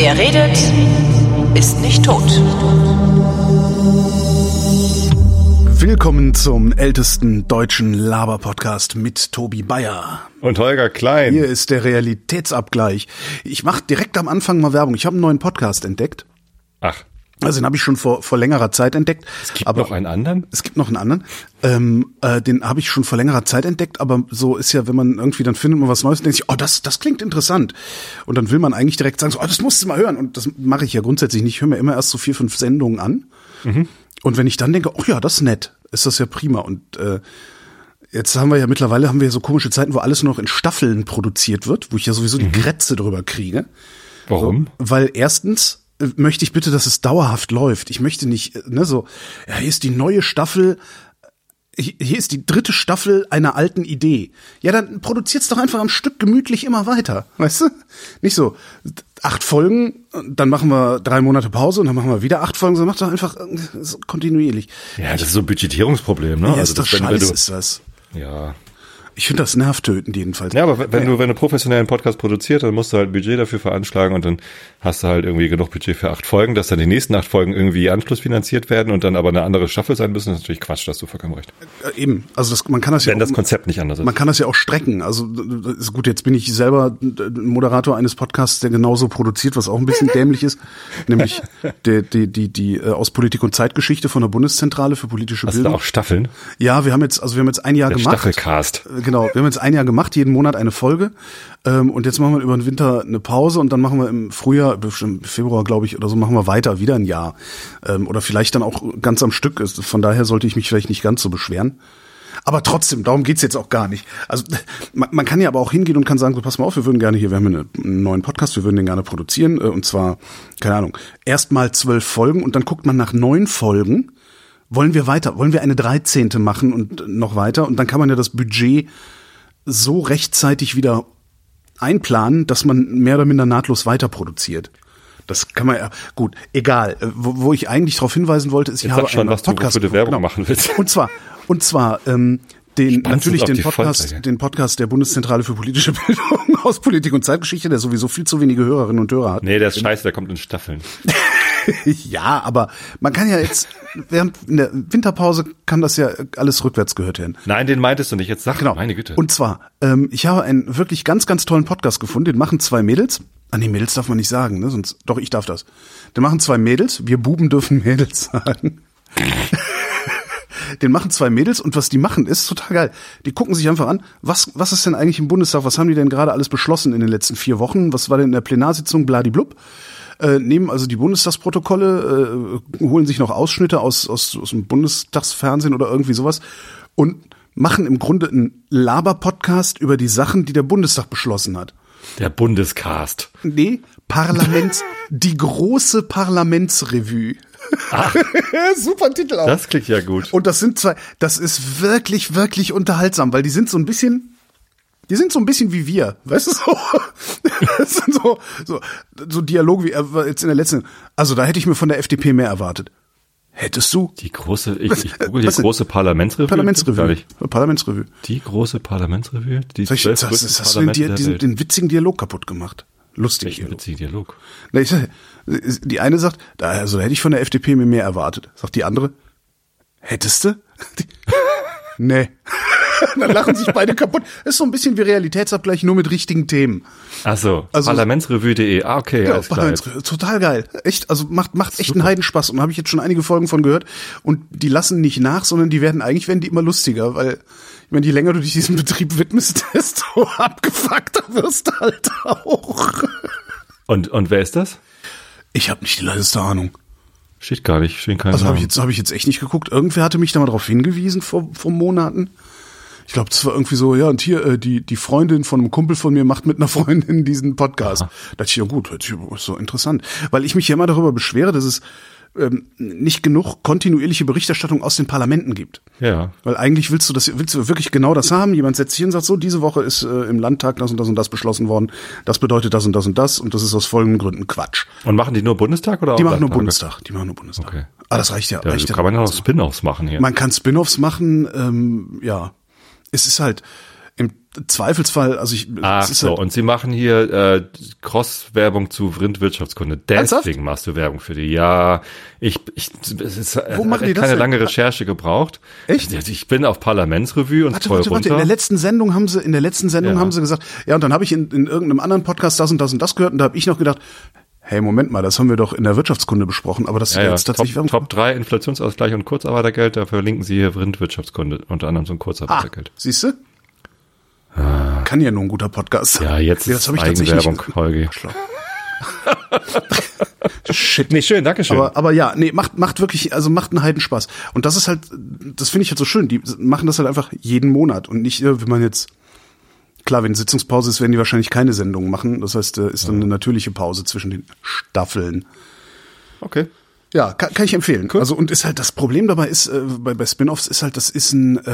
Wer redet, ist nicht tot. Willkommen zum ältesten deutschen Laber-Podcast mit Tobi Bayer. Und Holger Klein. Hier ist der Realitätsabgleich. Ich mache direkt am Anfang mal Werbung. Ich habe einen neuen Podcast entdeckt. Ach. Also den habe ich schon vor längerer Zeit entdeckt. Es gibt noch einen anderen? Es gibt noch einen anderen. Den habe ich schon vor längerer Zeit entdeckt, aber so ist ja, wenn man irgendwie, dann findet man was Neues und denkt sich, oh, das klingt interessant. Und dann will man eigentlich direkt sagen, so, oh, das musst du mal hören. Und das mache ich ja grundsätzlich nicht. Ich höre mir immer erst so 4-5 Sendungen an. Mhm. Und wenn ich dann denke, oh ja, das ist nett, ist das ja prima. Und jetzt haben wir so komische Zeiten, wo alles nur noch in Staffeln produziert wird, wo ich ja sowieso die Krätze drüber kriege. Warum? So, weil erstens möchte ich bitte, dass es dauerhaft läuft. Ich möchte nicht, hier ist die neue Staffel, hier ist die 3. Staffel einer alten Idee. Ja, dann produziert's doch einfach am Stück gemütlich immer weiter, weißt du? Nicht so 8 Folgen, dann machen wir 3 Monate Pause und dann machen wir wieder 8 Folgen, sondern mach doch einfach so kontinuierlich. Ja, das ist so ein Budgetierungsproblem, ne? Ja, also ist doch scheiße, ist das. Ja. Ich finde das nervtötend jedenfalls. Ja, aber wenn du professionellen Podcast produzierst, dann musst du halt Budget dafür veranschlagen und dann hast du halt irgendwie genug Budget für 8 Folgen, dass dann die nächsten 8 Folgen irgendwie anschlussfinanziert werden und dann aber eine andere Staffel sein müssen. Das ist natürlich Quatsch, da hast du vollkommen recht. Eben, also man kann das ja wenn das Konzept nicht anders ist. Man kann das ja auch strecken. Also ist gut, jetzt bin ich selber Moderator eines Podcasts, der genauso produziert, was auch ein bisschen dämlich ist, nämlich die aus Politik und Zeitgeschichte von der Bundeszentrale für politische Bildung. Hast du da auch Staffeln? Ja, wir haben jetzt ein Jahr gemacht. Staffelcast. Genau, wir haben jetzt ein Jahr gemacht, jeden Monat eine Folge. Und jetzt machen wir über den Winter eine Pause und dann machen wir im Frühjahr, bestimmt Februar, glaube ich, oder so, machen wir weiter, wieder ein Jahr. Oder vielleicht dann auch ganz am Stück. Von daher sollte ich mich vielleicht nicht ganz so beschweren. Aber trotzdem, darum geht's jetzt auch gar nicht. Also man kann ja aber auch hingehen und kann sagen, so pass mal auf, wir haben einen neuen Podcast, wir würden den gerne produzieren. Und zwar, keine Ahnung, erstmal 12 Folgen und dann guckt man nach 9 Folgen. Wollen wir eine 13. machen und noch weiter? Und dann kann man ja das Budget so rechtzeitig wieder einplanen, dass man mehr oder minder nahtlos weiter produziert. Das kann man ja, gut, egal. Wo ich eigentlich darauf hinweisen wollte, ist, ich habe einen Podcast, du für Werbung machen willst. Und zwar den Podcast der Bundeszentrale für politische Bildung aus Politik und Zeitgeschichte, der sowieso viel zu wenige Hörerinnen und Hörer hat. Nee, der ist scheiße, der kommt in Staffeln. Ja, aber man kann ja jetzt, während in der Winterpause kann das ja alles rückwärts gehört werden. Nein, den meintest du nicht. Jetzt sag, genau. Meine Güte. Und zwar, ich habe einen wirklich ganz, ganz tollen Podcast gefunden, den machen 2 Mädels. Ah nee, Mädels darf man nicht sagen, ne? Doch, ich darf das. Den machen 2 Mädels, wir Buben dürfen Mädels sagen. Den machen 2 Mädels und was die machen, ist total geil. Die gucken sich einfach an, was ist denn eigentlich im Bundestag, was haben die denn gerade alles beschlossen in den letzten 4 Wochen, was war denn in der Plenarsitzung, bladiblub. Nehmen also die Bundestagsprotokolle, holen sich noch Ausschnitte aus dem Bundestagsfernsehen oder irgendwie sowas und machen im Grunde einen Laber-Podcast über die Sachen, die der Bundestag beschlossen hat. Der Bundescast. Nee, die große Parlamentsrevue. Ach, super Titel auch. Das klingt ja gut. Und das ist wirklich, wirklich unterhaltsam, weil die sind so ein bisschen wie wir, weißt du, so. Das sind so Dialoge wie jetzt in der letzten, also da hätte ich mir von der FDP mehr erwartet. Hättest du? Die große, ich google die große Parlamentsrevue. Parlamentsrevue. Die große Parlamentsrevue? Hast du den witzigen Dialog kaputt gemacht. Lustig. Welchen witzigen Dialog? Die eine sagt, also da hätte ich von der FDP mir mehr erwartet. Sagt die andere, hättest du? Nee. Dann lachen sich beide kaputt. Das ist so ein bisschen wie Realitätsabgleich, nur mit richtigen Themen. Ach so, Parlamentsrevue.de. Ah, okay, ja, alles klar. Total geil. Echt, also macht echt einen Heidenspaß. Und da habe ich jetzt schon einige Folgen von gehört. Und die lassen nicht nach, sondern die werden die immer lustiger, weil, ich meine, je länger du dich diesem Betrieb widmest, desto abgefuckter wirst du halt auch. Und wer ist das? Ich habe nicht die leiseste Ahnung. Steht gar nicht, stehen keine Also Namen. habe ich jetzt echt nicht geguckt. Irgendwer hatte mich da mal drauf hingewiesen vor Monaten. Ich glaube, das war irgendwie so, ja, und hier, die Freundin von einem Kumpel von mir macht mit einer Freundin diesen Podcast. Da dachte ich, ja gut, das ist so interessant. Weil ich mich ja immer darüber beschwere, dass es nicht genug kontinuierliche Berichterstattung aus den Parlamenten gibt. Ja. Weil eigentlich willst du wirklich genau das haben. Jemand setzt sich hin und sagt so, diese Woche ist im Landtag das und das beschlossen worden. Das bedeutet das und das und das und das ist aus folgenden Gründen Quatsch. Und machen die nur Bundestag oder auch? Die machen nur Bundestag. Okay. Ah, das reicht ja. Kann man ja noch Spin-offs machen hier. Man kann Spin-offs machen, ja. Es ist halt, Im Zweifelsfall, also Ach so, halt, und sie machen hier Cross-Werbung zu Rindwirtschaftskunde. Deswegen ernsthaft? Machst du Werbung für die. Ja, es Wo machen die das keine denn? lange Recherche gebraucht. Echt? Ich bin auf Parlamentsrevue und scroll runter. In der letzten Sendung haben sie gesagt, ja, und dann habe ich in irgendeinem anderen Podcast das und das und das gehört und da habe ich noch gedacht, hey, Moment mal, das haben wir doch in der Wirtschaftskunde besprochen, aber das ist jetzt tatsächlich Top 3 Inflationsausgleich und Kurzarbeitergeld, da verlinken sie hier Rindwirtschaftskunde, unter anderem so ein Kurzarbeitergeld. Siehst du? Kann ja nur ein guter Podcast sein. Ja, jetzt ist Eigenwerbung, Holgi. Shit. Nee, schön, danke schön. Aber ja, nee, macht wirklich, also macht einen Heidenspaß. Und das ist halt, das finde ich halt so schön. Die machen das halt einfach jeden Monat und nicht, wenn man jetzt, klar, wenn Sitzungspause ist, werden die wahrscheinlich keine Sendungen machen. Das heißt, ist dann eine natürliche Pause zwischen den Staffeln. Okay. Ja, kann ich empfehlen. Cool. Also, und ist halt, das Problem dabei ist, bei Spin-offs ist halt, das ist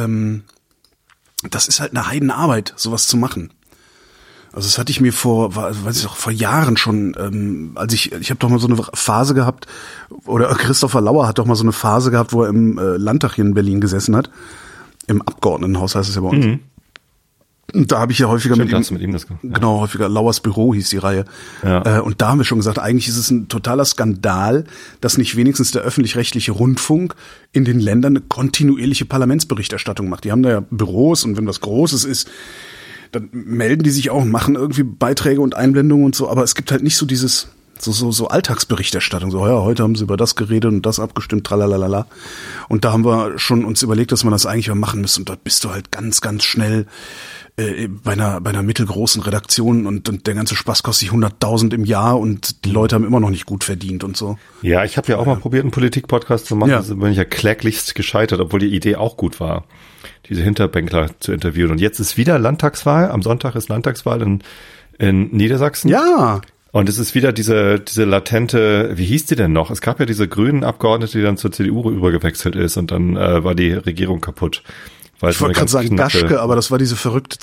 halt eine Heidenarbeit, sowas zu machen. Also das hatte ich mir vor Jahren schon, als ich habe doch mal so eine Phase gehabt, oder Christopher Lauer hat doch mal so eine Phase gehabt, wo er im Landtag hier in Berlin gesessen hat. Im Abgeordnetenhaus heißt es ja bei uns. Mhm. Und da habe ich ja häufiger mit ihm das gemacht. Genau, häufiger Lauers Büro hieß die Reihe. Ja. Und da haben wir schon gesagt, eigentlich ist es ein totaler Skandal, dass nicht wenigstens der öffentlich-rechtliche Rundfunk in den Ländern eine kontinuierliche Parlamentsberichterstattung macht. Die haben da ja Büros und wenn was Großes ist, dann melden die sich auch und machen irgendwie Beiträge und Einblendungen und so, aber es gibt halt nicht so dieses so Alltagsberichterstattung, so ja, heute haben sie über das geredet und das abgestimmt, tralalala. Und da haben wir schon uns überlegt, dass man das eigentlich mal machen müsste und dort bist du halt ganz, ganz schnell bei einer mittelgroßen Redaktion und der ganze Spaß kostet sich 100.000 im Jahr und die Leute haben immer noch nicht gut verdient und so. Ja, ich habe ja auch mal probiert, einen Politik-Podcast zu machen, da bin ich ja kläglichst gescheitert, obwohl die Idee auch gut war, diese Hinterbänkler zu interviewen. Und jetzt ist wieder Landtagswahl, am Sonntag ist Landtagswahl in Niedersachsen. Ja. Und es ist wieder diese latente, wie hieß die denn noch? Es gab ja diese grünen Abgeordnete, die dann zur CDU rübergewechselt ist und dann war die Regierung kaputt. Ich wollte gerade sagen Daschke, aber das war diese verrückte,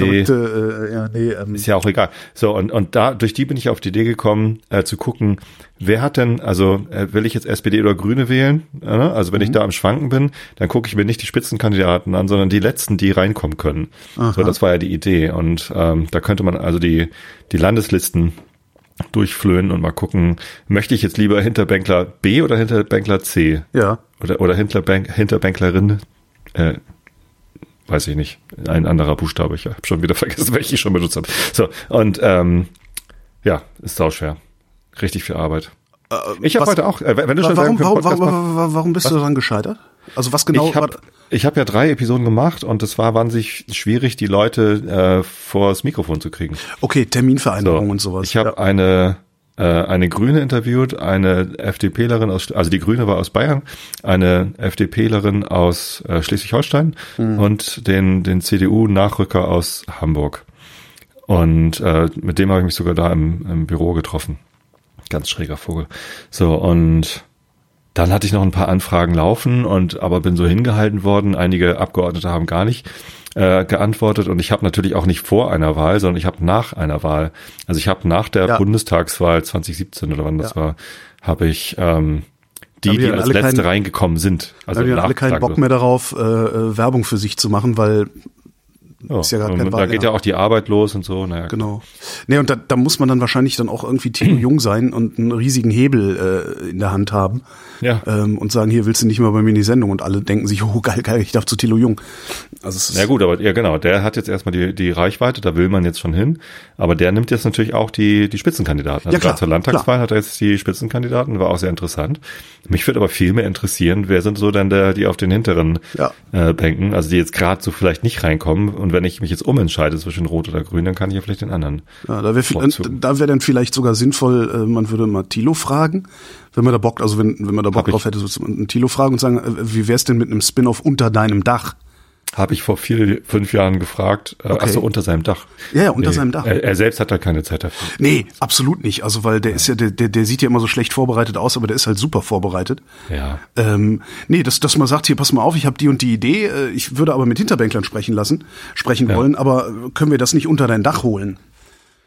ist ja auch egal. So, und da, durch die bin ich auf die Idee gekommen, zu gucken, wer hat denn, also will ich jetzt SPD oder Grüne wählen? Also wenn ich da am Schwanken bin, dann gucke ich mir nicht die Spitzenkandidaten an, sondern die letzten, die reinkommen können. Aha. So, das war ja die Idee. Und da könnte man also die Landeslisten durchflöhen und mal gucken, möchte ich jetzt lieber Hinterbänkler B oder Hinterbänkler C? Ja. Oder Hinterbänklerin, weiß ich nicht, ein anderer Buchstabe. Ich habe schon wieder vergessen, welchen ich schon benutzt habe. So, und ja, ist sauschwer. Richtig viel Arbeit. Ich habe heute auch, wenn du schon warum bist du daran gescheitert? Also was genau? Ich habe ja 3 Episoden gemacht und es war wahnsinnig schwierig, die Leute vors Mikrofon zu kriegen. Okay, Terminvereinbarung und sowas. Ich habe eine Grüne interviewt, eine FDPlerin also die Grüne war aus Bayern, eine FDPlerin aus Schleswig-Holstein und den CDU-Nachrücker aus Hamburg. Und mit dem habe ich mich sogar da im Büro getroffen. Ganz schräger Vogel. So, und dann hatte ich noch ein paar Anfragen laufen aber bin so hingehalten worden. Einige Abgeordnete haben gar nicht geantwortet und ich habe natürlich auch nicht vor einer Wahl, sondern ich habe nach einer Wahl. Also ich habe nach der Bundestagswahl 2017 oder wann das war, habe ich die als letzte reingekommen sind. Also haben alle keinen Bock mehr darauf, Werbung für sich zu machen, weil ist ja gar kein da geht ja auch die Arbeit los und so. Naja, genau. Nee, und da muss man dann wahrscheinlich dann auch irgendwie Thilo Jung sein und einen riesigen Hebel in der Hand haben. Ja. Und sagen, hier willst du nicht mal bei mir in die Sendung und alle denken sich, oh geil, ich darf zu Thilo Jung. Also es ist gut, aber ja genau, der hat jetzt erstmal die Reichweite, da will man jetzt schon hin, aber der nimmt jetzt natürlich auch die Spitzenkandidaten. Also zur Landtagswahl hat er jetzt die Spitzenkandidaten, war auch sehr interessant. Mich würde aber viel mehr interessieren, wer sind so denn die auf den hinteren Bänken, also die jetzt gerade so vielleicht nicht reinkommen und wenn ich mich jetzt umentscheide zwischen Rot oder Grün, dann kann ich ja vielleicht den anderen. Ja, da wäre dann vielleicht sogar sinnvoll, man würde mal Thilo fragen, wenn man da Bock, also wenn man da Bock drauf hätte, so einen Thilo fragen und sagen, wie wär's denn mit einem Spin-off unter deinem Dach? Habe ich vor 5 Jahren gefragt. Okay. Achso, unter seinem Dach. Ja, unter seinem Dach. Er selbst hat da keine Zeit dafür. Nee, absolut nicht. Also, weil der ist ja, der sieht ja immer so schlecht vorbereitet aus, aber der ist halt super vorbereitet. Ja. Nee, dass man sagt, hier, pass mal auf, ich habe die und die Idee, ich würde aber mit Hinterbänklern sprechen wollen, aber können wir das nicht unter dein Dach holen?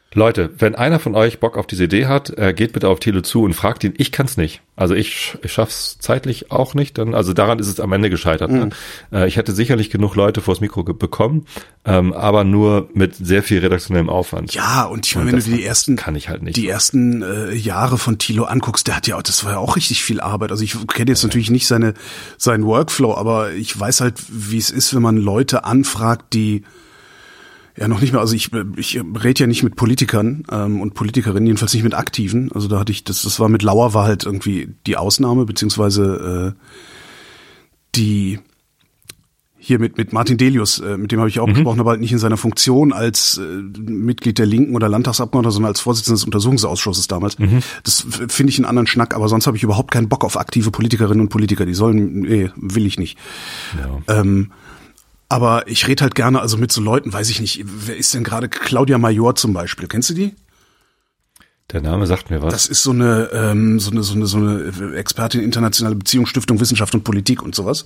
Leute, wenn einer von euch Bock auf diese Idee hat, geht bitte auf Thilo zu und fragt ihn. Ich kann's nicht. Also ich schaff's zeitlich auch nicht. Also daran ist es am Ende gescheitert. Ne? Ich hätte sicherlich genug Leute vors Mikro bekommen, aber nur mit sehr viel redaktionellem Aufwand. Ja, und ich meine, wenn du die ersten Jahre von Thilo anguckst, das war ja auch richtig viel Arbeit. Also ich kenne jetzt natürlich nicht seinen Workflow, aber ich weiß halt, wie es ist, wenn man Leute anfragt, die ja noch nicht mehr, also ich rede ja nicht mit Politikern und Politikerinnen, jedenfalls nicht mit Aktiven. Also da hatte ich, das war mit Lauer war halt irgendwie die Ausnahme, beziehungsweise die hier mit Martin Delius, mit dem habe ich auch gesprochen, aber halt nicht in seiner Funktion als Mitglied der Linken oder Landtagsabgeordneter, sondern als Vorsitzender des Untersuchungsausschusses damals. Das finde ich einen anderen Schnack, aber sonst habe ich überhaupt keinen Bock auf aktive Politikerinnen und Politiker. Die will ich nicht. Ja. Aber ich rede halt gerne, also mit so Leuten, weiß ich nicht, wer ist denn gerade Claudia Major zum Beispiel? Kennst du die? Der Name sagt mir was. Das ist so eine Expertin internationale Beziehung, Stiftung Wissenschaft und Politik und sowas.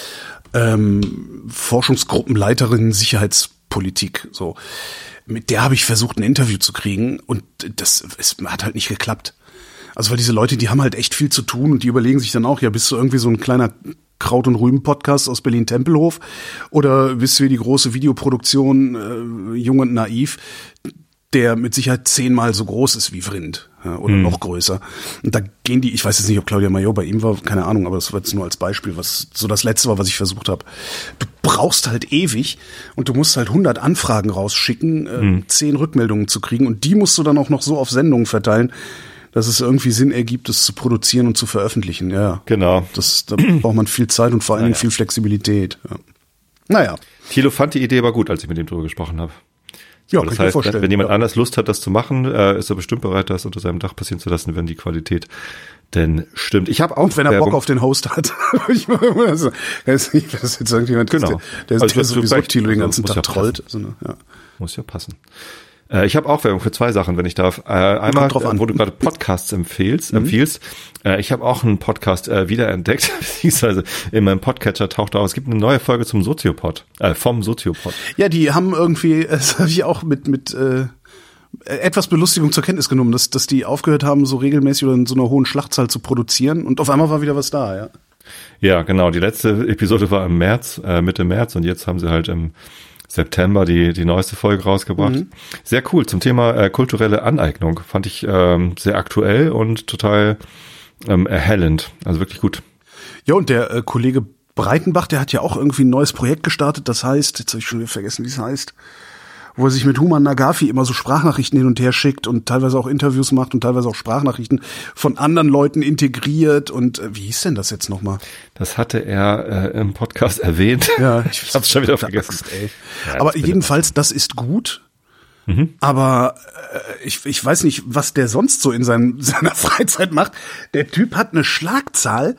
Forschungsgruppenleiterin Sicherheitspolitik, so. Mit der habe ich versucht, ein Interview zu kriegen und es hat halt nicht geklappt. Also weil diese Leute, die haben halt echt viel zu tun und die überlegen sich dann auch, ja, bist du irgendwie so ein kleiner Kraut- und Rüben-Podcast aus Berlin-Tempelhof oder bist du wie die große Videoproduktion Jung und Naiv, der mit Sicherheit 10-mal so groß ist wie Vrindt oder noch größer. Und da gehen die, ich weiß jetzt nicht, ob Claudia Major bei ihm war, keine Ahnung, aber das war jetzt nur als Beispiel, was so das Letzte war, was ich versucht habe. Du brauchst halt ewig und du musst halt 100 Anfragen rausschicken, 10 Rückmeldungen zu kriegen und die musst du dann auch noch so auf Sendungen verteilen, dass es irgendwie Sinn ergibt, es zu produzieren und zu veröffentlichen. Ja, genau. Da braucht man viel Zeit und vor allen Dingen viel Flexibilität. Ja. Naja. Thilo fand die Idee aber gut, als ich mit ihm drüber gesprochen habe. Ja, das heißt, wenn jemand anders Lust hat, das zu machen, ist er bestimmt bereit, das unter seinem Dach passieren zu lassen, wenn die Qualität denn stimmt. Ich habe auch. Und wenn er Bock auf den Host hat. Ich weiß nicht, wenn das jetzt irgendjemand ist, der sowieso Thilo den ganzen Tag trollt. Also, ja. Muss ja passen. Ich habe auch Werbung für 2 Sachen, wenn ich darf. Einmal, wo du gerade Podcasts empfiehlst. Ich habe auch einen Podcast wiederentdeckt, beziehungsweise in meinem Podcatcher taucht auf. Es gibt eine neue Folge zum Soziopod, vom Soziopod. Ja, die haben irgendwie, das habe ich auch mit etwas Belustigung zur Kenntnis genommen, dass die aufgehört haben, so regelmäßig oder in so einer hohen Schlachtzahl zu produzieren und auf einmal war wieder was da, ja. Ja, genau. Die letzte Episode war im März, Mitte März und jetzt haben sie halt im September die neueste Folge rausgebracht. Sehr cool. Zum Thema kulturelle Aneignung. Fand ich sehr aktuell und total erhellend. Also wirklich gut. Ja, und der Kollege Breitenbach, der hat ja auch irgendwie ein neues Projekt gestartet. Das heißt, jetzt habe ich schon wieder vergessen, wie es heißt, wo er sich mit Human Nagafi immer so Sprachnachrichten hin und her schickt und teilweise auch Interviews macht und teilweise auch Sprachnachrichten von anderen Leuten integriert. Und wie hieß denn das jetzt nochmal? Das hatte er im Podcast erwähnt. Ja, ich hab's schon wieder vergessen. Ja, aber jedenfalls, das ist gut. Aber ich weiß nicht, was der sonst so in seiner Freizeit macht. Der Typ hat eine Schlagzahl.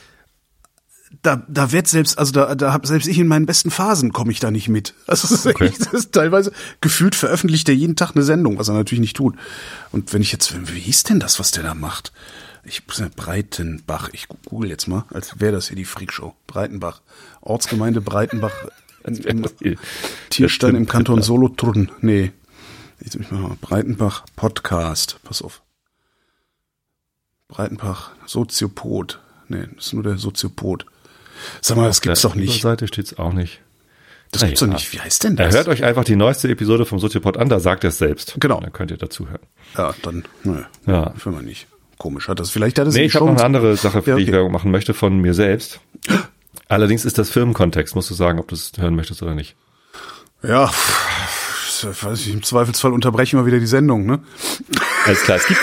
Da wird selbst, also da hab selbst ich in meinen besten Phasen komme ich da nicht mit. Also das ist teilweise gefühlt veröffentlicht er jeden Tag eine Sendung, was er natürlich nicht tut. Und wenn ich jetzt, wie hieß denn das, was der da macht? Breitenbach, ich google jetzt mal, als wäre das hier die Freakshow. Breitenbach, Ortsgemeinde Breitenbach, Tierstein im Kanton Solothurn. Nee, ich mal Breitenbach Podcast, pass auf. Breitenbach Soziopod. Nee, das ist nur der Soziopod. Sag mal, das gibt's doch nicht. Auf der Seite steht's auch nicht. Das gibt's doch nicht. Wie heißt denn das? Hört euch einfach die neueste Episode vom Soziopod an, da sagt er es selbst. Genau. Dann könnt ihr dazuhören. Ja, dann, ja. Will man nicht. Komisch. Hat das vielleicht hat es ich habe noch eine andere Sache, für die ich Werbung machen möchte von mir selbst. Allerdings ist das Firmenkontext, musst du sagen, ob du es hören möchtest oder nicht. Ja, weiß ich, im Zweifelsfall unterbrechen wir wieder die Sendung, ne? Alles klar, es gibt...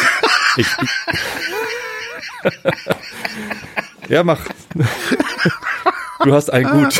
Ja, mach. Du hast ein Gut.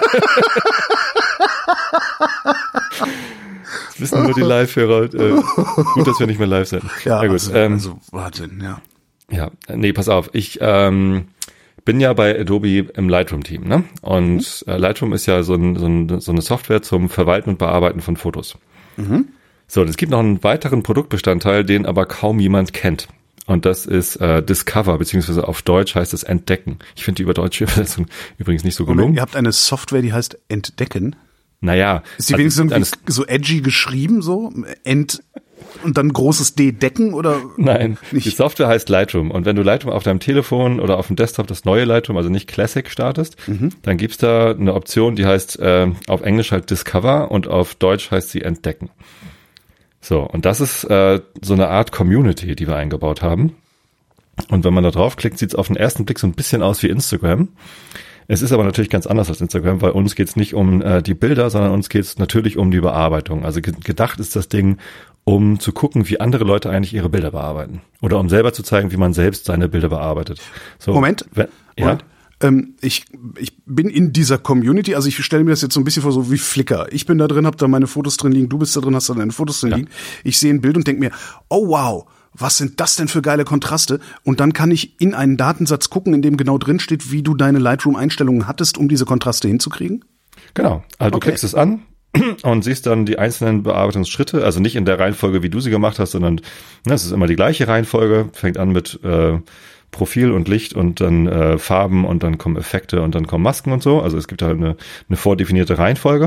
Das wissen nur die Live-Hörer. Gut, dass wir nicht mehr live sind. Ja, gut. Also Wahnsinn, ja. Ja, nee, pass auf. Ich bin ja bei Adobe im Lightroom-Team, ne? Und Lightroom ist ja so eine Software zum Verwalten und Bearbeiten von Fotos. So, und es gibt noch einen weiteren Produktbestandteil, den aber kaum jemand kennt. Und das ist Discover, beziehungsweise auf Deutsch heißt es Entdecken. Ich finde die überdeutsche Übersetzung übrigens nicht so gelungen. Moment, ihr habt eine Software, die heißt Entdecken? Naja. Ist die wenigstens irgendwie so edgy geschrieben, so? Und dann großes D decken oder? Nein, nicht? Die Software heißt Lightroom. Und wenn du Lightroom auf deinem Telefon oder auf dem Desktop, das neue Lightroom, also nicht Classic, startest, dann gibt's da eine Option, die heißt auf Englisch halt Discover und auf Deutsch heißt sie Entdecken. So, und das ist so eine Art Community, die wir eingebaut haben. Und wenn man da draufklickt, sieht's auf den ersten Blick so ein bisschen aus wie Instagram. Es ist aber natürlich ganz anders als Instagram, weil uns geht's nicht um die Bilder, sondern uns geht's natürlich um die Bearbeitung. Also gedacht ist das Ding, um zu gucken, wie andere Leute eigentlich ihre Bilder bearbeiten. Oder um selber zu zeigen, wie man selbst seine Bilder bearbeitet. So, Moment. Ja? Ich bin in dieser Community, also ich stelle mir das jetzt so ein bisschen vor, so wie Flickr. Ich bin da drin, hab da meine Fotos drin liegen, du bist da drin, hast da deine Fotos drin liegen. Ich sehe ein Bild und denke mir, oh wow, was sind das denn für geile Kontraste? Und dann kann ich in einen Datensatz gucken, in dem genau drin steht, wie du deine Lightroom-Einstellungen hattest, um diese Kontraste hinzukriegen? Genau. Also du klickst es an und siehst dann die einzelnen Bearbeitungsschritte, also nicht in der Reihenfolge, wie du sie gemacht hast, sondern es ist immer die gleiche Reihenfolge, fängt an mit Profil und Licht und dann Farben und dann kommen Effekte und dann kommen Masken und so. Also es gibt halt eine vordefinierte Reihenfolge.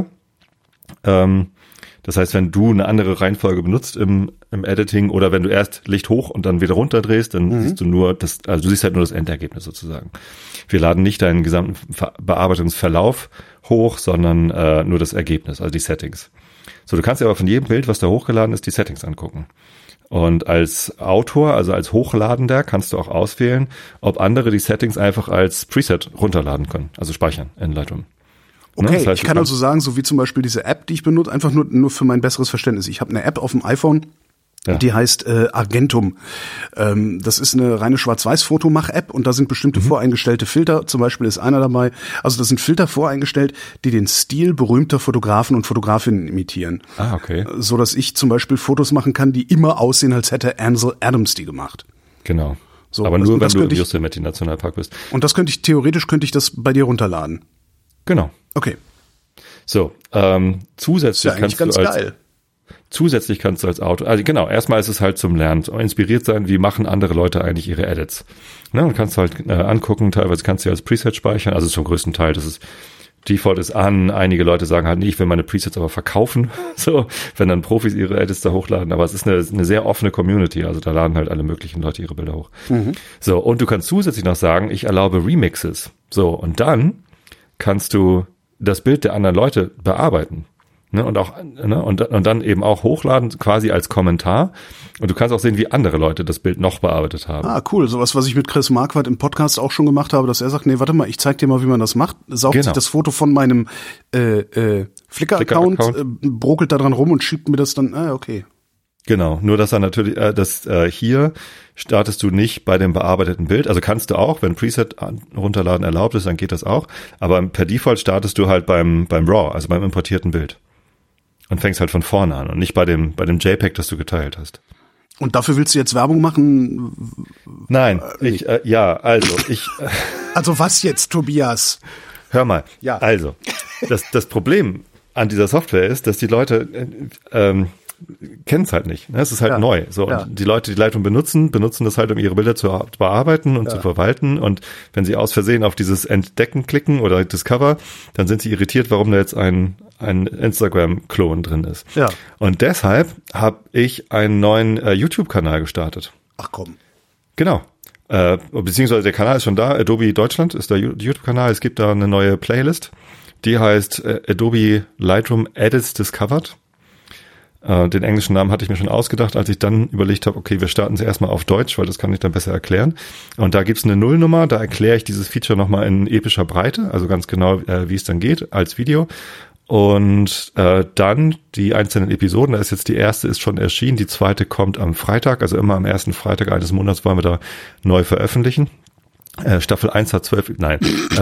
Das heißt, wenn du eine andere Reihenfolge benutzt im Editing oder wenn du erst Licht hoch und dann wieder runter drehst, dann siehst du nur du siehst halt nur das Endergebnis sozusagen. Wir laden nicht deinen gesamten Bearbeitungsverlauf hoch, sondern nur das Ergebnis, also die Settings. So, du kannst dir aber von jedem Bild, was da hochgeladen ist, die Settings angucken. Und als Autor, also als Hochladender, kannst du auch auswählen, ob andere die Settings einfach als Preset runterladen können, also speichern in Lightroom. Okay, das heißt, ich kann also sagen, so wie zum Beispiel diese App, die ich benutze, einfach nur für mein besseres Verständnis. Ich habe eine App auf dem iPhone, die heißt Argentum. Das ist eine reine Schwarz-Weiß-Fotomach-App und da sind bestimmte voreingestellte Filter, zum Beispiel ist einer dabei. Also da sind Filter voreingestellt, die den Stil berühmter Fotografen und Fotografinnen imitieren. Ah, okay. So dass ich zum Beispiel Fotos machen kann, die immer aussehen, als hätte Ansel Adams die gemacht. Genau. So, aber nur, wenn du im Yosemite Nationalpark bist. Und das könnte ich das bei dir runterladen. Genau. Okay. So, zusätzlich kannst du als Autor, also genau, erstmal ist es halt zum Lernen, inspiriert sein, wie machen andere Leute eigentlich ihre Edits. Ne, und kannst du halt angucken, teilweise kannst du als Preset speichern, also zum größten Teil, das ist Default ist an, einige Leute sagen halt, nee, ich will meine Presets aber verkaufen, so, wenn dann Profis ihre Edits da hochladen, aber es ist eine sehr offene Community, also da laden halt alle möglichen Leute ihre Bilder hoch. So, und du kannst zusätzlich noch sagen, ich erlaube Remixes. So, und dann kannst du das Bild der anderen Leute bearbeiten. Ne, und auch und dann eben auch hochladen, quasi als Kommentar. Und du kannst auch sehen, wie andere Leute das Bild noch bearbeitet haben. Ah, cool. Sowas, was ich mit Chris Marquardt im Podcast auch schon gemacht habe, dass er sagt, nee, warte mal, ich zeig dir mal, wie man das macht. Saugt sich das Foto von meinem Flickr-Account, brokelt da dran rum und schiebt mir das dann, okay. Genau, nur dass er natürlich, hier startest du nicht bei dem bearbeiteten Bild, also kannst du auch, wenn Preset runterladen erlaubt ist, dann geht das auch, aber per Default startest du halt beim RAW, also beim importierten Bild und fängst halt von vorne an und nicht bei dem JPEG, das du geteilt hast. Und dafür willst du jetzt Werbung machen? Nein, Also was jetzt, Tobias? Hör mal, ja. Also, das Problem an dieser Software ist, dass die Leute kennen es halt nicht. Es ist halt neu. So, und die Leute, die Lightroom benutzen das halt, um ihre Bilder zu bearbeiten und zu verwalten. Und wenn sie aus Versehen auf dieses Entdecken klicken oder Discover, dann sind sie irritiert, warum da jetzt ein Instagram-Klon drin ist. Ja. Und deshalb habe ich einen neuen YouTube-Kanal gestartet. Ach komm. Genau. Beziehungsweise der Kanal ist schon da. Adobe Deutschland ist der YouTube-Kanal. Es gibt da eine neue Playlist. Die heißt Adobe Lightroom Edits Discovered. Den englischen Namen hatte ich mir schon ausgedacht, als ich dann überlegt habe, okay, wir starten sie erstmal auf Deutsch, weil das kann ich dann besser erklären. Und da gibt's eine Nullnummer, da erkläre ich dieses Feature nochmal in epischer Breite, also ganz genau, wie es dann geht, als Video. Und dann die einzelnen Episoden, da ist jetzt die erste ist schon erschienen, die zweite kommt am Freitag, also immer am ersten Freitag eines Monats wollen wir da neu veröffentlichen. Staffel 1 hat 12, nein,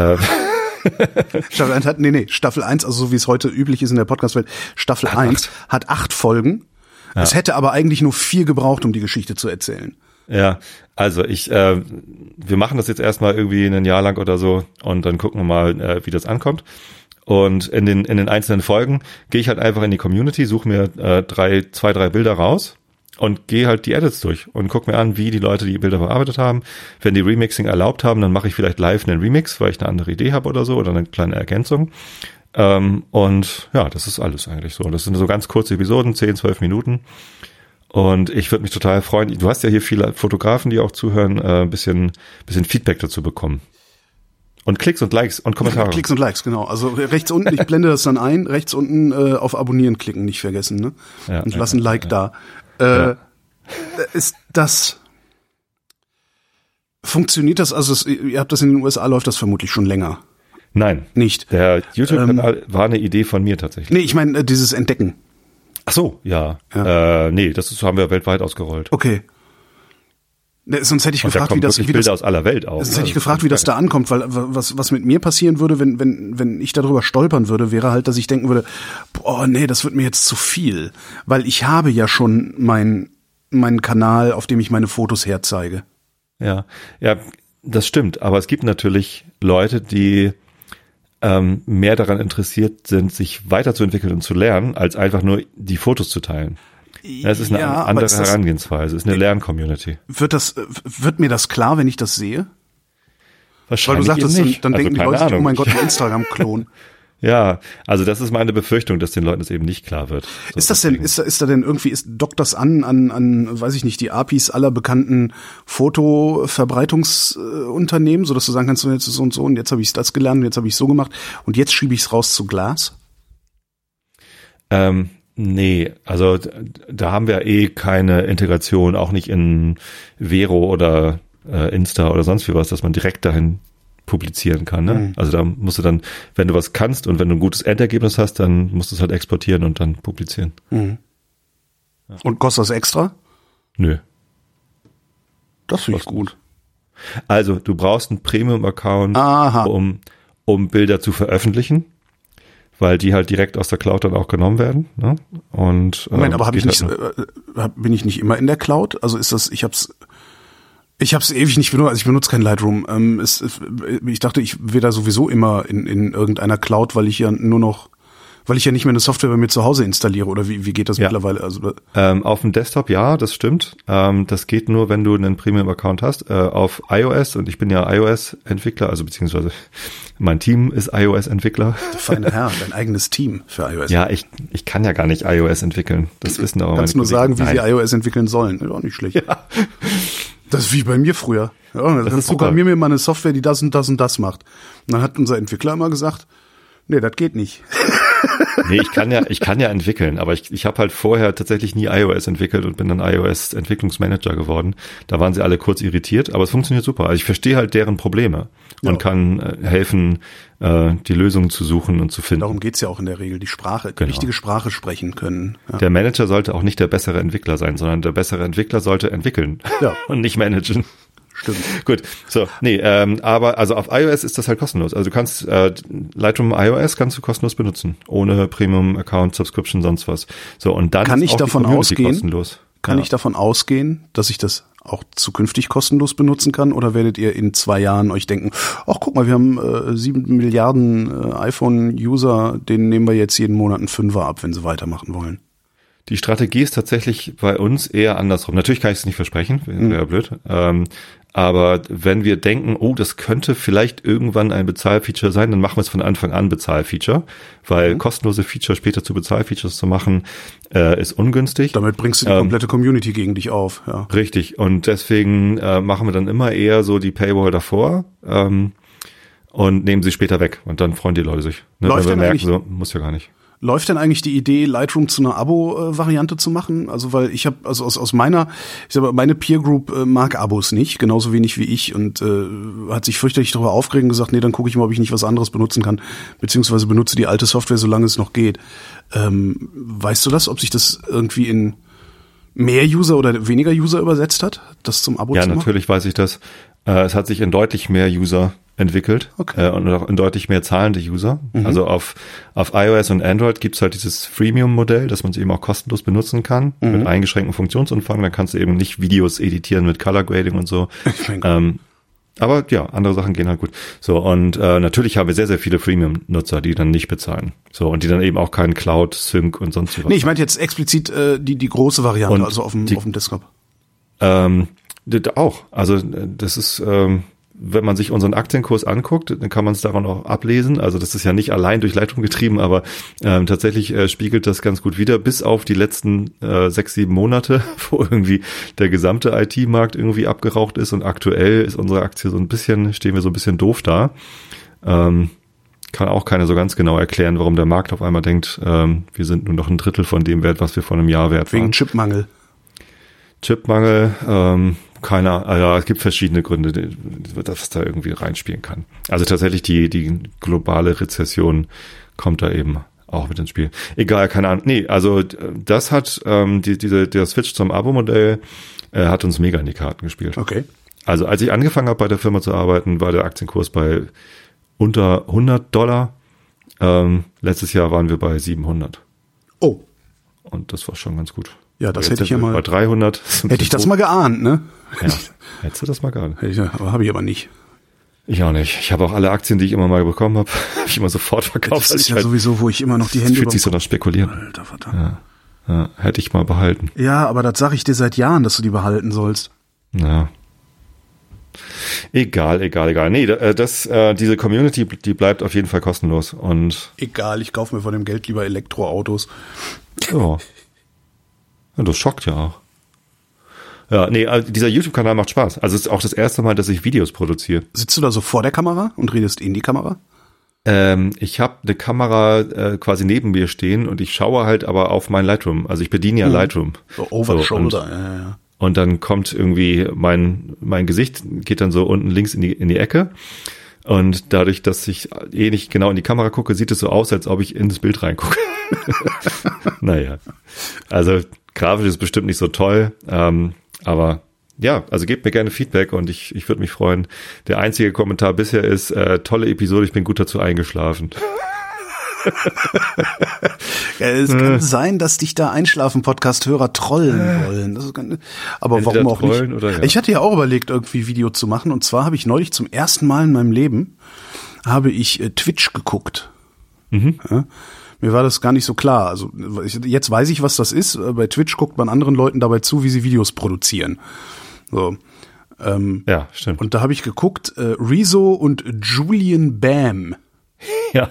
Staffel 1, also so wie es heute üblich ist in der Podcast-Welt, Staffel 1 hat 8 Folgen. Ja. Es hätte aber eigentlich nur 4 gebraucht, um die Geschichte zu erzählen. Ja, also wir machen das jetzt erstmal irgendwie ein Jahr lang oder so und dann gucken wir mal, wie das ankommt. Und in den einzelnen Folgen gehe ich halt einfach in die Community, suche mir 2-3 Bilder raus und gehe halt die Edits durch und guck mir an, wie die Leute die Bilder bearbeitet haben. Wenn die Remixing erlaubt haben, dann mache ich vielleicht live einen Remix, weil ich eine andere Idee habe oder so oder eine kleine Ergänzung. Und ja, das ist alles eigentlich so. Das sind so ganz kurze Episoden, 10-12 Minuten. Und ich würde mich total freuen. Du hast ja hier viele Fotografen, die auch zuhören, ein bisschen Feedback dazu bekommen. Und Klicks und Likes und Kommentare. Klicks und Likes, genau. Also rechts unten, ich blende das dann ein, rechts unten auf Abonnieren klicken, nicht vergessen, ne? Ja, und lass ein Like da. Ist das... Funktioniert das, also ihr habt das in den USA, läuft das vermutlich schon länger. Nein. Nicht. Der YouTube-Kanal war eine Idee von mir tatsächlich. Nee, ich meine dieses Entdecken. Ach so, ja. Nee, haben wir weltweit ausgerollt. Okay. Sonst hätte ich gefragt, wie das Bilder aus aller Welt auch. Sonst hätte ich gefragt, wie das da ankommt, weil was mit mir passieren würde, wenn ich darüber stolpern würde, wäre halt, dass ich denken würde, boah, nee, das wird mir jetzt zu viel, weil ich habe ja schon meinen Kanal, auf dem ich meine Fotos herzeige. Ja, das stimmt. Aber es gibt natürlich Leute, die mehr daran interessiert sind, sich weiterzuentwickeln und zu lernen, als einfach nur die Fotos zu teilen. Das ist eine andere Herangehensweise. Es ist eine Lern-Community. Wird mir das klar, wenn ich das sehe? Wahrscheinlich weil du sagtest, nicht. Dann also denken die Leute, oh mein Gott, ein Instagram-Klon. Ja, also das ist meine Befürchtung, dass den Leuten das eben nicht klar wird. So ist da denn irgendwie, dockt das an, weiß ich nicht, die APIs aller bekannten Fotoverbreitungsunternehmen, sodass du sagen kannst, jetzt so und so und jetzt habe ich das gelernt und jetzt habe ich so gemacht und jetzt schiebe ich es raus zu Glas? Nee, also da haben wir keine Integration, auch nicht in Vero oder Insta oder sonst wie was, dass man direkt dahin publizieren kann. Ne? Also da musst du dann, wenn du was kannst und wenn du ein gutes Endergebnis hast, dann musst du es halt exportieren und dann publizieren. Ja. Und kostet das extra? Nö. Das finde ich gut. Also du brauchst einen Premium-Account, um Bilder zu veröffentlichen, weil die halt direkt aus der Cloud dann auch genommen werden. Ne? Und Moment, aber bin ich nicht immer in der Cloud? Also ist das, ich hab's ewig nicht benutzt, also ich benutze kein Lightroom. Ich dachte, ich wäre da sowieso immer in irgendeiner Cloud, weil ich ja nicht mehr eine Software bei mir zu Hause installiere, oder wie geht das mittlerweile? Also auf dem Desktop, ja, das stimmt. Das geht nur, wenn du einen Premium-Account hast. Auf iOS, und ich bin ja iOS-Entwickler, also beziehungsweise mein Team ist iOS-Entwickler. Der feine Herr, dein eigenes Team für iOS. Ja, ich kann ja gar nicht iOS entwickeln. Das wissen aber meine Kannst nur sagen, wie sie iOS entwickeln sollen. Ist auch nicht schlecht. Ja. Das ist wie bei mir früher. Ja, dann programmieren wir mal eine Software, die das und das und das macht. Und dann hat unser Entwickler immer gesagt, nee, das geht nicht. Nee, ich kann ja entwickeln, aber ich habe halt vorher tatsächlich nie iOS entwickelt und bin dann iOS-Entwicklungsmanager geworden. Da waren sie alle kurz irritiert, aber es funktioniert super. Also ich verstehe halt deren Probleme und kann helfen, die Lösungen zu suchen und zu finden. Darum geht's ja auch in der Regel, die richtige Sprache sprechen können. Ja. Der Manager sollte auch nicht der bessere Entwickler sein, sondern der bessere Entwickler sollte entwickeln und nicht managen. Stimmt. Gut, so, nee, aber also auf iOS ist das halt kostenlos. Also du kannst Lightroom iOS kannst du kostenlos benutzen, ohne Premium-Account, Subscription, sonst was. So, und dann kann ist ich auch davon die Community ausgehen, kostenlos. Kann ich davon ausgehen, dass ich das auch zukünftig kostenlos benutzen kann? Oder werdet ihr in 2 Jahren euch denken, ach guck mal, wir haben 7 Milliarden iPhone-User, denen nehmen wir jetzt jeden Monat einen Fünfer ab, wenn sie weitermachen wollen? Die Strategie ist tatsächlich bei uns eher andersrum. Natürlich kann ich es nicht versprechen, wäre blöd. Aber wenn wir denken, oh, das könnte vielleicht irgendwann ein Bezahlfeature sein, dann machen wir es von Anfang an Bezahlfeature, weil kostenlose Feature später zu Bezahlfeatures zu machen, ist ungünstig. Damit bringst du die komplette Community gegen dich auf. Ja. Richtig. Und deswegen machen wir dann immer eher so die Paywall davor und nehmen sie später weg. Und dann freuen die Leute sich. Ne? Weil wir merken, so muss ja gar nicht. Läuft denn eigentlich die Idee, Lightroom zu einer Abo-Variante zu machen? Also weil ich habe, also aus meiner, meine Peer Group mag Abos nicht, genauso wenig wie ich, und hat sich fürchterlich darüber aufgeregt und gesagt, nee, dann gucke ich mal, ob ich nicht was anderes benutzen kann, beziehungsweise benutze die alte Software, solange es noch geht. Weißt du das, ob sich das irgendwie in mehr User oder weniger User übersetzt hat, das zum Abo zu machen? Ja, natürlich weiß ich das. Es hat sich in deutlich mehr User entwickelt und auch in deutlich mehr zahlende User. Also auf iOS und Android gibt's halt dieses Freemium-Modell, dass man es eben auch kostenlos benutzen kann, mit eingeschränktem Funktionsumfang. Dann kannst du eben nicht Videos editieren mit Color Grading und so. Aber ja, andere Sachen gehen halt gut. So, und natürlich haben wir sehr, sehr viele Freemium-Nutzer, die dann nicht bezahlen. So, und die dann eben auch keinen Cloud-Sync und sonst was. Nee, ich meinte jetzt explizit die große Variante, und also auf dem Desktop. Auch. Also das ist wenn man sich unseren Aktienkurs anguckt, dann kann man es daran auch ablesen. Also das ist ja nicht allein durch Lightroom getrieben, aber tatsächlich spiegelt das ganz gut wider, bis auf die letzten 6-7 Monate, wo irgendwie der gesamte IT-Markt irgendwie abgeraucht ist und aktuell ist unsere Aktie stehen wir so ein bisschen doof da. Kann auch keiner so ganz genau erklären, warum der Markt auf einmal denkt, wir sind nur noch ein Drittel von dem Wert, was wir vor einem Jahr wert waren. Wegen Chipmangel. Also es gibt verschiedene Gründe, dass da irgendwie reinspielen kann. Also tatsächlich die globale Rezession kommt da eben auch mit ins Spiel. Egal, keine Ahnung. Nee, also das hat der Switch zum Abo-Modell hat uns mega in die Karten gespielt. Okay. Also als ich angefangen habe bei der Firma zu arbeiten, war der Aktienkurs bei unter $100. Letztes Jahr waren wir bei 700. Oh. Und das war schon ganz gut. Ja, das hätte ich ja mal. Bei 300. Hätte ich das mal geahnt, ne? Ja, hättest du das mal geahnt. Aber habe ich aber nicht. Ich auch nicht. Ich habe auch alle Aktien, die ich immer mal bekommen habe, habe ich immer sofort verkauft. Das ist ja sowieso, wo ich immer noch die Hände fühlt sich so nach Spekulieren. Alter, verdammt. Ja, hätte ich mal behalten. Ja, aber das sage ich dir seit Jahren, dass du die behalten sollst. Ja. Egal. Nee, diese Community, die bleibt auf jeden Fall kostenlos. Und egal, ich kaufe mir von dem Geld lieber Elektroautos. Ja. Ja, das schockt ja auch. Ja, nee, also dieser YouTube-Kanal macht Spaß. Also es ist auch das erste Mal, dass ich Videos produziere. Sitzt du da so vor der Kamera und redest in die Kamera? Ich habe eine Kamera quasi neben mir stehen und ich schaue halt aber auf mein Lightroom. Also ich bediene ja Lightroom. So over the shoulder, ja. Und dann kommt irgendwie mein Gesicht, geht dann so unten links in die Ecke. Und dadurch, dass ich nicht genau in die Kamera gucke, sieht es so aus, als ob ich ins Bild reingucke. Naja, also grafisch ist bestimmt nicht so toll, aber ja, also gebt mir gerne Feedback und ich würde mich freuen. Der einzige Kommentar bisher ist, tolle Episode, ich bin gut dazu eingeschlafen. Ja, es kann sein, dass dich da Einschlafen-Podcast-Hörer trollen wollen. Das ist aber warum auch nicht? Oder, ja. Ich hatte ja auch überlegt, irgendwie Video zu machen. Und zwar habe ich neulich zum ersten Mal in meinem Leben Twitch geguckt. Mhm. Ja, mir war das gar nicht so klar. Also jetzt weiß ich, was das ist. Bei Twitch guckt man anderen Leuten dabei zu, wie sie Videos produzieren. So. Ja, stimmt. Und da habe ich geguckt, Rezo und Julian Bam. Ja.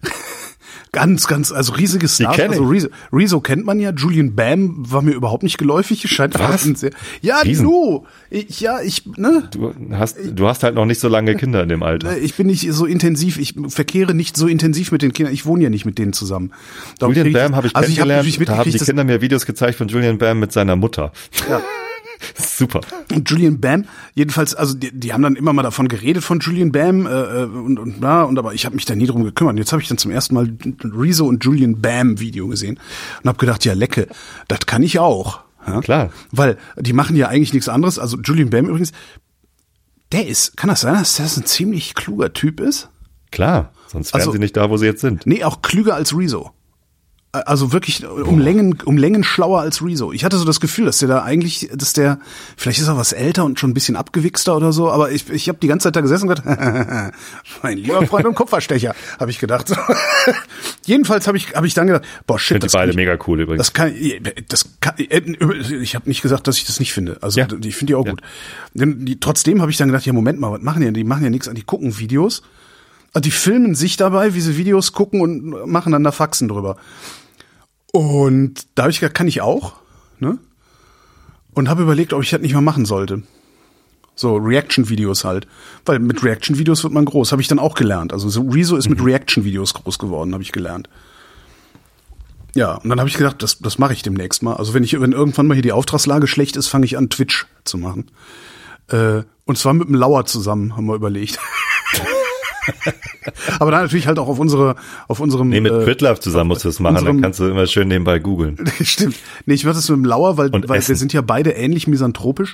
Also riesige Stars. Also Rezo kennt man ja, Julian Bam war mir überhaupt nicht geläufig. Scheint sehr. Ja, Riesen. Ne? Du hast halt noch nicht so lange Kinder in dem Alter. Ich bin nicht so intensiv, ich verkehre nicht so intensiv mit den Kindern. Ich wohne ja nicht mit denen zusammen. Julian Bam habe ich kennengelernt. Da haben die Kinder mir Videos gezeigt von Julian Bam mit seiner Mutter. Ja. Super. Und Julian Bam, jedenfalls, also die haben dann immer mal davon geredet von Julian Bam aber ich habe mich da nie drum gekümmert. Und jetzt habe ich dann zum ersten Mal Rezo und Julian Bam Video gesehen und habe gedacht, ja lecke, das kann ich auch. Ja? Klar. Weil die machen ja eigentlich nichts anderes. Also Julian Bam übrigens, kann das sein, dass das ein ziemlich kluger Typ ist? Klar, sonst wären sie nicht da, wo sie jetzt sind. Nee, auch klüger als Rezo. Also wirklich um Längen schlauer als Rezo. Ich hatte so das Gefühl, dass vielleicht ist er was älter und schon ein bisschen abgewichster oder so, aber ich habe die ganze Zeit da gesessen und gedacht, mein lieber Freund und Kupferstecher, habe ich gedacht. Jedenfalls habe ich dann gedacht, boah shit, das beide mega cool übrigens. Ich habe nicht gesagt, dass ich das nicht finde. Also ich finde die auch gut. Trotzdem habe ich dann gedacht, ja Moment mal, was machen die? Die machen ja nichts an, die gucken Videos. Die filmen sich dabei, wie sie Videos gucken und machen dann da Faxen drüber. Und da habe ich gedacht, kann ich auch, ne? Und habe überlegt, ob ich das nicht mal machen sollte. So Reaction-Videos halt. Weil mit Reaction-Videos wird man groß, habe ich dann auch gelernt. Also so Rezo ist mit Reaction-Videos groß geworden, habe ich gelernt. Ja, und dann habe ich gedacht, das mache ich demnächst mal. Also wenn irgendwann mal hier die Auftragslage schlecht ist, fange ich an, Twitch zu machen. Und zwar mit dem Lauer zusammen, haben wir überlegt. Aber dann natürlich halt auch auf unserem. Nee, mit Pritlove zusammen musst du das machen, dann kannst du immer schön nebenbei googeln. Stimmt. Nee, ich mache das mit dem Lauer, weil wir sind ja beide ähnlich misanthropisch.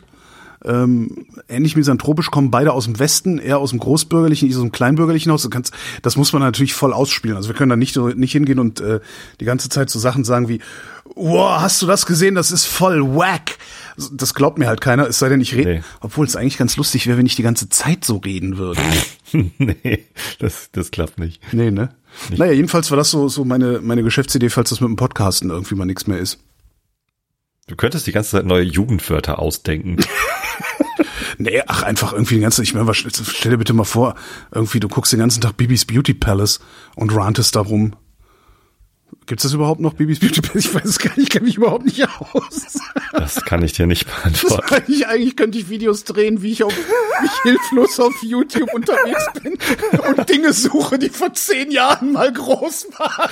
Kommen beide aus dem Westen, er aus dem großbürgerlichen, ich aus dem kleinbürgerlichen Haus. Das muss man natürlich voll ausspielen. Also wir können da nicht hingehen und die ganze Zeit so Sachen sagen wie, wow, hast du das gesehen? Das ist voll wack. Das glaubt mir halt keiner, es sei denn, ich rede. Nee. Obwohl es eigentlich ganz lustig wäre, wenn ich die ganze Zeit so reden würde. Nee, das klappt nicht. Nee, ne? Nicht. Naja, jedenfalls war das so meine Geschäftsidee, falls das mit dem Podcasten irgendwie mal nichts mehr ist. Du könntest die ganze Zeit neue Jugendwörter ausdenken. Nee, einfach irgendwie den ganzen, stell dir bitte mal vor, irgendwie du guckst den ganzen Tag Bibis Beauty Palace und rantest darum. Gibt's das überhaupt noch, Bibis Beauty Palace? Ich weiß es gar nicht, ich kenne mich überhaupt nicht aus. Das kann ich dir nicht beantworten. Eigentlich könnte ich Videos drehen, wie ich hilflos auf YouTube unterwegs bin und Dinge suche, die vor 10 Jahren mal groß waren.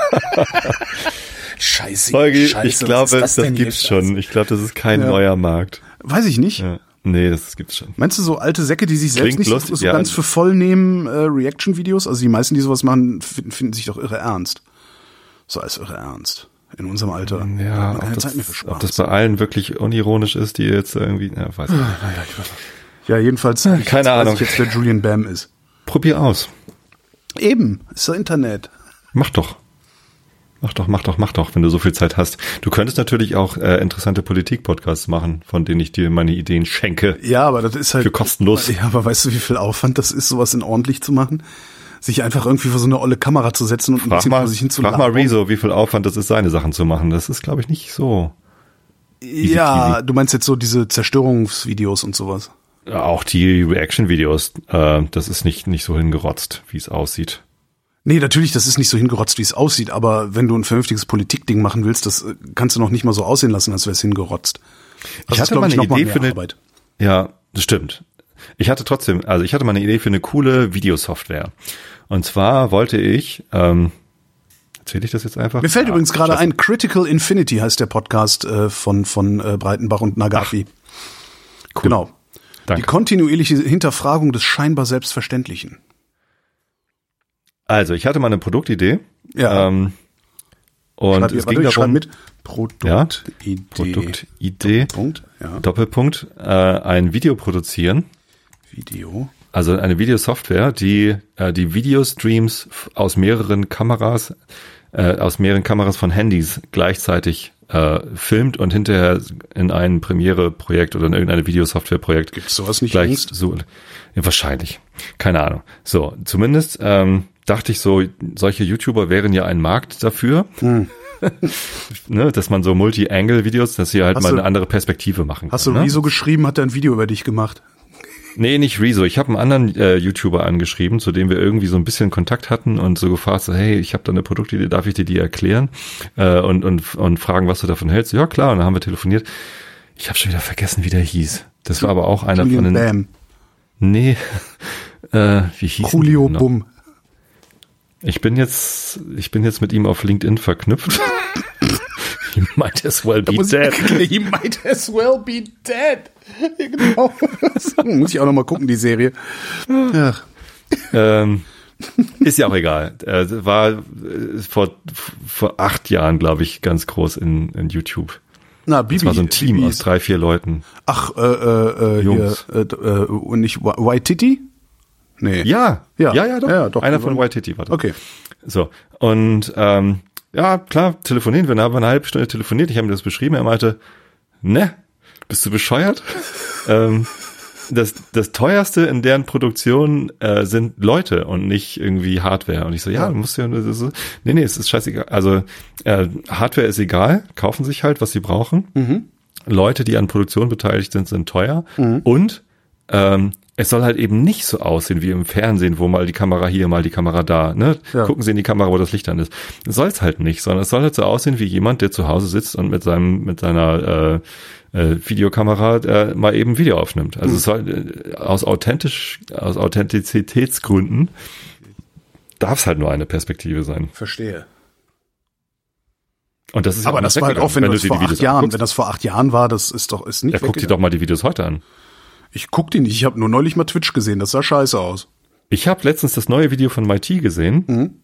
Scheiße. Ich glaube, das gibt's schon. Ich glaube, das ist kein neuer Markt. Weiß ich nicht. Ja. Nee, das gibt's schon. Meinst du so alte Säcke, die sich selbst nicht lustig, so ganz für voll nehmen, Reaction-Videos? Also die meisten, die sowas machen, finden sich doch irre ernst. So als irre ernst. In unserem Alter. Ja, ob das bei allen wirklich unironisch ist, die jetzt irgendwie, weiß ich nicht. Ja, jedenfalls, keine Ahnung. Weiß ich jetzt, wer Julian Bam ist. Probier aus. Eben, ist doch Internet. Mach doch, wenn du so viel Zeit hast. Du könntest natürlich auch interessante Politik-Podcasts machen, von denen ich dir meine Ideen schenke. Ja, aber das ist halt... Für kostenlos. Ja, aber weißt du, wie viel Aufwand das ist, sowas in ordentlich zu machen? Sich einfach irgendwie vor so eine olle Kamera zu setzen und ein bisschen vor sich hinzulachen. Frag mal Rezo, wie viel Aufwand das ist, seine Sachen zu machen. Das ist, glaube ich, nicht so. Ja, du meinst jetzt so diese Zerstörungsvideos und sowas. Ja, auch die Reaction-Videos, das ist nicht so hingerotzt, wie es aussieht. Nee, natürlich, das ist nicht so hingerotzt, wie es aussieht, aber wenn du ein vernünftiges Politikding machen willst, das kannst du noch nicht mal so aussehen lassen, als wäre es hingerotzt. Ich hatte mal eine Idee für eine, ja, das stimmt. Ich hatte mal eine Idee für eine coole Videosoftware. Und zwar wollte ich, erzähle ich das jetzt einfach? Mir fällt übrigens gerade ein, Critical Infinity heißt der Podcast von Breitenbach und Nagafi. Cool. Genau. Danke. Die kontinuierliche Hinterfragung des scheinbar Selbstverständlichen. Also, ich hatte mal eine Produktidee. Ja. Und es ging darum, mit Produktidee. Doppelpunkt, ein Video produzieren. Also eine Videosoftware, die Videostreams aus mehreren Kameras von Handys gleichzeitig filmt und hinterher in ein Premiere-Projekt oder in irgendeine Videosoftware-Projekt. Gibt's sowas nicht längst? So, ja, wahrscheinlich. Keine Ahnung. So, zumindest dachte ich so, solche YouTuber wären ja ein Markt dafür. Ne, dass man so Multi-Angle-Videos, dass sie halt mal eine andere Perspektive machen kann. Hast du Rezo geschrieben, hat er ein Video über dich gemacht? Nee, nicht Rezo. Ich habe einen anderen YouTuber angeschrieben, zu dem wir irgendwie so ein bisschen Kontakt hatten und so gefragt, so, hey, ich habe da eine Produktidee, darf ich dir die erklären? Und fragen, was du davon hältst. Ja, klar. Und dann haben wir telefoniert. Ich habe schon wieder vergessen, wie der hieß. Das war aber auch einer von den... Bam. Nee, wie hieß Julio Bum. Ich bin jetzt mit ihm auf LinkedIn verknüpft. He might as well be dead. He might as well be dead. Genau. Muss ich auch noch mal gucken, die Serie. Ja. Ist ja auch egal. War vor 8 Jahren, glaube ich, ganz groß in YouTube. Na, Bibi. Das war so ein Team aus 3-4 Leuten. Ach, Jungs. Hier, nicht Waititi? Nee. Ja, doch. Ja, doch. Einer von Waititi war das. Okay. So. Und ja, klar, telefonieren. Wir haben eine halbe Stunde telefoniert. Ich habe ihm das beschrieben. Er meinte, ne, bist du bescheuert? Das teuerste in deren Produktion sind Leute und nicht irgendwie Hardware. Und ich so, ja, du musst ja, nee, es ist scheißegal. Also Hardware ist egal, kaufen sich halt, was sie brauchen. Mhm. Leute, die an Produktion beteiligt sind teuer. Mhm. Und es soll halt eben nicht so aussehen wie im Fernsehen, wo mal die Kamera hier, mal die Kamera da, ne? Ja. Gucken Sie in die Kamera, wo das Licht an ist. Das soll es halt nicht, sondern es soll halt so aussehen wie jemand, der zu Hause sitzt und mit seiner Videokamera mal eben Video aufnimmt. Also es soll aus Authentizitätsgründen darf es halt nur eine Perspektive sein. Verstehe. Und das ist aber das war halt auch, wenn das vor 8 Jahren, wenn das vor 8 Jahren war, das ist nicht. Ja, guck dir doch mal die Videos heute an. Ich guck die nicht, ich habe nur neulich mal Twitch gesehen, das sah scheiße aus. Ich habe letztens das neue Video von MIT gesehen,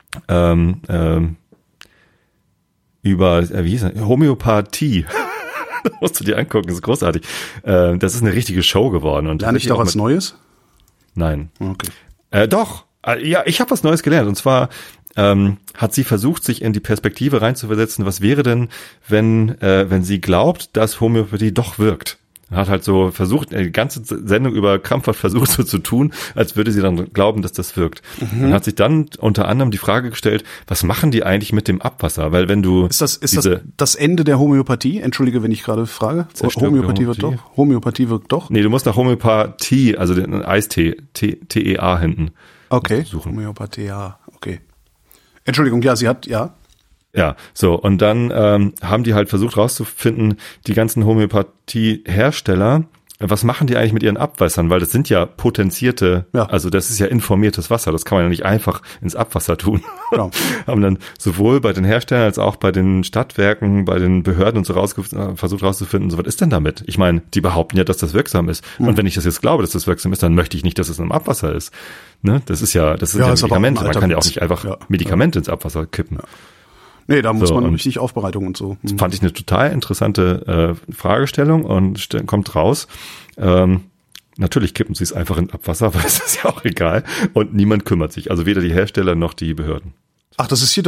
über, wie hieß er? Homöopathie. Das musst du dir angucken, das ist großartig. Das ist eine richtige Show geworden. Und lerne ich doch was Neues? Nein. Okay. Doch, ja, ich habe was Neues gelernt. Und zwar hat sie versucht, sich in die Perspektive reinzuversetzen, was wäre denn, wenn sie glaubt, dass Homöopathie doch wirkt. Hat halt so versucht, die ganze Sendung über krampfhaft versucht so zu tun, als würde sie dann glauben, dass das wirkt. Und hat sich dann unter anderem die Frage gestellt, was machen die eigentlich mit dem Abwasser? Weil wenn du Ist das Ende der Homöopathie? Entschuldige, wenn ich gerade frage. Homöopathie wirkt doch. Nee, du musst nach Homöopathie, also den Eistee, T-E-A hinten. Okay, suchen. Homöopathie, ja, okay. Entschuldigung, ja, sie hat, ja. Ja, so, und dann haben die halt versucht rauszufinden, die ganzen Homöopathie-Hersteller, was machen die eigentlich mit ihren Abwässern? Weil das sind ja potenzierte, also das ist ja informiertes Wasser, das kann man ja nicht einfach ins Abwasser tun. Genau. Haben dann sowohl bei den Herstellern als auch bei den Stadtwerken, bei den Behörden und so versucht rauszufinden, so was ist denn damit? Ich meine, die behaupten ja, dass das wirksam ist. Und wenn ich das jetzt glaube, dass das wirksam ist, dann möchte ich nicht, dass es im Abwasser ist. Ne? Das ist ja Medikamente. Man kann ja auch nicht einfach Medikamente ins Abwasser kippen. Ja. Nee, da muss man richtig Aufbereitung und so. Das fand ich eine total interessante Fragestellung und kommt raus. Natürlich kippen sie es einfach in Abwasser, weil es ist ja auch egal. Und niemand kümmert sich. Also weder die Hersteller noch die Behörden. Ach, das ist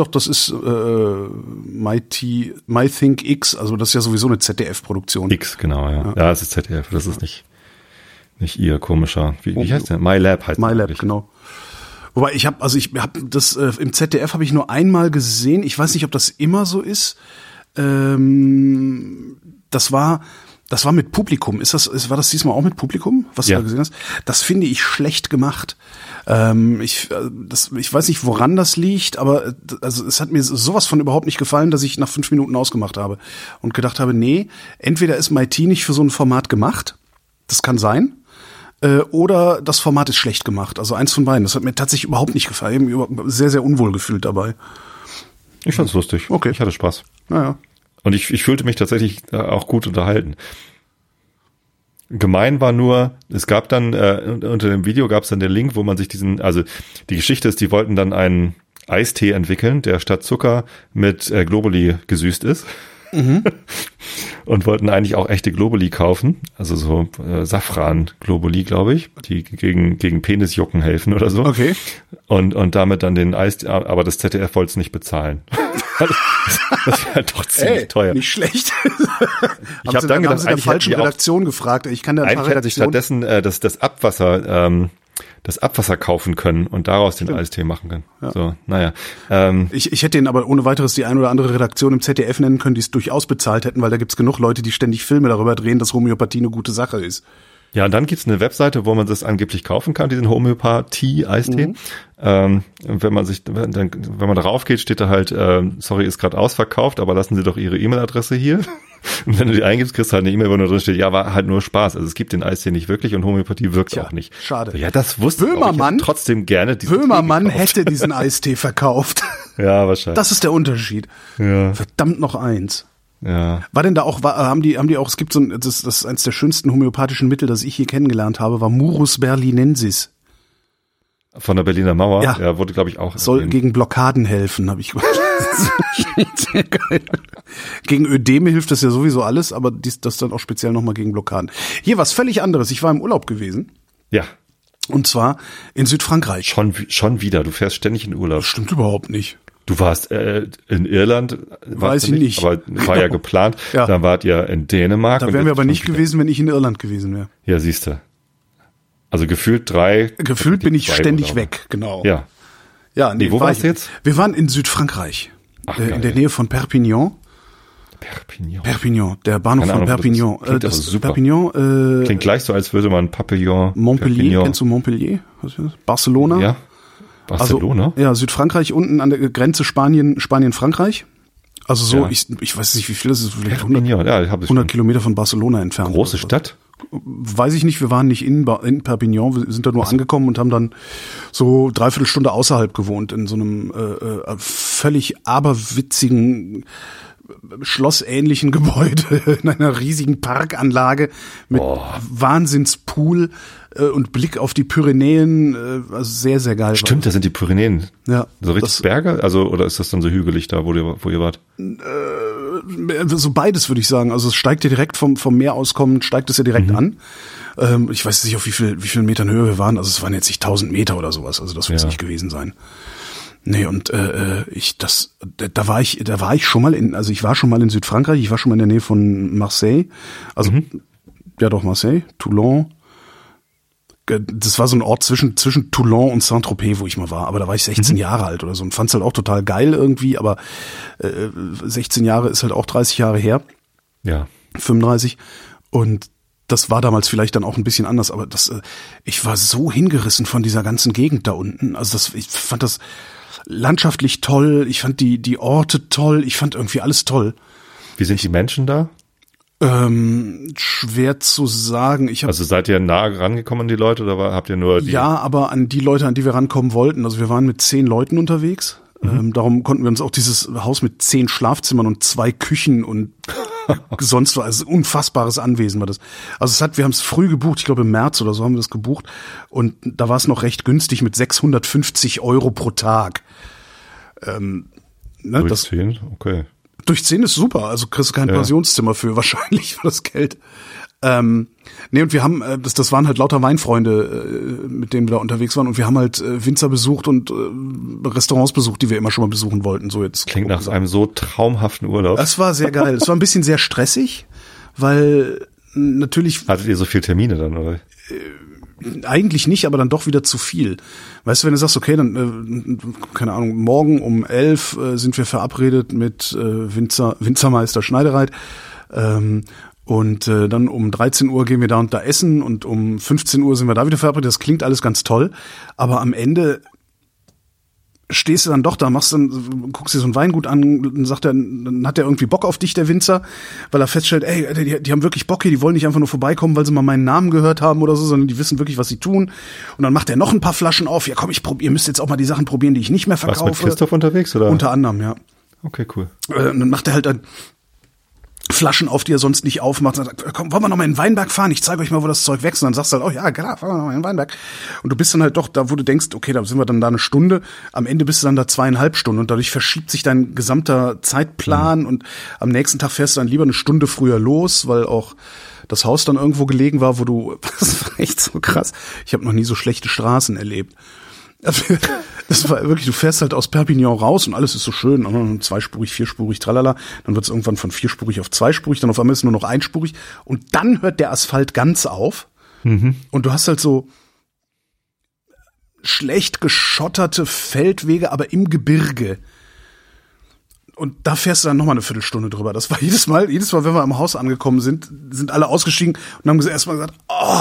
MyThink X, also das ist ja sowieso eine ZDF-Produktion. X, genau, ja. Ja, es ist ZDF, das ist nicht ihr komischer. Wie heißt der? MyLab heißt MyLab, genau. Wobei ich habe das im ZDF habe ich nur einmal gesehen. Ich weiß nicht, ob das immer so ist. Das war mit Publikum. War das diesmal auch mit Publikum, was du da gesehen hast? Das finde ich schlecht gemacht. Ich weiß nicht, woran das liegt, aber also es hat mir sowas von überhaupt nicht gefallen, dass ich nach 5 Minuten ausgemacht habe und gedacht habe, nee, entweder ist MIT nicht für so ein Format gemacht. Das kann sein. Oder das Format ist schlecht gemacht. Also eins von beiden. Das hat mir tatsächlich überhaupt nicht gefallen. Ich habe mich sehr, sehr unwohl gefühlt dabei. Ich fand's lustig. Okay. Ich hatte Spaß. Naja. Und ich fühlte mich tatsächlich auch gut unterhalten. Gemein war nur, es gab dann, unter dem Video gab es dann den Link, wo man sich die Geschichte ist, die wollten dann einen Eistee entwickeln, der statt Zucker mit Globuli gesüßt ist. Und wollten eigentlich auch echte Globuli kaufen, also so Safran-Globuli, glaube ich, die gegen Penisjucken helfen oder so. Okay. Und damit dann den Eis, aber das ZDF wollte es nicht bezahlen. Das wäre halt doch ziemlich teuer. Nicht schlecht. Ich habe dann gedacht, haben sie der falschen Redaktion gefragt. Ich kann eigentlich hätte ich stattdessen das Abwasser kaufen können und daraus den Eistee machen können. Ja. So, naja. Ich hätte ihnen aber ohne weiteres die ein oder andere Redaktion im ZDF nennen können, die es durchaus bezahlt hätten, weil da gibt's genug Leute, die ständig Filme darüber drehen, dass Homöopathie eine gute Sache ist. Ja, und dann gibt's eine Webseite, wo man das angeblich kaufen kann, diesen Homöopathie-Eistee. Wenn man darauf geht, steht da halt, sorry, ist gerade ausverkauft, aber lassen Sie doch Ihre E-Mail-Adresse hier. Und wenn du die eingibst, kriegst du halt eine E-Mail, wo nur drin steht, ja, war halt nur Spaß. Also es gibt den Eistee nicht wirklich und Homöopathie wirkt auch nicht. Schade. Ja, das wusste ich trotzdem gerne. Böhmermann hätte diesen Eistee verkauft. Ja, wahrscheinlich. Das ist der Unterschied. Ja. Verdammt noch eins. Ja. War denn da auch, haben die auch, es gibt das ist eins der schönsten homöopathischen Mittel, das ich hier kennengelernt habe, war Murus berlinensis. Von der Berliner Mauer? Ja, wurde, glaube ich, auch. Soll gegen Blockaden helfen, habe ich gehört. Sehr geil. Gegen Ödeme hilft das ja sowieso alles, aber das dann auch speziell nochmal gegen Blockaden. Hier was völlig anderes. Ich war im Urlaub gewesen. Ja. Und zwar in Südfrankreich. Schon wieder. Du fährst ständig in Urlaub. Das stimmt überhaupt nicht. Du warst in Irland, weiß ich nicht, aber war ja geplant. Ja. Dann wart ihr in Dänemark. Da wären wir aber nicht gewesen, wenn ich in Irland gewesen wäre. Ja, siehste. Also gefühlt bin ich ständig weg, genau. Ja. Ja, nee, wo warst du jetzt? Wir waren in Südfrankreich. In der Nähe von Perpignan. Perpignan, der Bahnhof von Perpignan. Das ist super. Perpignan, klingt gleich so, als würde man Papillon. Montpellier, Perpignan. kennst du Montpellier? Was ist das? Barcelona? Ja. Barcelona? Also, ja, Südfrankreich unten an der Grenze Spanien-Frankreich. Also so, ich weiß nicht, wie viel das ist, vielleicht 100 Kilometer von Barcelona entfernt. Große Stadt? Weiß ich nicht, wir waren nicht in Perpignan, wir sind da nur angekommen und haben dann so 3/4 Stunde außerhalb gewohnt, in so einem völlig aberwitzigen, schlossähnlichen Gebäude, in einer riesigen Parkanlage mit Wahnsinnspool und Blick auf die Pyrenäen, also sehr, sehr geil. Stimmt, das sind die Pyrenäen. Ja. So richtig Berge? Also, oder ist das dann so hügelig da, wo ihr wart? So beides, würde ich sagen. Also es steigt ja direkt vom Meer aus kommend, steigt es ja direkt an. Ich weiß nicht, auf wie viel Metern Höhe wir waren. Also es waren jetzt nicht 1000 Meter oder sowas. Also das wird es nicht gewesen sein. Nee, und da war ich schon mal ich war schon mal in Südfrankreich, ich war schon mal in der Nähe von Marseille. Also Ja doch, Marseille, Toulon. Das war so ein Ort zwischen Toulon und Saint-Tropez, wo ich mal war. Aber da war ich 16 Jahre alt oder so und fand's halt auch total geil irgendwie. Aber 16 Jahre ist halt auch 30 Jahre her. Ja. 35. Und das war damals vielleicht dann auch ein bisschen anders. Aber ich war so hingerissen von dieser ganzen Gegend da unten. Also ich fand das landschaftlich toll. Ich fand die Orte toll. Ich fand irgendwie alles toll. Wie sind die Menschen da? Schwer zu sagen. Also seid ihr nah rangekommen an die Leute oder habt ihr nur die? Ja, aber an die Leute, an die wir rankommen wollten. Also wir waren mit 10 Leuten unterwegs. Darum konnten wir uns auch dieses Haus mit 10 Schlafzimmern und 2 Küchen und sonst was. Also unfassbares Anwesen war das. Also wir haben es früh gebucht. Ich glaube im März oder so haben wir das gebucht. Und da war es noch recht günstig mit 650 € pro Tag. Durch 10? Okay. Durch 10 ist super, also kriegst du kein Pensionszimmer für wahrscheinlich für das Geld. Und wir haben, das waren halt lauter Weinfreunde, mit denen wir da unterwegs waren und wir haben halt Winzer besucht und Restaurants besucht, die wir immer schon mal besuchen wollten. So jetzt klingt nach einem so traumhaften Urlaub. Das war sehr geil. Es war ein bisschen sehr stressig, weil natürlich... Hattet ihr so viele Termine dann, oder? Eigentlich nicht, aber dann doch wieder zu viel. Weißt du, wenn du sagst, okay, dann, keine Ahnung, morgen um 11 sind wir verabredet mit Winzermeister Schneidereit und dann um 13 Uhr gehen wir da und da essen und um 15 Uhr sind wir da wieder verabredet. Das klingt alles ganz toll, aber am Ende stehst du dann doch da, guckst dir so ein Weingut an, dann hat der irgendwie Bock auf dich, der Winzer, weil er feststellt, ey, die haben wirklich Bock hier, die wollen nicht einfach nur vorbeikommen, weil sie mal meinen Namen gehört haben oder so, sondern die wissen wirklich, was sie tun. Und dann macht er noch ein paar Flaschen auf. Ja komm, ihr müsst jetzt auch mal die Sachen probieren, die ich nicht mehr verkaufe. Warst du mit Christoph unterwegs, oder? Unter anderem, ja. Okay, cool. Dann macht er halt dann Flaschen auf, die er sonst nicht aufmacht. Und sagt, komm, wollen wir noch mal in den Weinberg fahren? Ich zeige euch mal, wo das Zeug wächst. Und dann sagst du halt, oh ja, klar, fahren wir noch mal in den Weinberg. Und du bist dann halt doch da, wo du denkst, okay, da sind wir dann da eine Stunde. Am Ende bist du dann da 2,5 Stunden. Und dadurch verschiebt sich dein gesamter Zeitplan. Und am nächsten Tag fährst du dann lieber eine Stunde früher los, weil auch das Haus dann irgendwo gelegen war, wo du, das war echt so krass. Ich habe noch nie so schlechte Straßen erlebt. Das war wirklich, du fährst halt aus Perpignan raus und alles ist so schön, zweispurig, vierspurig, tralala. Dann wird es irgendwann von vierspurig auf zweispurig, dann auf einmal ist es nur noch einspurig und dann hört der Asphalt ganz auf. Und du hast halt so schlecht geschotterte Feldwege, aber im Gebirge. Und da fährst du dann nochmal eine Viertelstunde drüber. Das war jedes Mal, wenn wir am Haus angekommen sind alle ausgestiegen und haben erstmal gesagt,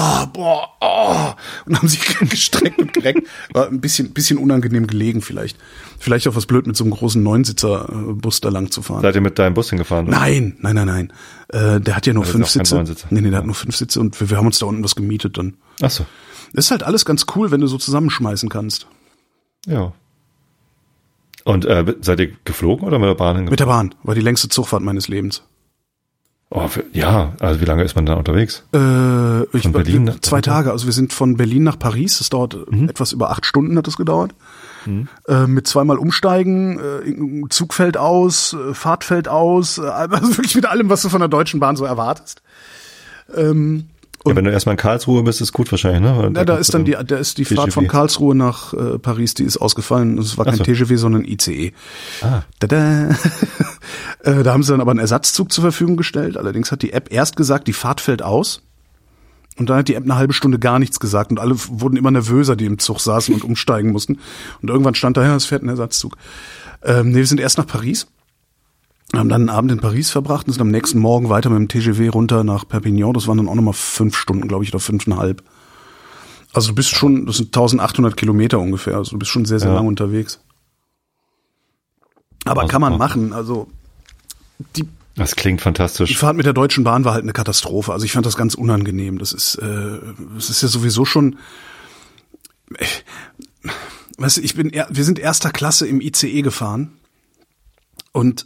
und haben sich gestreckt und gereckt. War ein bisschen unangenehm gelegen vielleicht. Vielleicht auch was blöd, mit so einem großen 9-Sitzer-Bus da lang zu fahren. Seid ihr mit deinem Bus hingefahren? Oder? Nein. Der hat ja nur 5 Sitze. Nee, der hat nur 5 Sitze und wir haben uns da unten was gemietet dann. Ach so. Das ist halt alles ganz cool, wenn du so zusammenschmeißen kannst. Ja. Und seid ihr geflogen oder mit der Bahn hingefahren? Mit der Bahn. War die längste Zugfahrt meines Lebens. Oh, ja. Also wie lange ist man da unterwegs? Von Berlin 2 Tage. Also wir sind von Berlin nach Paris. Das dauert etwas über 8 Stunden hat es gedauert. Mit 2-mal Umsteigen, Zug fällt aus, Fahrt fällt aus. Also wirklich mit allem, was du von der Deutschen Bahn so erwartest. Ja, wenn du erstmal in Karlsruhe bist, ist gut wahrscheinlich, ne? Ja, da ist dann die Fahrt von Karlsruhe nach Paris, die ist ausgefallen. Es war kein TGV, sondern ICE. Da haben sie dann aber einen Ersatzzug zur Verfügung gestellt. Allerdings hat die App erst gesagt, die Fahrt fällt aus. Und dann hat die App eine halbe Stunde gar nichts gesagt. Und alle wurden immer nervöser, die im Zug saßen und umsteigen mussten. Und irgendwann stand da, ja, es fährt ein Ersatzzug. Wir sind erst nach Paris. Haben dann einen Abend in Paris verbracht und sind am nächsten Morgen weiter mit dem TGV runter nach Perpignan. Das waren dann auch nochmal 5 Stunden, glaube ich, oder 5,5. Also du bist schon, das sind 1800 Kilometer ungefähr. Also du bist schon sehr, sehr lang unterwegs. Aber kann man machen. Also das klingt fantastisch. Die Fahrt mit der Deutschen Bahn war halt eine Katastrophe. Also ich fand das ganz unangenehm. Das ist ja sowieso schon. Weißt du, wir sind erster Klasse im ICE gefahren und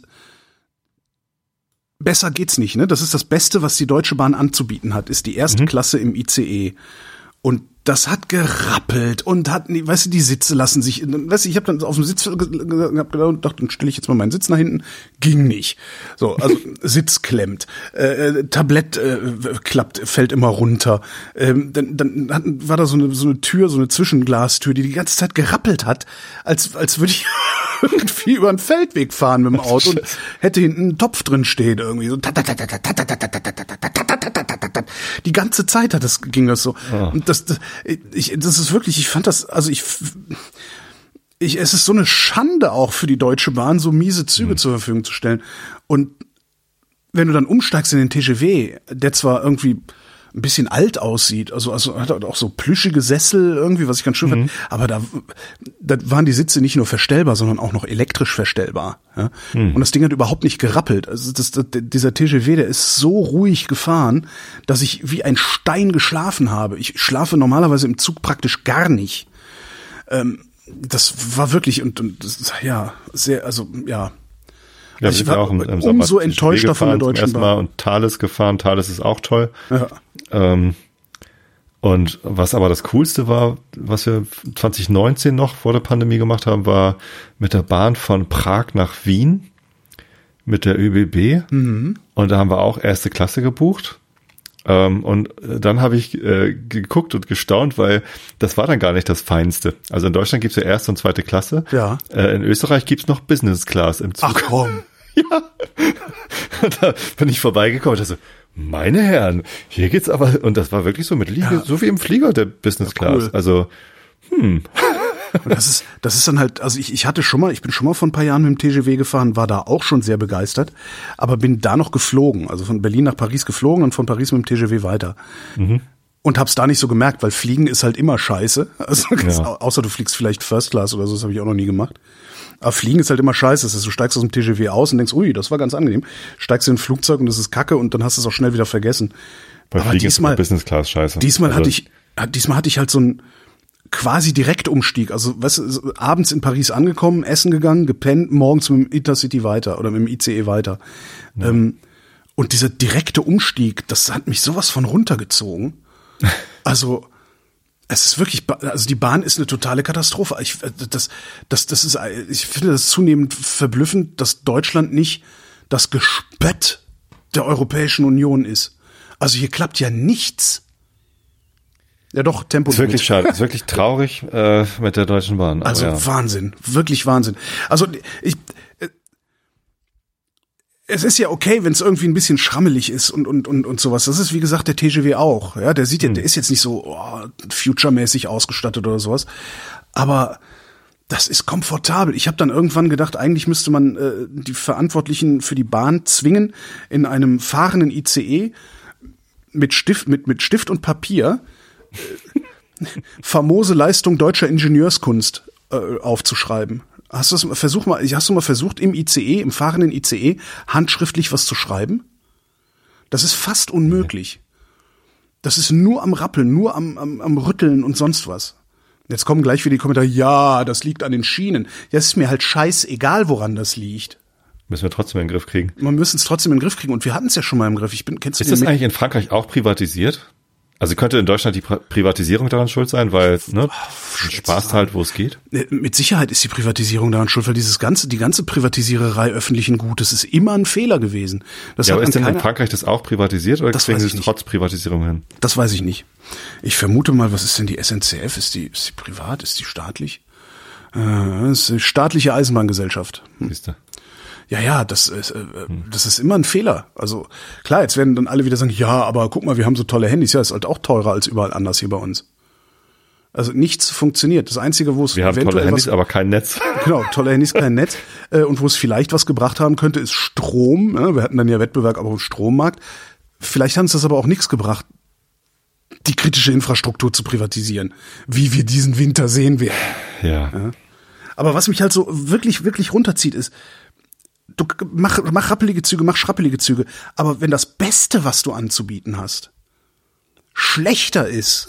besser geht's nicht, ne? Das ist das Beste, was die Deutsche Bahn anzubieten hat, ist die erste Klasse im ICE. Und das hat gerappelt und hat, weißt du, die Sitze lassen sich, weißt du, ich habe dann auf dem Sitz gedacht, dann stelle ich jetzt mal meinen Sitz nach hinten, ging nicht. So, also Sitz klemmt, Tablett klappt, fällt immer runter. Dann war da so eine Tür, so eine Zwischenglastür, die ganze Zeit gerappelt hat, als würde ich irgendwie über einen Feldweg fahren mit dem Auto und hätte hinten ein Topf drin stehen irgendwie so. Die ganze Zeit ging das so. Oh. Und das ist wirklich, ich fand das, also es ist so eine Schande auch für die Deutsche Bahn, so miese Züge zur Verfügung zu stellen. Und wenn du dann umsteigst in den TGV, der zwar irgendwie ein bisschen alt aussieht, also hat auch so plüschige Sessel irgendwie, was ich ganz schön fand, aber da waren die Sitze nicht nur verstellbar, sondern auch noch elektrisch verstellbar. Ja? Und das Ding hat überhaupt nicht gerappelt. Also dieser TGV, der ist so ruhig gefahren, dass ich wie ein Stein geschlafen habe. Ich schlafe normalerweise im Zug praktisch gar nicht. Das war wirklich und das, ja, sehr, also ja. Ja, also ich war auch im umso enttäuschter von der Deutschen Bahn. Und Thales gefahren. Thales ist auch toll. Ja. Und was aber das Coolste war, was wir 2019 noch vor der Pandemie gemacht haben, war mit der Bahn von Prag nach Wien mit der ÖBB. Und da haben wir auch erste Klasse gebucht. Und dann habe ich geguckt und gestaunt, weil das war dann gar nicht das Feinste. Also in Deutschland gibt's ja erste und zweite Klasse. Ja. In Österreich gibt's noch Business Class im Zug. Ach komm. Ja. Da bin ich vorbeigekommen und dachte so, meine Herren, hier geht's aber, und das war wirklich so mit Liege, so wie im Flieger der Business Class. Cool. Also, Das ist dann halt, also ich bin schon mal vor ein paar Jahren mit dem TGV gefahren, war da auch schon sehr begeistert, aber bin da noch geflogen, also von Berlin nach Paris geflogen und von Paris mit dem TGV weiter. Und hab's da nicht so gemerkt, weil Fliegen ist halt immer scheiße, also außer du fliegst vielleicht First Class oder so, das habe ich auch noch nie gemacht. Aber Fliegen ist halt immer scheiße, das heißt, du steigst aus dem TGV aus und denkst, ui, das war ganz angenehm, steigst in ein Flugzeug und das ist Kacke und dann hast du es auch schnell wieder vergessen. Bei aber Fliegen ist Business Class scheiße. Diesmal hatte ich halt so ein quasi Direktumstieg, also weißt du, abends in Paris angekommen, essen gegangen, gepennt, morgens mit dem Intercity weiter oder mit dem ICE weiter. Ja. Und dieser direkte Umstieg, das hat mich sowas von runtergezogen. Also es ist wirklich, also die Bahn ist eine totale Katastrophe. Ich finde das zunehmend verblüffend, dass Deutschland nicht das Gespött der Europäischen Union ist. Also hier klappt ja nichts. Ja doch, Tempo. Das ist wirklich schade, das ist wirklich traurig mit der Deutschen Bahn. Also ja. Wahnsinn, wirklich Wahnsinn. Also es ist ja okay, wenn es irgendwie ein bisschen schrammelig ist und sowas. Das ist wie gesagt der TGV auch. Ja, der ist jetzt nicht so future-mäßig ausgestattet oder sowas. Aber das ist komfortabel. Ich habe dann irgendwann gedacht, eigentlich müsste man die Verantwortlichen für die Bahn zwingen, in einem fahrenden ICE mit Stift und Papier famose Leistung deutscher Ingenieurskunst aufzuschreiben. Hast du mal versucht, im ICE, im fahrenden ICE, handschriftlich was zu schreiben? Das ist fast unmöglich. Das ist nur am Rappeln, nur am Rütteln und sonst was. Jetzt kommen gleich wieder die Kommentare, ja, das liegt an den Schienen. Ja, es ist mir halt scheißegal, woran das liegt. Müssen wir trotzdem in den Griff kriegen. Wir müssen es trotzdem in den Griff kriegen und wir hatten es ja schon mal im Griff. Ist das eigentlich in Frankreich auch privatisiert? Also könnte in Deutschland die Privatisierung daran schuld sein, weil Spaß halt, wo es geht? Mit Sicherheit ist die Privatisierung daran schuld, weil die ganze Privatisiererei öffentlichen Gutes ist immer ein Fehler gewesen. Das aber ist denn in Frankreich das auch privatisiert oder kriegen sie es trotz Privatisierung hin? Das weiß ich nicht. Ich vermute mal, was ist denn die SNCF? Ist die privat? Ist die staatlich? Das ist die staatliche Eisenbahngesellschaft. Siehst du? Ja, das ist immer ein Fehler. Also klar, jetzt werden dann alle wieder sagen, ja, aber guck mal, wir haben so tolle Handys. Ja, ist halt auch teurer als überall anders hier bei uns. Also nichts funktioniert. Das Einzige, wo es wir haben tolle Handys, aber kein Netz. Genau, tolle Handys, kein Netz. Und wo es vielleicht was gebracht haben könnte, ist Strom. Wir hatten dann ja Wettbewerb auch im Strommarkt. Vielleicht haben es das aber auch nichts gebracht, die kritische Infrastruktur zu privatisieren, wie wir diesen Winter sehen werden. Ja. Aber was mich halt so wirklich, wirklich runterzieht, ist, du mach rappelige Züge, mach schrappelige Züge. Aber wenn das Beste, was du anzubieten hast, schlechter ist,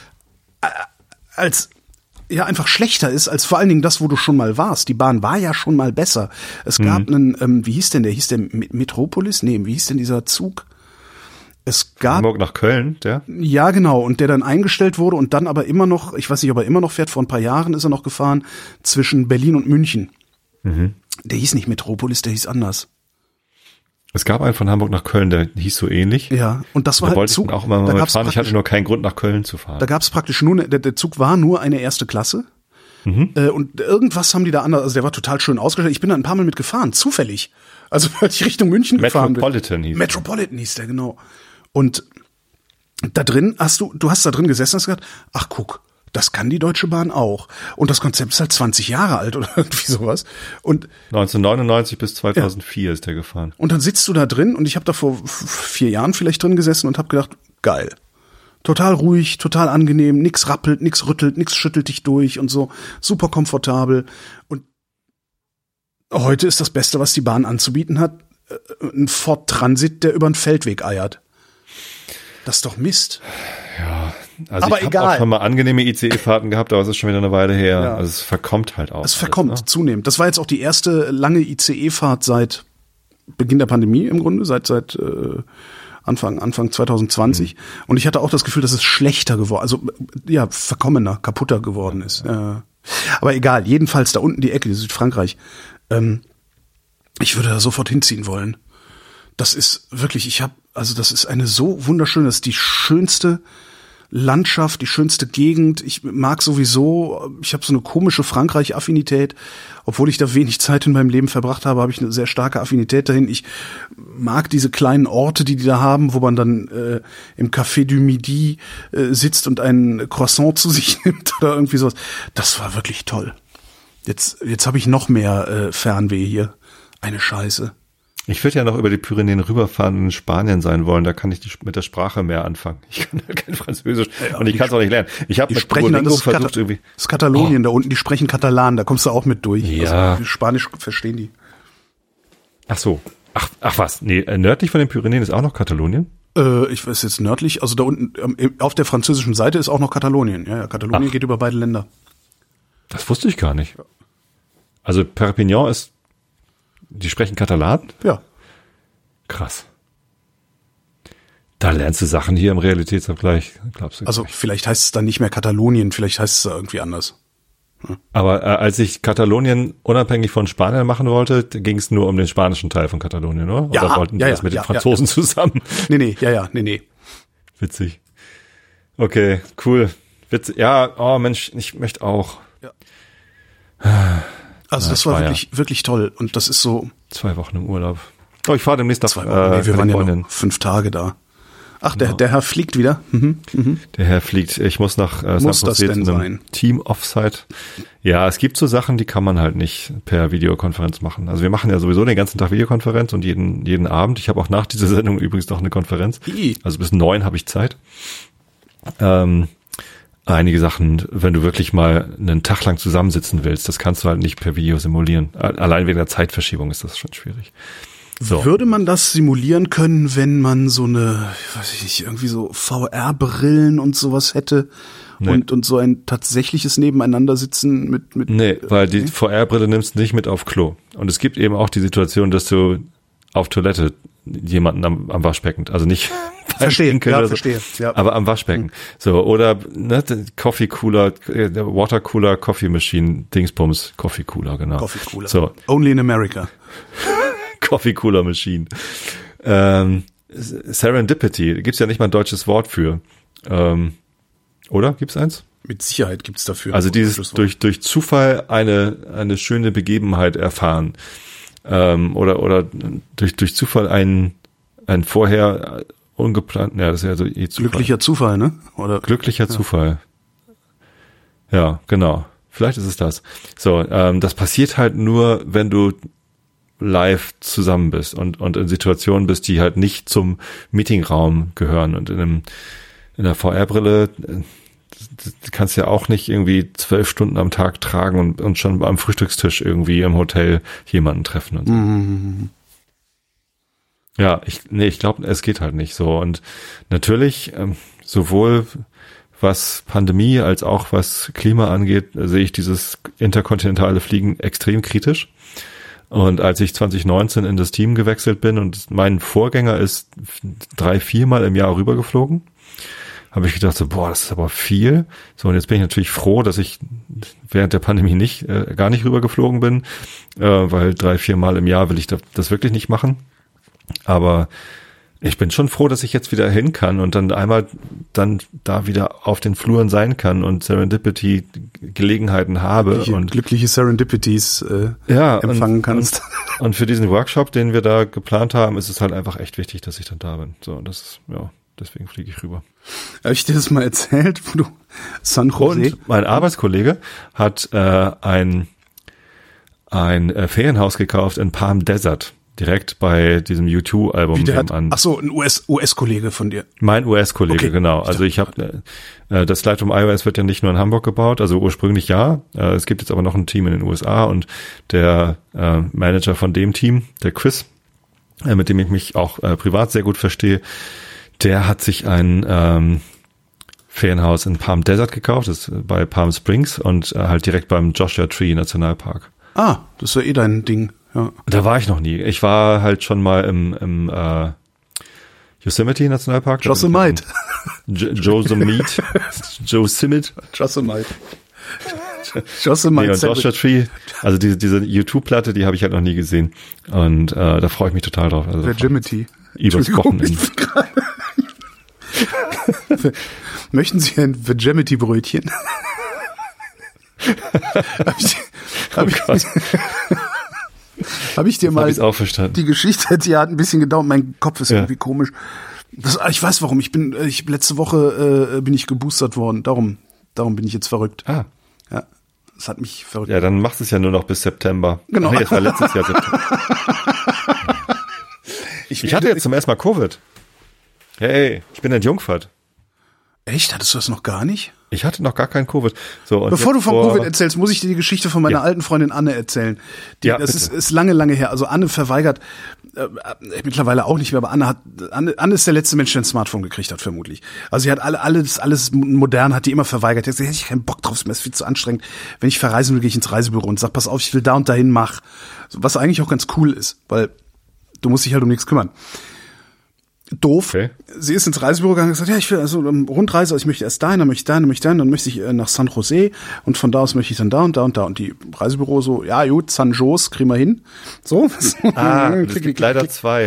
einfach schlechter ist, als vor allen Dingen das, wo du schon mal warst. Die Bahn war ja schon mal besser. Es gab einen, wie hieß denn der? Hieß der Metropolis? Nee, wie hieß denn dieser Zug? Es gab Hamburg nach Köln, der? Ja, genau. Und der dann eingestellt wurde und dann aber immer noch, ich weiß nicht, ob er immer noch fährt, vor ein paar Jahren ist er noch gefahren, zwischen Berlin und München. Der hieß nicht Metropolis, der hieß anders. Es gab einen von Hamburg nach Köln, der hieß so ähnlich. Ja, und das war da halt wollte Zug. ich auch immer mal fahren. Ich hatte nur keinen Grund, nach Köln zu fahren. Da gab es praktisch nur, der Zug war nur eine erste Klasse. Und irgendwas haben die da anders, also der war total schön ausgestattet. Ich bin da ein paar Mal mitgefahren, zufällig. Also, weil ich Richtung München gefahren bin. Metropolitan hieß der, genau. Und da drin du hast da drin gesessen und hast gesagt, ach guck, das kann die Deutsche Bahn auch. Und das Konzept ist halt 20 Jahre alt oder irgendwie sowas. Und 1999 bis 2004 ist der gefahren. Und dann sitzt du da drin und ich habe da vor 4 Jahren vielleicht drin gesessen und habe gedacht, geil. Total ruhig, total angenehm, nix rappelt, nix rüttelt, nix schüttelt dich durch und so. Super komfortabel. Und heute ist das Beste, was die Bahn anzubieten hat, ein Ford Transit, der über einen Feldweg eiert. Das ist doch Mist. Ja, also aber ich habe auch schon mal angenehme ICE-Fahrten gehabt, aber es ist schon wieder eine Weile her. Ja. Also es verkommt halt auch. Es verkommt zunehmend. Das war jetzt auch die erste lange ICE-Fahrt seit Beginn der Pandemie im Grunde, seit Anfang 2020. Und ich hatte auch das Gefühl, dass es schlechter geworden, also ja, verkommener, kaputter geworden ist. Aber egal, jedenfalls da unten die Ecke, Südfrankreich. Ich würde da sofort hinziehen wollen. Das ist wirklich, das ist eine so wunderschöne, das ist die schönste Landschaft, die schönste Gegend. Ich mag sowieso, ich habe so eine komische Frankreich-Affinität. Obwohl ich da wenig Zeit in meinem Leben verbracht habe, habe ich eine sehr starke Affinität dahin. Ich mag diese kleinen Orte, die da haben, wo man dann im Café du Midi sitzt und ein Croissant zu sich nimmt oder irgendwie sowas. Das war wirklich toll. Jetzt habe ich noch mehr Fernweh hier. Eine Scheiße. Ich würde ja noch über die Pyrenäen rüberfahren und in Spanien sein wollen. Da kann ich mit der Sprache mehr anfangen. Ich kann ja kein Französisch und ich kann es auch nicht lernen. Ich habe mit Duolingo versucht irgendwie. Das ist Katalonien da unten, die sprechen Katalan, da kommst du auch mit durch. Ja. Also, Spanisch verstehen die. Ach so. Ach was. Nee, nördlich von den Pyrenäen ist auch noch Katalonien? Ich weiß jetzt nördlich, also da unten auf der französischen Seite ist auch noch Katalonien. Ja, Katalonien geht über beide Länder. Das wusste ich gar nicht. Also Perpignan die sprechen Katalan? Ja. Krass. Da lernst du Sachen hier im Realitätsabgleich, glaubst du? Also vielleicht heißt es dann nicht mehr Katalonien, vielleicht heißt es da irgendwie anders. Ja. Aber als ich Katalonien unabhängig von Spanien machen wollte, ging es nur um den spanischen Teil von Katalonien, oder? Ja, oder wollten die das mit den Franzosen zusammen? Nee. Witzig. Okay, cool. Witzig. Ja, oh Mensch, ich möchte auch. Ja. Also das war wirklich toll und das ist so 2 Wochen im Urlaub. Oh, ich fahre demnächst nach 2 Wochen. Wir waren ja noch 5 Tage da. Ach, der Herr fliegt wieder. Der Herr fliegt. Ich muss nach San Jose zu einem Team-Offsite. Ja, es gibt so Sachen, die kann man halt nicht per Videokonferenz machen. Also wir machen ja sowieso den ganzen Tag Videokonferenz und jeden Abend. Ich habe auch nach dieser Sendung übrigens noch eine Konferenz. Also bis 9 habe ich Zeit. Einige Sachen, wenn du wirklich mal einen Tag lang zusammensitzen willst, das kannst du halt nicht per Video simulieren. Allein wegen der Zeitverschiebung ist das schon schwierig. So. Würde man das simulieren können, wenn man so eine, irgendwie so VR-Brillen und sowas hätte? Nee. Und so ein tatsächliches Nebeneinandersitzen mit Nee, weil die VR-Brille nimmst du nicht mit auf Klo. Und es gibt eben auch die Situation, dass du auf Toilette jemanden am Waschbecken, also nicht verstehe, ja. aber am Waschbecken. So, oder Coffee Cooler, Water Cooler, Coffee Machine, Dingsbums, Coffee Cooler, genau. Coffee Cooler. So. Only in America. Coffee Cooler Machine. Serendipity, gibt's ja nicht mal ein deutsches Wort für. Oder? Gibt's eins? Mit Sicherheit gibt's dafür. Also dieses durch Zufall eine schöne Begebenheit erfahren. Oder durch Zufall einen vorher ungeplanten, ja, das ist ja so Zufall. Glücklicher Zufall, ne? Oder glücklicher Zufall. Ja, genau. Vielleicht ist es das. So, das passiert halt nur, wenn du live zusammen bist und in Situationen bist, die halt nicht zum Meetingraum gehören. Und in der VR-Brille du kannst ja auch nicht irgendwie 12 Stunden am Tag tragen und schon am Frühstückstisch irgendwie im Hotel jemanden treffen und so. Ja, ich glaube, es geht halt nicht so. Und natürlich, sowohl was Pandemie als auch was Klima angeht, sehe ich dieses interkontinentale Fliegen extrem kritisch. Und als ich 2019 in das Team gewechselt bin und mein Vorgänger ist 3-4 Mal im Jahr rübergeflogen, habe ich gedacht so, boah, das ist aber viel. So, und jetzt bin ich natürlich froh, dass ich während der Pandemie gar nicht rübergeflogen bin, weil 3-4 Mal im Jahr will ich das wirklich nicht machen. Aber ich bin schon froh, dass ich jetzt wieder hin kann und dann einmal dann da wieder auf den Fluren sein kann und Serendipity-Gelegenheiten habe. Glückliche Serendipities empfangen kannst. Und für diesen Workshop, den wir da geplant haben, ist es halt einfach echt wichtig, dass ich dann da bin. So, das ist, ja, deswegen fliege ich rüber. Habe ich dir das mal erzählt, wo du San Jose? Und mein Arbeitskollege hat ein Ferienhaus gekauft in Palm Desert. Direkt bei diesem U2-Album. Ach so, ein US-Kollege von dir. Mein US-Kollege, okay, genau. Also ich habe das Lightroom iOS wird ja nicht nur in Hamburg gebaut, also ursprünglich ja. Es gibt jetzt aber noch ein Team in den USA und der Manager von dem Team, der Chris, mit dem ich mich auch privat sehr gut verstehe, der hat sich ein Ferienhaus in Palm Desert gekauft, das ist bei Palm Springs und halt direkt beim Joshua Tree Nationalpark. Ah, das ist ja dein Ding. Ja. Da war ich noch nie. Ich war halt schon mal im Yosemite Nationalpark. Yosemite. Yosemite. Yosemite. Yosemite. Nee, und Joshua Tree, also diese U2-Platte, die habe ich halt noch nie gesehen. Und da freue ich mich total drauf. Also Vegemity. Übers Wochenende. Möchten Sie ein Vegemity-Brötchen? Habe ich dir mal die Geschichte, die hat ein bisschen gedauert, mein Kopf ist irgendwie komisch. Ich weiß warum, letzte Woche bin ich geboostert worden, darum bin ich jetzt verrückt. Ah. Ja, das hat mich verrückt. Ja, dann machst du es ja nur noch bis September. Genau. Nee, das war letztes Jahr September. Ich hatte jetzt zum ersten Mal Covid. Hey, ich bin entjungfert. Echt? Hattest du das noch gar nicht? Ich hatte noch gar keinen Covid. So, und bevor du von Covid erzählst, muss ich dir die Geschichte von meiner alten Freundin Anne erzählen. Das ist lange, lange her. Also Anne verweigert, mittlerweile auch nicht mehr, aber Anne ist der letzte Mensch, der ein Smartphone gekriegt hat, vermutlich. Also sie hat alles modern, hat die immer verweigert. Jetzt hätte ich keinen Bock drauf, ist mir viel zu anstrengend. Wenn ich verreisen will, gehe ich ins Reisebüro und sag, pass auf, ich will da und dahin, mach. Was eigentlich auch ganz cool ist, weil du musst dich halt um nichts kümmern. Doof. Okay. Sie ist ins Reisebüro gegangen und gesagt, ja, ich will also Rundreise, also ich möchte erst dahin, dann möchte ich dahin, dann möchte ich nach San Jose und von da aus möchte ich dann da und da und da. Und die Reisebüro so, ja gut, San Jose, kriegen wir hin. So. Es gibt leider 2.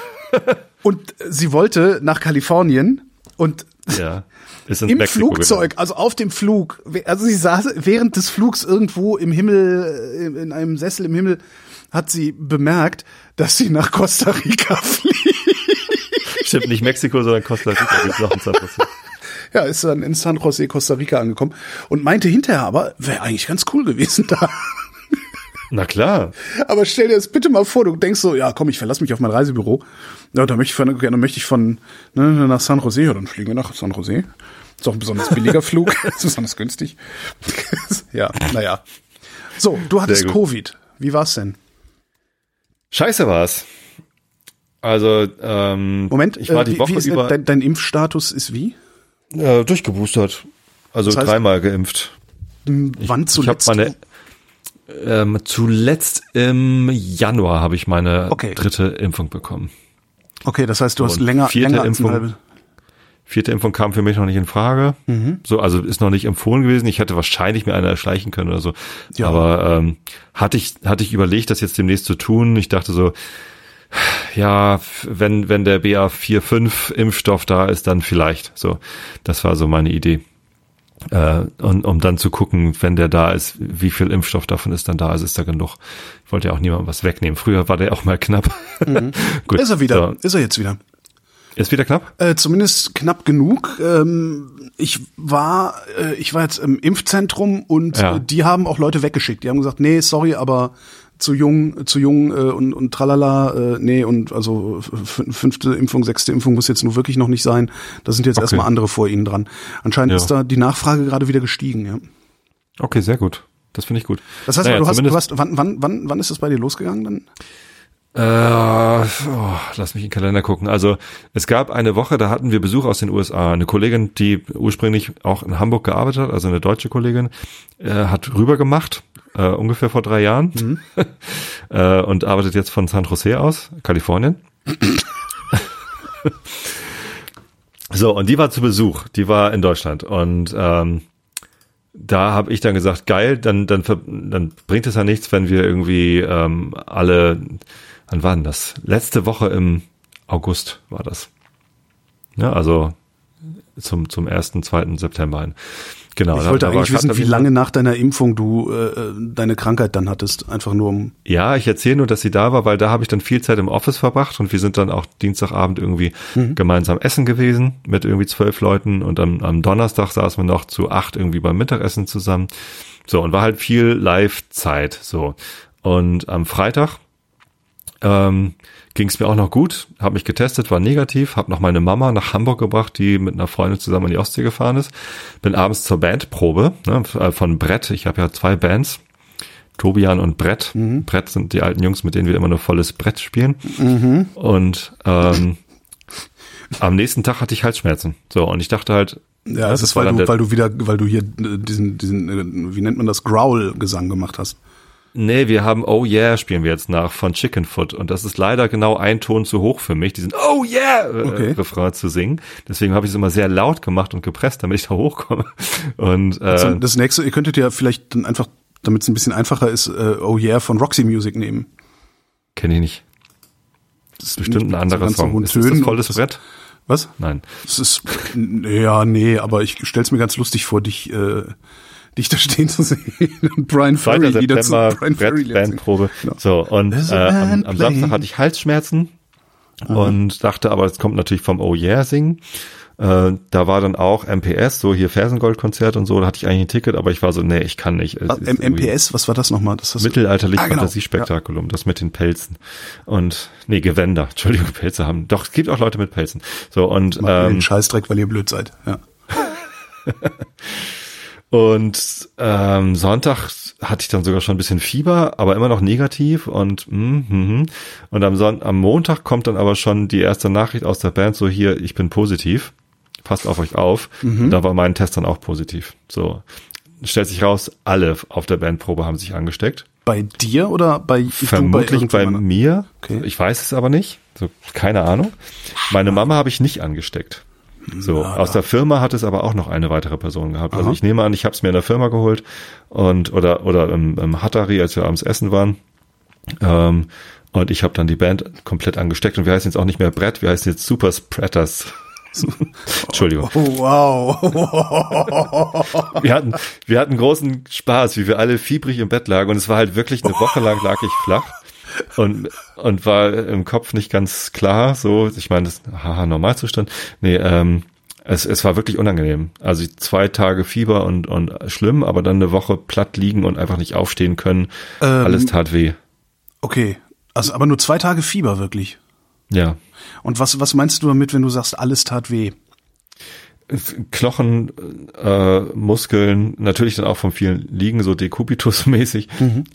Und sie wollte nach Kalifornien und ist im Mexiko Flugzeug, also auf dem Flug, also sie saß während des Flugs irgendwo im Himmel, in einem Sessel im Himmel, hat sie bemerkt, dass sie nach Costa Rica fliegt. Stimmt, nicht Mexiko, sondern Costa Rica. Gibt's noch in San Jose. Ja, ist dann in San Jose, Costa Rica angekommen und meinte hinterher aber, wäre eigentlich ganz cool gewesen da. Na klar. Aber stell dir das bitte mal vor, du denkst so, ja komm, ich verlasse mich auf mein Reisebüro. Ja, dann möchte ich von nach San Jose, ja, dann fliegen wir nach San Jose. Ist auch ein besonders billiger Flug, ist besonders günstig. Ja, naja. So, du hattest Covid. Wie war's denn? Scheiße war's. Also, Moment, ich war die Woche über. Dein Impfstatus ist wie? Durchgeboostert. Also das heißt, 3-mal geimpft. Wann zuletzt? Ich habe zuletzt im Januar habe ich meine 3. Impfung bekommen. Okay, das heißt, du hast länger als eine halbe. 4. Impfung kam für mich noch nicht in Frage. So, also ist noch nicht empfohlen gewesen. Ich hätte wahrscheinlich mir eine erschleichen können oder so. Ja. Aber hatte ich überlegt, das jetzt demnächst zu tun. Ich dachte so, ja, wenn der BA4-5 Impfstoff da ist, dann vielleicht. So, das war so meine Idee. Und um dann zu gucken, wenn der da ist, wie viel Impfstoff davon ist dann da, ist da genug. Ich wollte ja auch niemandem was wegnehmen. Früher war der auch mal knapp. Gut, ist er wieder? So. Ist er jetzt wieder? Ist wieder knapp? Zumindest knapp genug. Ich war jetzt im Impfzentrum und die haben auch Leute weggeschickt. Die haben gesagt, nee, sorry, aber zu jung und tralala, nee, und also 5. Impfung, 6. Impfung muss jetzt nur wirklich noch nicht sein. Da sind jetzt erstmal andere vor ihnen dran. Anscheinend ist da die Nachfrage gerade wieder gestiegen, ja. Okay, sehr gut. Das finde ich gut. Das heißt, du hast wann ist das bei dir losgegangen dann? Lass mich in den Kalender gucken. Also es gab eine Woche, da hatten wir Besuch aus den USA. Eine Kollegin, die ursprünglich auch in Hamburg gearbeitet hat, also eine deutsche Kollegin, hat rüber gemacht ungefähr vor 3 Jahren und arbeitet jetzt von San Jose aus, Kalifornien. So, und die war zu Besuch, die war in Deutschland und da habe ich dann gesagt, geil, dann bringt es ja nichts, wenn wir irgendwie alle, wann war denn das? Letzte Woche im August war das. Ja, also zum 1., 2. September hin. Genau. Ich wollte eigentlich wissen, wie lange nach deiner Impfung du deine Krankheit dann hattest, einfach nur um... Ja, ich erzähle nur, dass sie da war, weil da habe ich dann viel Zeit im Office verbracht und wir sind dann auch Dienstagabend irgendwie gemeinsam essen gewesen mit irgendwie 12 Leuten und am Donnerstag saßen wir noch zu 8 irgendwie beim Mittagessen zusammen. So, und war halt viel Live-Zeit, so. Und am Freitag ging es mir auch noch gut, habe mich getestet, war negativ, habe noch meine Mama nach Hamburg gebracht, die mit einer Freundin zusammen in die Ostsee gefahren ist. Bin abends zur Bandprobe von Brett. Ich habe ja 2 Bands, Tobian und Brett. Brett sind die alten Jungs, mit denen wir immer nur volles Brett spielen. Und am nächsten Tag hatte ich Halsschmerzen. So, und ich dachte halt, ja, das ist, weil du hier diesen, wie nennt man das, Growl-Gesang gemacht hast. Nee, wir haben Oh Yeah spielen wir jetzt nach von Chickenfoot und das ist leider genau ein Ton zu hoch für mich, diesen Oh Yeah Refrain zu singen. Deswegen habe ich es immer sehr laut gemacht und gepresst, damit ich da hochkomme. Und das nächste, ihr könntet ja vielleicht dann einfach, damit es ein bisschen einfacher ist, Oh Yeah von Roxy Music nehmen. Kenne ich nicht. Das ist bestimmt ein anderer Song. Ist das volles Brett? Was? Nein. Es ist, ja, nee, aber ich stell's mir ganz lustig vor, dich da stehen zu sehen und Brian Ferry wieder zu Brian Ferry Bandprobe. Genau. So, und am Samstag hatte ich Halsschmerzen und dachte, aber es kommt natürlich vom Oh Yeah singen. Da war dann auch MPS, so hier Fersengold-Konzert und so, da hatte ich eigentlich ein Ticket, aber ich war so, nee, ich kann nicht. MPS, was war das nochmal? Mittelalterliche Fantasiespektakulum, das mit den Pelzen. Und, nee, Gewänder, Entschuldigung, Pelze haben, doch, es gibt auch Leute mit Pelzen. So, und, den Scheißdreck, weil ihr blöd seid, ja. Und Sonntag hatte ich dann sogar schon ein bisschen Fieber, aber immer noch negativ und am Montag kommt dann aber schon die erste Nachricht aus der Band, so hier, ich bin positiv, passt auf euch auf. Und da war mein Test dann auch positiv. So, stellt sich raus, alle auf der Bandprobe haben sich angesteckt. Bei dir oder bei Vermutlich bei mir, okay. Ich weiß es aber nicht, so keine Ahnung. Meine Mama habe ich nicht angesteckt. So, aus der Firma hat es aber auch noch eine weitere Person gehabt. Also ich nehme an, ich habe es mir in der Firma geholt und oder im Hattari, als wir abends essen waren. Und ich habe dann die Band komplett angesteckt und wir heißen jetzt auch nicht mehr Brett, wir heißen jetzt Super Spreaders. Entschuldigung. Oh, wow. Wir hatten großen Spaß, wie wir alle fiebrig im Bett lagen und es war halt wirklich eine Woche lang lag ich flach. Und war im Kopf nicht ganz klar, so, ich meine, das Normalzustand. Nee, es war wirklich unangenehm. Also 2 Tage Fieber und schlimm, aber dann eine Woche platt liegen und einfach nicht aufstehen können. Alles tat weh. Okay, also aber nur 2 Tage Fieber wirklich. Ja. Und was meinst du damit, wenn du sagst, alles tat weh? Knochen, Muskeln, natürlich dann auch vom vielen Liegen, so Dekubitus-mäßig.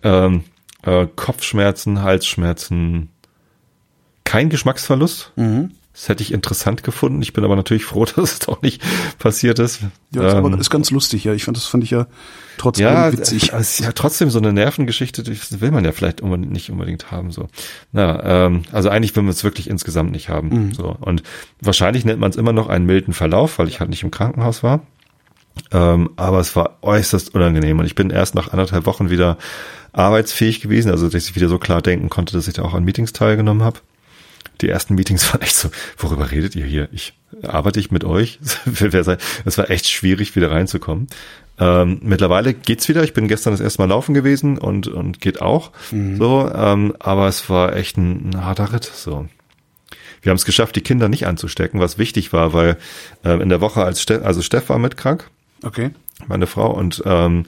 Kopfschmerzen, Halsschmerzen, kein Geschmacksverlust. Das hätte ich interessant gefunden. Ich bin aber natürlich froh, dass es doch nicht passiert ist. Ja, das ist ganz lustig, ja. Das fand ich ja trotzdem witzig. Ja, ist ja trotzdem so eine Nervengeschichte, das will man ja vielleicht nicht unbedingt haben, so. Also eigentlich will man es wirklich insgesamt nicht haben, so. Und wahrscheinlich nennt man es immer noch einen milden Verlauf, weil ich halt nicht im Krankenhaus war. Aber es war äußerst unangenehm und ich bin erst nach 1,5 Wochen wieder arbeitsfähig gewesen, also dass ich wieder so klar denken konnte, dass ich da auch an Meetings teilgenommen habe. Die ersten Meetings waren echt so, worüber redet ihr hier? Arbeite ich mit euch? Es war echt schwierig, wieder reinzukommen. Mittlerweile geht's wieder. Ich bin gestern das erste Mal laufen gewesen und geht auch. So, aber es war echt ein harter Ritt. So. Wir haben es geschafft, die Kinder nicht anzustecken, was wichtig war, weil in der Woche Steff war mit krank. Okay. Meine Frau und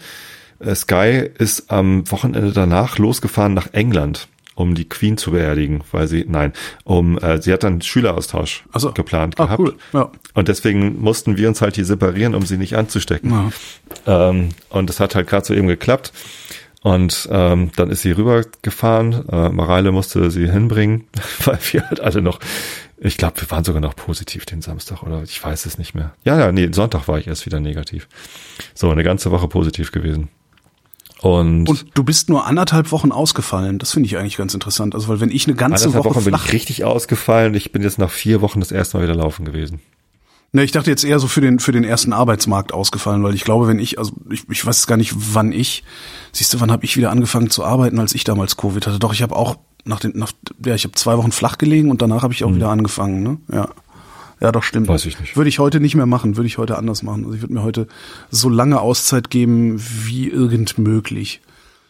Sky ist am Wochenende danach losgefahren nach England, um die Queen zu beerdigen, sie hat dann Schüleraustausch geplant gehabt. Cool. Ja. Und deswegen mussten wir uns halt hier separieren, um sie nicht anzustecken. Ja. Und das hat halt gerade so eben geklappt. Und dann ist sie rübergefahren. Mareile musste sie hinbringen, weil wir halt alle noch, ich glaube, wir waren sogar noch positiv den Samstag oder ich weiß es nicht mehr. Ja, nee, Sonntag war ich erst wieder negativ. So, eine ganze Woche positiv gewesen. Und du bist nur 1,5 Wochen ausgefallen. Das finde ich eigentlich ganz interessant. Also, weil wenn ich eine ganze Woche bin ich richtig ausgefallen. Ich bin jetzt nach 4 Wochen das erste Mal wieder laufen gewesen. Ne, ich dachte jetzt eher so für den ersten Arbeitsmarkt ausgefallen, weil ich glaube, ich weiß gar nicht, wann ich habe ich wieder angefangen zu arbeiten, als ich damals Covid hatte. Doch, ich habe auch ich habe 2 Wochen flach gelegen und danach habe ich auch wieder angefangen, ne? Ja. Ja, doch, stimmt. Weiß ich nicht. Würde ich heute nicht mehr machen, würde ich heute anders machen. Also ich würde mir heute so lange Auszeit geben, wie irgend möglich.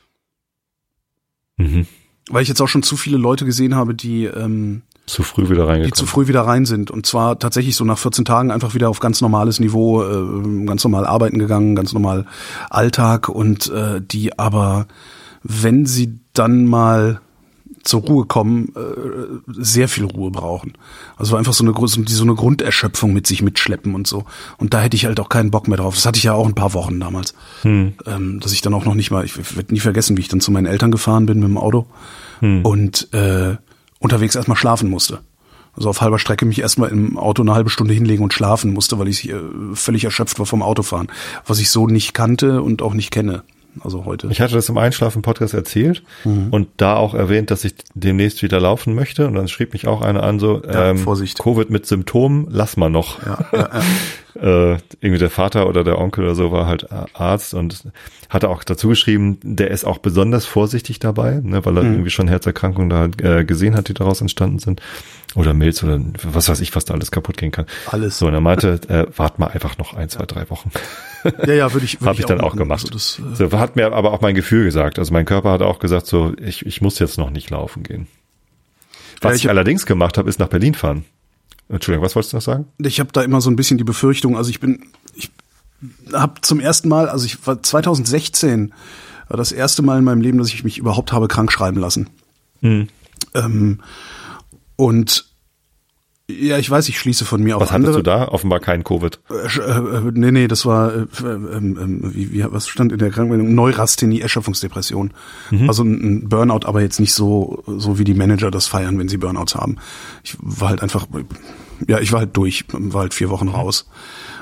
Mhm. Weil ich jetzt auch schon zu viele Leute gesehen habe, die zu früh wieder reingekommen. Die zu früh wieder rein sind. Und zwar tatsächlich so nach 14 Tagen einfach wieder auf ganz normales Niveau, ganz normal arbeiten gegangen, ganz normal Alltag und die aber, wenn sie dann mal zur Ruhe kommen, sehr viel Ruhe brauchen. Also einfach so eine Grunderschöpfung mit sich mitschleppen und so. Und da hätte ich halt auch keinen Bock mehr drauf. Das hatte ich ja auch ein paar Wochen damals. Dass ich dann auch noch nicht mal, ich werde nie vergessen, wie ich dann zu meinen Eltern gefahren bin mit dem Auto und unterwegs erstmal schlafen musste. Also auf halber Strecke mich erstmal im Auto eine halbe Stunde hinlegen und schlafen musste, weil ich völlig erschöpft war vom Autofahren. Was ich so nicht kannte und auch nicht kenne. Also heute. Ich hatte das im Einschlafen-Podcast erzählt und da auch erwähnt, dass ich demnächst wieder laufen möchte. Und dann schrieb mich auch einer an, so Vorsicht. Covid mit Symptomen, lass mal noch. Ja. Irgendwie der Vater oder der Onkel oder so war halt Arzt und hatte auch dazu geschrieben, der ist auch besonders vorsichtig dabei, ne, weil er irgendwie schon Herzerkrankungen da gesehen hat, die daraus entstanden sind. Oder Milz oder was weiß ich, was da alles kaputt gehen kann. Alles. So, und er meinte, wart mal einfach noch 1, 2, 3 Wochen. Ja, würde ich Habe ich dann auch gemacht. Also so, hat mir aber auch mein Gefühl gesagt. Also mein Körper hat auch gesagt, so ich muss jetzt noch nicht laufen gehen. Was ich allerdings gemacht habe, ist nach Berlin fahren. Entschuldigung, was wolltest du noch sagen? Ich habe da immer so ein bisschen die Befürchtung, also ich habe zum ersten Mal, also ich war 2016, war das erste Mal in meinem Leben, dass ich mich überhaupt habe krank schreiben lassen. Und ja, ich weiß, ich schließe von mir auf andere. Was hattest du da? Offenbar kein Covid. Nee, das war, was stand in der Krankmeldung? Neurasthenie, Erschöpfungsdepression. Also ein Burnout, aber jetzt nicht so wie die Manager das feiern, wenn sie Burnouts haben. Ich war halt einfach, ich war halt durch, war halt 4 Wochen raus.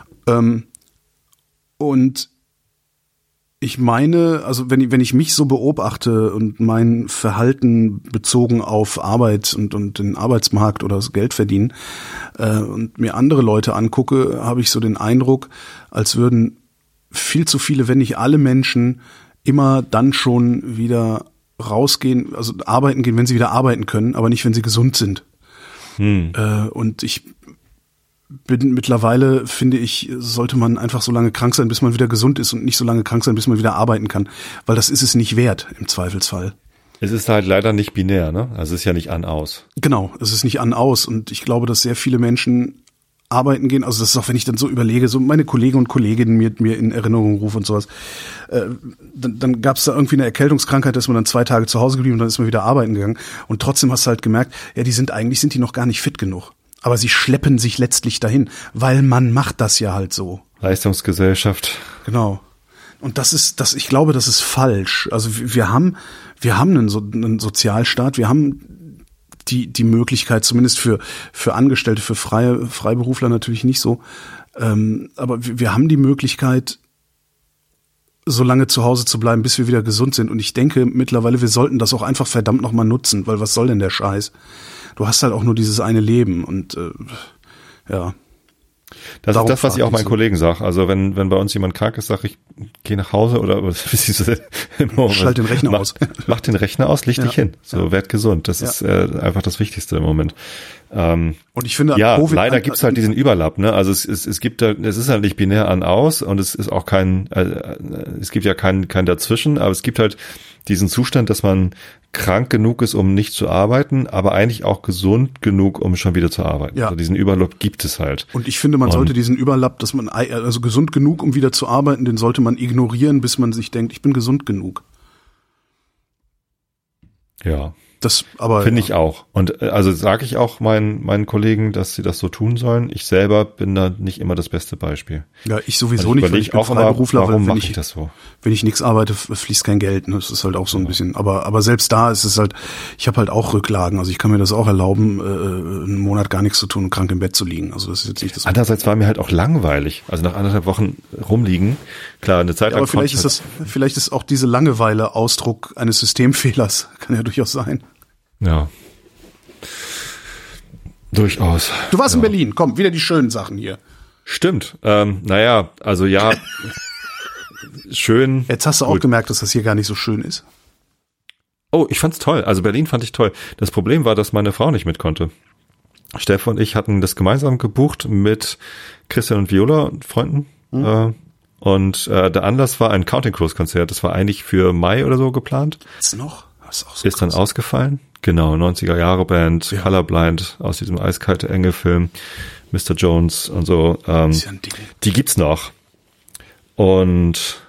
Und ich meine, also wenn ich mich so beobachte und mein Verhalten bezogen auf Arbeit und den Arbeitsmarkt oder das Geld verdienen und mir andere Leute angucke, habe ich so den Eindruck, als würden viel zu viele, wenn nicht alle Menschen immer dann schon wieder rausgehen, also arbeiten gehen, wenn sie wieder arbeiten können, aber nicht, wenn sie gesund sind. Und ich bin mittlerweile, finde ich, sollte man einfach so lange krank sein, bis man wieder gesund ist und nicht so lange krank sein, bis man wieder arbeiten kann. Weil das ist es nicht wert, im Zweifelsfall. Es ist halt leider nicht binär, ne? Also es ist ja nicht an-aus. Genau, es ist nicht an-aus. Und ich glaube, dass sehr viele Menschen arbeiten gehen. Also das ist auch, wenn ich dann so überlege, so meine Kollegen und Kolleginnen mir in Erinnerung rufe und sowas. Dann gab es da irgendwie eine Erkältungskrankheit, da ist man dann 2 Tage zu Hause geblieben und dann ist man wieder arbeiten gegangen. Und trotzdem hast du halt gemerkt, ja, eigentlich sind die noch gar nicht fit genug. Aber sie schleppen sich letztlich dahin, weil man macht das ja halt so. Leistungsgesellschaft. Genau. Und ich glaube, das ist falsch. Also wir haben einen Sozialstaat, wir haben die Möglichkeit, zumindest für Angestellte, für Freiberufler natürlich nicht so, aber wir haben die Möglichkeit, so lange zu Hause zu bleiben, bis wir wieder gesund sind. Und ich denke mittlerweile, wir sollten das auch einfach verdammt nochmal nutzen, weil was soll denn der Scheiß? Du hast halt auch nur dieses eine Leben und ja. Das ist das, was ich auch meinen Kollegen sage. Also wenn bei uns jemand krank ist, sage ich, geh nach Hause oder schalt den Rechner aus. Mach den Rechner aus, leg dich hin. So, werd gesund. Das ist einfach das Wichtigste im Moment. Und ich finde, COVID leider gibt's halt diesen Überlapp, ne? Also es gibt da, es ist halt nicht binär an-aus und es ist auch es gibt ja kein dazwischen, aber es gibt halt diesen Zustand, dass man krank genug ist, um nicht zu arbeiten, aber eigentlich auch gesund genug, um schon wieder zu arbeiten. Ja. Also diesen Überlapp gibt es halt. Und ich finde, man sollte diesen Überlapp, dass man, also gesund genug, um wieder zu arbeiten, den sollte man ignorieren, bis man sich denkt, ich bin gesund genug. Ja. Das, aber finde ich auch. Und also sage ich auch meinen Kollegen, dass sie das so tun sollen. Ich selber bin da nicht immer das beste Beispiel. Ja, ich sowieso also nicht, weil ich bin Freiberufler, warum weil mache ich das so? Wenn ich nichts arbeite, fließt kein Geld. Ne? Das ist halt auch so ein bisschen. Aber selbst da ist es halt, ich habe halt auch Rücklagen. Also ich kann mir das auch erlauben, einen Monat gar nichts zu tun und krank im Bett zu liegen. Also das ist jetzt nicht das. Andererseits war mir halt auch langweilig. Also nach 1,5 Wochen rumliegen, klar, eine Zeit lang. Aber vielleicht ist auch diese Langeweile Ausdruck eines Systemfehlers. Kann ja durchaus sein. Ja. Durchaus. Du warst in Berlin. Komm, wieder die schönen Sachen hier. Stimmt. Naja, also ja, schön. Jetzt hast du auch gemerkt, dass das hier gar nicht so schön ist. Oh, ich fand's toll. Also Berlin fand ich toll. Das Problem war, dass meine Frau nicht mit konnte. Steff und ich hatten das gemeinsam gebucht mit Christian und Viola, Freunden. Und der Anlass war ein Counting Crows Konzert. Das war eigentlich für Mai oder so geplant. Jetzt noch? Das ist auch so ist dann ausgefallen. Genau, 90er-Jahre-Band, ja. Colorblind aus diesem Eiskalte Engel-Film, Mr. Jones und so. Ist ja ein Ding. Die gibt's noch. Und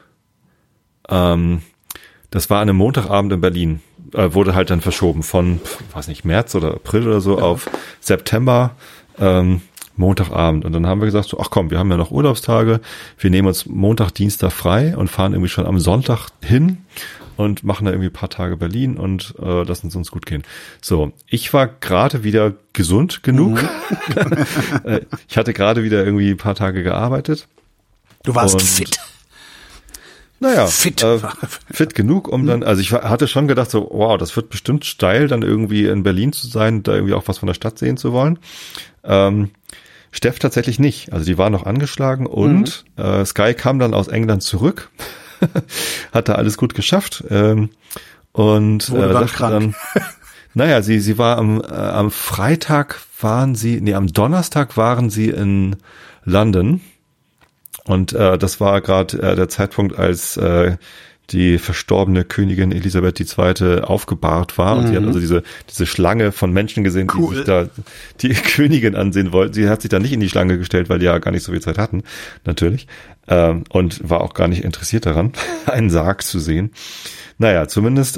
das war an einem Montagabend in Berlin. Wurde halt dann verschoben von, weiß nicht, März oder April oder so auf September, Montagabend. Und dann haben wir gesagt, so, ach komm, wir haben ja noch Urlaubstage. Wir nehmen uns Montag, Dienstag frei und fahren irgendwie schon am Sonntag hin und machen da irgendwie ein paar Tage Berlin und lassen es uns gut gehen. So, ich war gerade wieder gesund genug. Ich hatte gerade wieder irgendwie ein paar Tage gearbeitet. Du warst fit. Naja, fit genug, um dann, also ich hatte schon gedacht so, wow, das wird bestimmt steil, dann irgendwie in Berlin zu sein, da irgendwie auch was von der Stadt sehen zu wollen. Steff tatsächlich nicht. Also die war noch angeschlagen und Sky kam dann aus England zurück. Hat da alles gut geschafft und wurde dann naja, sie war am Freitag am Donnerstag waren sie in London und das war gerade der Zeitpunkt, als die verstorbene Königin Elisabeth II. Aufgebahrt war und sie hat also diese Schlange von Menschen gesehen, die sich da die Königin ansehen wollten. Sie hat sich da nicht in die Schlange gestellt, weil die ja gar nicht so viel Zeit hatten, natürlich, und war auch gar nicht interessiert daran, einen Sarg zu sehen. Naja, zumindest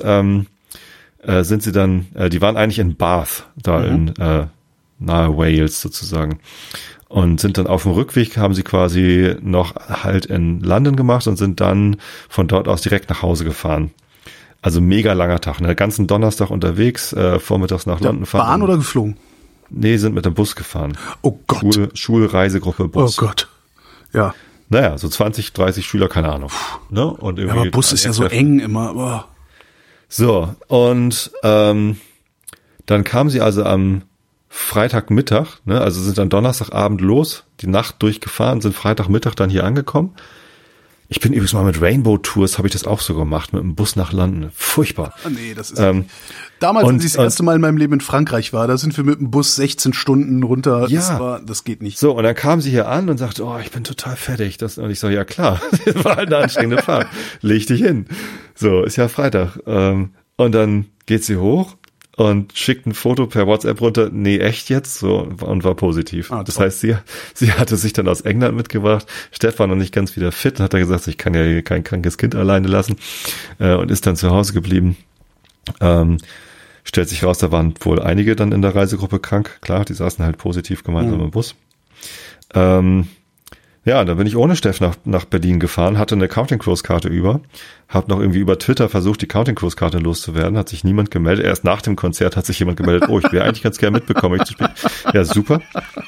sind sie dann, die waren eigentlich in Bath, da in nahe Wales sozusagen. Und sind dann auf dem Rückweg, haben sie quasi noch halt in London gemacht und sind dann von dort aus direkt nach Hause gefahren. Also mega langer Tag, den ganzen Donnerstag unterwegs, vormittags nach London fahren. Bahn oder geflogen? Nee, sind mit dem Bus gefahren. Oh Gott. Schulreisegruppe Bus. Oh Gott. Ja. Naja, so 20, 30 Schüler, keine Ahnung. Ne? Und irgendwie aber Bus ist ja so eng immer. Oh. So, und dann kamen sie also am Freitagmittag, ne, also sind dann Donnerstagabend los, die Nacht durchgefahren, sind Freitagmittag dann hier angekommen. Ich bin übrigens mal mit Rainbow Tours, habe ich das auch so gemacht, mit dem Bus nach London. Furchtbar. Nee, das ist damals, als ich das erste Mal in meinem Leben in Frankreich war, da sind wir mit dem Bus 16 Stunden runter. Ja. Das geht nicht. So, und dann kam sie hier an und sagte, oh, ich bin total fertig. Und ich so, ja klar, das war eine anstrengende Fahrt. Leg dich hin. So, ist ja Freitag. Und dann geht sie hoch und schickt ein Foto per WhatsApp runter, nee, echt jetzt? So, und war positiv. Das heißt, sie hatte sich dann aus England mitgebracht. Steff war noch nicht ganz wieder fit und hat dann gesagt, ich kann ja hier kein krankes Kind alleine lassen, und ist dann zu Hause geblieben. Stellt sich raus, da waren wohl einige dann in der Reisegruppe krank. Klar, die saßen halt positiv gemeinsam im Bus. Ja, dann bin ich ohne Steff nach Berlin gefahren, hatte eine Counting Crows Karte über, hab noch irgendwie über Twitter versucht, die Counting Crows Karte loszuwerden, hat sich niemand gemeldet. Erst nach dem Konzert hat sich jemand gemeldet, oh, ich wäre eigentlich ganz gerne mitbekommen, ich zu spielen. Ja, super.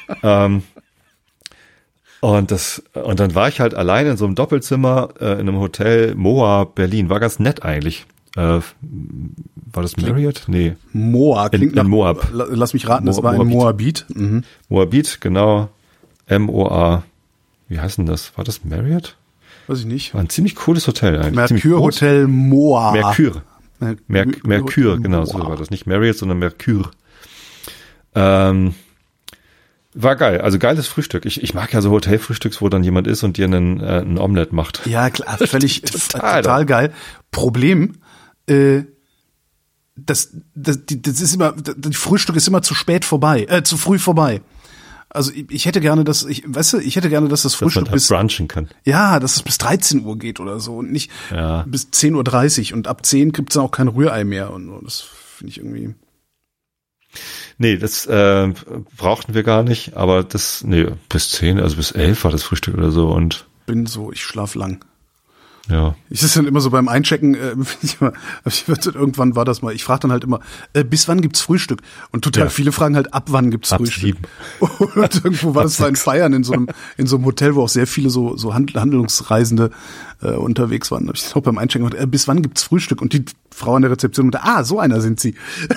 Und dann war ich halt allein in so einem Doppelzimmer in einem Hotel Moa Berlin, war ganz nett eigentlich. War das Marriott? Nee. Moa klingt nach Moab. Lass mich raten, das war ein Moabit. Moabit, genau. MOA. Wie heißt denn das? War das Marriott? Weiß ich nicht. War ein ziemlich cooles Hotel eigentlich. Mercure Hotel Moa. Mercure, genau, so war das. Nicht Marriott, sondern Mercure. War geil, also geiles Frühstück. Ich mag ja so Hotelfrühstücks, wo dann jemand ist und dir ein Omelett macht. Ja, klar, völlig total geil. Problem, das ist immer, das Frühstück ist immer zu früh vorbei. Also ich hätte gerne, dass das Frühstück bis brunchen kann. Ja, dass es bis 13 Uhr geht oder so und nicht bis 10:30 Uhr und ab 10 gibt's dann auch kein Rührei mehr und das finde ich irgendwie. Nee, das brauchten wir gar nicht, aber bis 10, also bis 11 war das Frühstück oder so und Ich schlaf lang. ja. Ich ist dann immer so beim Einchecken, irgendwann war das mal, ich frage dann halt immer, bis wann gibt's Frühstück? Und total viele fragen halt, ab wann gibt's Frühstück? 7. Und irgendwo war das da in Bayern in so einem Hotel, wo auch sehr viele so Handlungsreisende unterwegs waren. Da habe ich auch beim Einchecken gesagt, bis wann gibt's Frühstück? Und die Frau an der Rezeption meinte, so einer sind sie.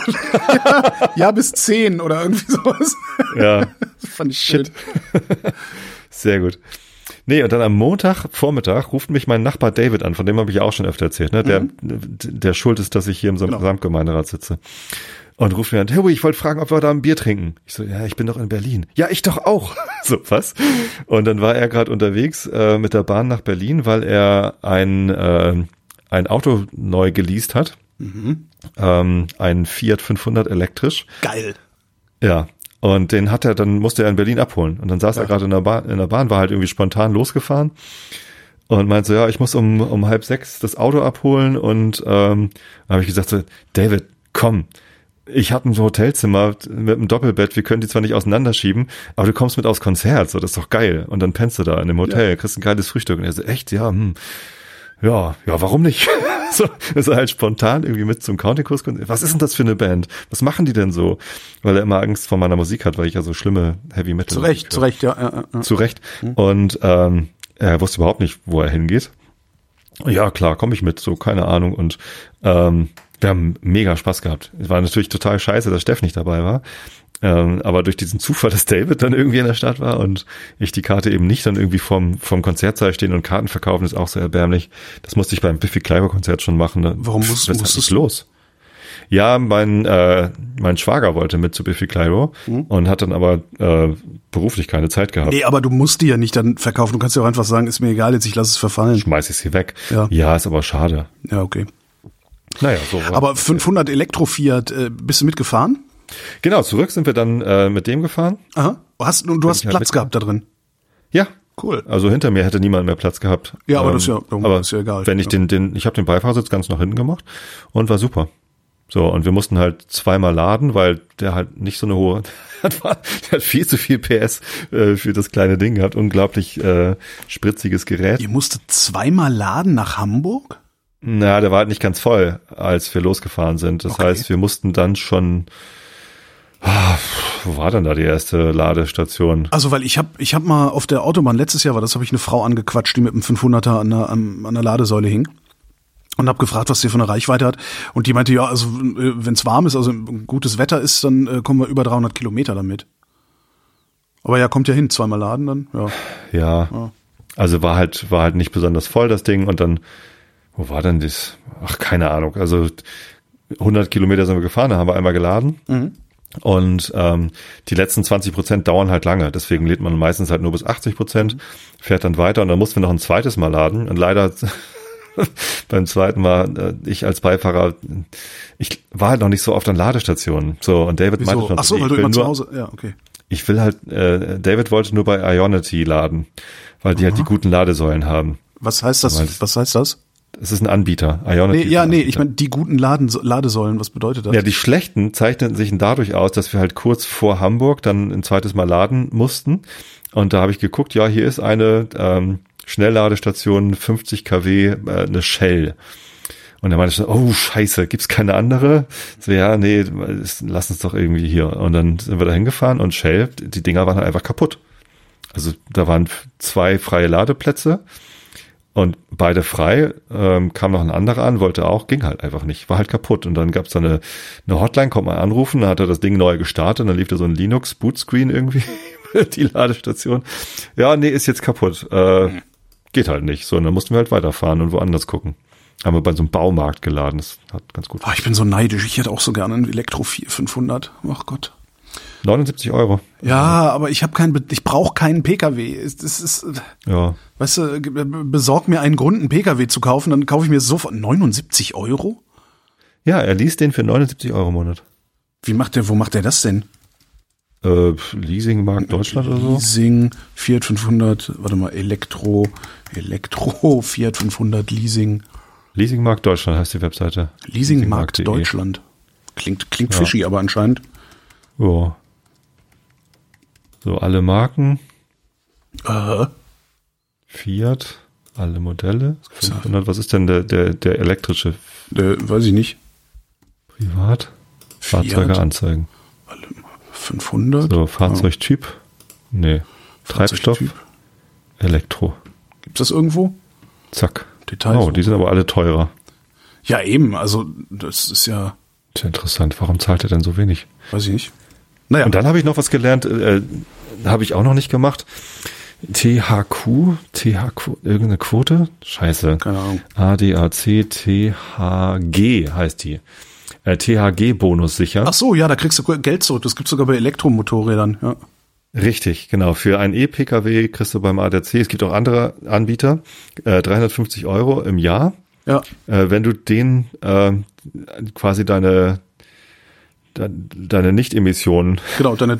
ja, bis 10 oder irgendwie sowas. Ja. Das fand ich shit. Sehr gut. Nee, und dann am Montagvormittag ruft mich mein Nachbar David an, von dem habe ich ja auch schon öfter erzählt, ne? Der schuld ist, dass ich hier im Samtgemeinderat sitze. Und ruft mir an, hey, ich wollte fragen, ob wir da ein Bier trinken. Ich so, ja, ich bin doch in Berlin. Ja, ich doch auch. So, was? Und dann war er gerade unterwegs mit der Bahn nach Berlin, weil er ein Auto neu geleast hat. Ein Fiat 500 elektrisch. Geil. Ja. Und den musste er in Berlin abholen. Und dann saß er gerade in der Bahn, war halt irgendwie spontan losgefahren und meinte so, ja, ich muss um 5:30 das Auto abholen. Und dann habe ich gesagt so, David, komm, ich habe ein Hotelzimmer mit einem Doppelbett, wir können die zwar nicht auseinanderschieben, aber du kommst mit aufs Konzert, so, das ist doch geil. Und dann pennst du da in dem Hotel, kriegst ein geiles Frühstück. Und er so, echt? Ja, warum nicht? So, ist er halt spontan irgendwie mit zum County-Kurs. Was ist denn das für eine Band? Was machen die denn so? Weil er immer Angst vor meiner Musik hat, weil ich ja so schlimme Heavy-Metal. Zu Recht, ja. Zu Recht. Und er wusste überhaupt nicht, wo er hingeht. Ja, klar, komme ich mit, so, keine Ahnung. Und wir haben mega Spaß gehabt. Es war natürlich total scheiße, dass Steff nicht dabei war. Aber durch diesen Zufall, dass David dann irgendwie in der Stadt war und ich die Karte eben nicht, dann irgendwie vom Konzertsaal stehen und Karten verkaufen, ist auch so erbärmlich. Das musste ich beim Biffy Clyro Konzert schon machen. Ne? Warum musstest du los? Ja, mein Schwager wollte mit zu Biffy Clyro und hat dann aber beruflich keine Zeit gehabt. Nee, aber du musst die ja nicht dann verkaufen. Du kannst ja auch einfach sagen, ist mir egal, jetzt ich lasse es verfallen. Schmeiß ich sie weg. Ja, ist aber schade. Ja, okay. Naja, so. Aber 500 Elektro-Fiat, bist du mitgefahren? Genau, zurück sind wir dann mit dem gefahren. Aha. Du hast Platz gehabt da drin? Ja. Cool. Also hinter mir hätte niemand mehr Platz gehabt. Ja, aber das ist ja egal. Wenn ich ich habe den Beifahrersitz ganz nach hinten gemacht und war super. So, und wir mussten halt zweimal laden, weil der halt nicht so eine hohe, der hat viel zu viel PS für das kleine Ding gehabt. Unglaublich spritziges Gerät. Ihr musstet zweimal laden nach Hamburg? Na, der war halt nicht ganz voll, als wir losgefahren sind. Das heißt, wir mussten dann schon, wo war denn da die erste Ladestation? Also, weil ich hab mal auf der Autobahn, letztes Jahr habe ich eine Frau angequatscht, die mit einem 500er an der Ladesäule hing. Und hab gefragt, was die für eine Reichweite hat. Und die meinte, ja, also wenn es warm ist, also gutes Wetter ist, dann kommen wir über 300 Kilometer damit. Aber ja, kommt ja hin, zweimal laden dann. Ja. Also war halt nicht besonders voll, das Ding. Und dann, wo war denn das? Ach, keine Ahnung. Also 100 Kilometer sind wir gefahren, da haben wir einmal geladen. Und die letzten 20% dauern halt lange. Deswegen lädt man meistens halt nur bis 80%, fährt dann weiter. Und dann mussten wir noch ein zweites Mal laden. Und leider beim zweiten Mal, ich als Beifahrer, ich war halt noch nicht so oft an Ladestationen. So, und David meinte schon, ach so, weil du immer zu Hause, ja, okay. Ich will halt, David wollte nur bei Ionity laden, weil die halt die guten Ladesäulen haben. Was heißt das? Was heißt das? Es ist ein Anbieter. Ionity ich meine, die guten Ladesäulen, was bedeutet das? Ja, die schlechten zeichneten sich dadurch aus, dass wir halt kurz vor Hamburg dann ein zweites Mal laden mussten. Und da habe ich geguckt, ja, hier ist eine Schnellladestation, 50 kW, eine Shell. Und er meinte so, oh scheiße, gibt's keine andere? So, ja, nee, lass uns doch irgendwie hier. Und dann sind wir da hingefahren und Shell, die Dinger waren halt einfach kaputt. Also da waren 2 freie Ladeplätze und beide frei, kam noch ein anderer an, wollte auch, ging halt einfach nicht, war halt kaputt. Und dann gab's da eine Hotline, konnte man anrufen, dann hat er das Ding neu gestartet und dann lief da so ein Linux-Bootscreen irgendwie, die Ladestation. Ja, nee, ist jetzt kaputt. Geht halt nicht. So, und dann mussten wir halt weiterfahren und woanders gucken. Haben wir bei so einem Baumarkt geladen. Das hat ganz gut. Ich bin so neidisch. Ich hätte auch so gerne einen Elektro 500. Ach Gott. 79 €. Ja, aber ich brauche keinen PKW. Ja. Weißt du, besorg mir einen Grund, einen PKW zu kaufen, dann kaufe ich mir sofort 79 €? Ja, er liest den für 79 € im Monat. Wo macht der das denn? Leasingmarkt Deutschland oder so? Leasing, Fiat 500, warte mal, Elektro, Fiat 500, Leasing. Leasingmarkt Deutschland heißt die Webseite. Leasingmarkt Deutschland. Klingt fishy, aber anscheinend. Ja. So, alle Marken. Fiat, alle Modelle. 500, was ist denn der elektrische? Weiß ich nicht. Privat. Fiat. Fahrzeuge anzeigen. Alle 500. So, Fahrzeugtyp. Nee. Treibstoff. Fahrzeugtyp. Elektro. Gibt's das irgendwo? Zack. Details. Oh, die sind aber alle teurer. Ja, eben. Also, das ist ja... Das ist interessant. Warum zahlt er denn so wenig? Weiß ich nicht. Naja. Und dann habe ich noch was gelernt, habe ich auch noch nicht gemacht. THQ, irgendeine Quote? Scheiße. Keine Ahnung. ADAC, THG heißt die. THG-Bonus sicher. Ach so, ja, da kriegst du Geld zurück. Das gibt's sogar bei Elektromotorrädern, ja. Richtig, genau. Für einen E-Pkw kriegst du beim ADAC, es gibt auch andere Anbieter, 350 € im Jahr. Ja. Wenn du den quasi deine Nicht-Emissionen. Genau, deine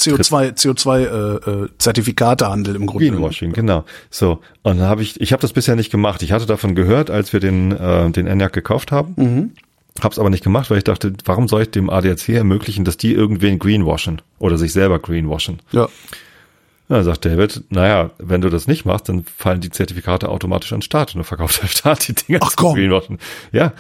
CO2-Zertifikatehandel im Grunde. Greenwashing, genau. So, und dann habe ich habe das bisher nicht gemacht. Ich hatte davon gehört, als wir den Enyaq gekauft haben. Mhm. Hab's aber nicht gemacht, weil ich dachte, warum soll ich dem ADAC ermöglichen, dass die irgendwen greenwashen oder sich selber greenwashen? Ja. Dann sagt David, naja, wenn du das nicht machst, dann fallen die Zertifikate automatisch an den Staat und dann verkauft der Staat die Dinger Ach komm. greenwashen. Ja,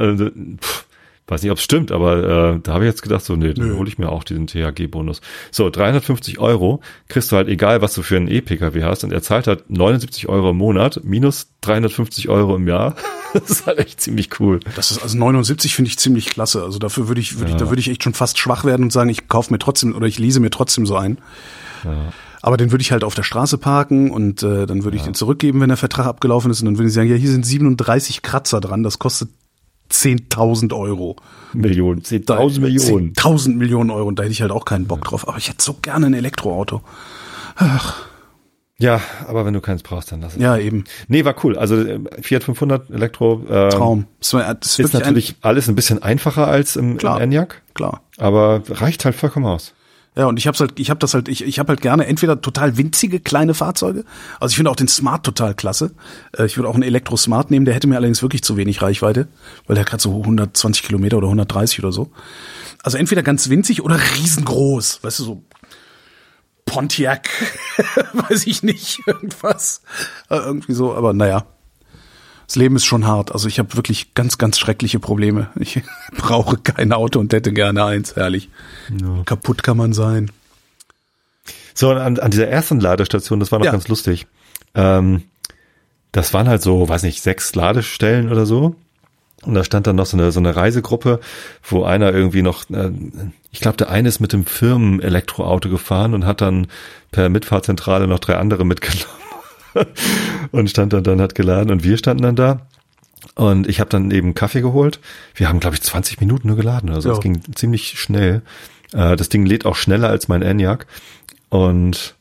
weiß nicht, ob es stimmt, aber da habe ich jetzt gedacht, so, nee, dann hole ich mir auch diesen THG-Bonus. So, 350 € kriegst du halt, egal was du für einen E-Pkw hast, und er zahlt halt 79 € im Monat, minus 350 € im Jahr. Das ist halt echt ziemlich cool. Das ist, also 79 finde ich ziemlich klasse. Also dafür würde ich echt schon fast schwach werden und sagen, ich kaufe mir trotzdem oder ich lease mir trotzdem so ein. Ja. Aber den würde ich halt auf der Straße parken und dann würde ich den zurückgeben, wenn der Vertrag abgelaufen ist, und dann würde ich sagen, ja, hier sind 37 Kratzer dran, das kostet 10.000 €. Millionen, 10.000 Millionen. 10.000 Millionen Euro, und da hätte ich halt auch keinen Bock drauf. Aber ich hätte so gerne ein Elektroauto. Ach. Ja, aber wenn du keins brauchst, dann lass es. Ja, eben. Nee, war cool. Also Fiat 500 Elektro Traum. Das ist natürlich alles ein bisschen einfacher als im Enyaq. Klar. Aber reicht halt vollkommen aus. Ja, und ich habe halt gerne entweder total winzige kleine Fahrzeuge. Also ich finde auch den Smart total klasse. Ich würde auch einen Elektro-Smart nehmen, der hätte mir allerdings wirklich zu wenig Reichweite, weil der hat gerade so 120 Kilometer oder 130 oder so. Also entweder ganz winzig oder riesengroß, weißt du, so Pontiac, weiß ich nicht, irgendwas. Irgendwie so, aber naja. Das Leben ist schon hart. Also ich habe wirklich ganz, ganz schreckliche Probleme. Ich brauche kein Auto und hätte gerne eins, herrlich. Ja. Kaputt kann man sein. So, an dieser ersten Ladestation, das war noch ganz lustig. Das waren halt so, weiß nicht, 6 Ladestellen oder so. Und da stand dann noch so eine Reisegruppe, wo einer irgendwie noch, ich glaube, der eine ist mit dem Firmen-Elektroauto gefahren und hat dann per Mitfahrzentrale noch 3 andere mitgenommen. Und stand dann hat geladen und wir standen dann da und ich habe dann eben Kaffee geholt. Wir haben, glaube ich, 20 Minuten nur geladen oder so. Das ging ziemlich schnell. Das Ding lädt auch schneller als mein Enyaq. Und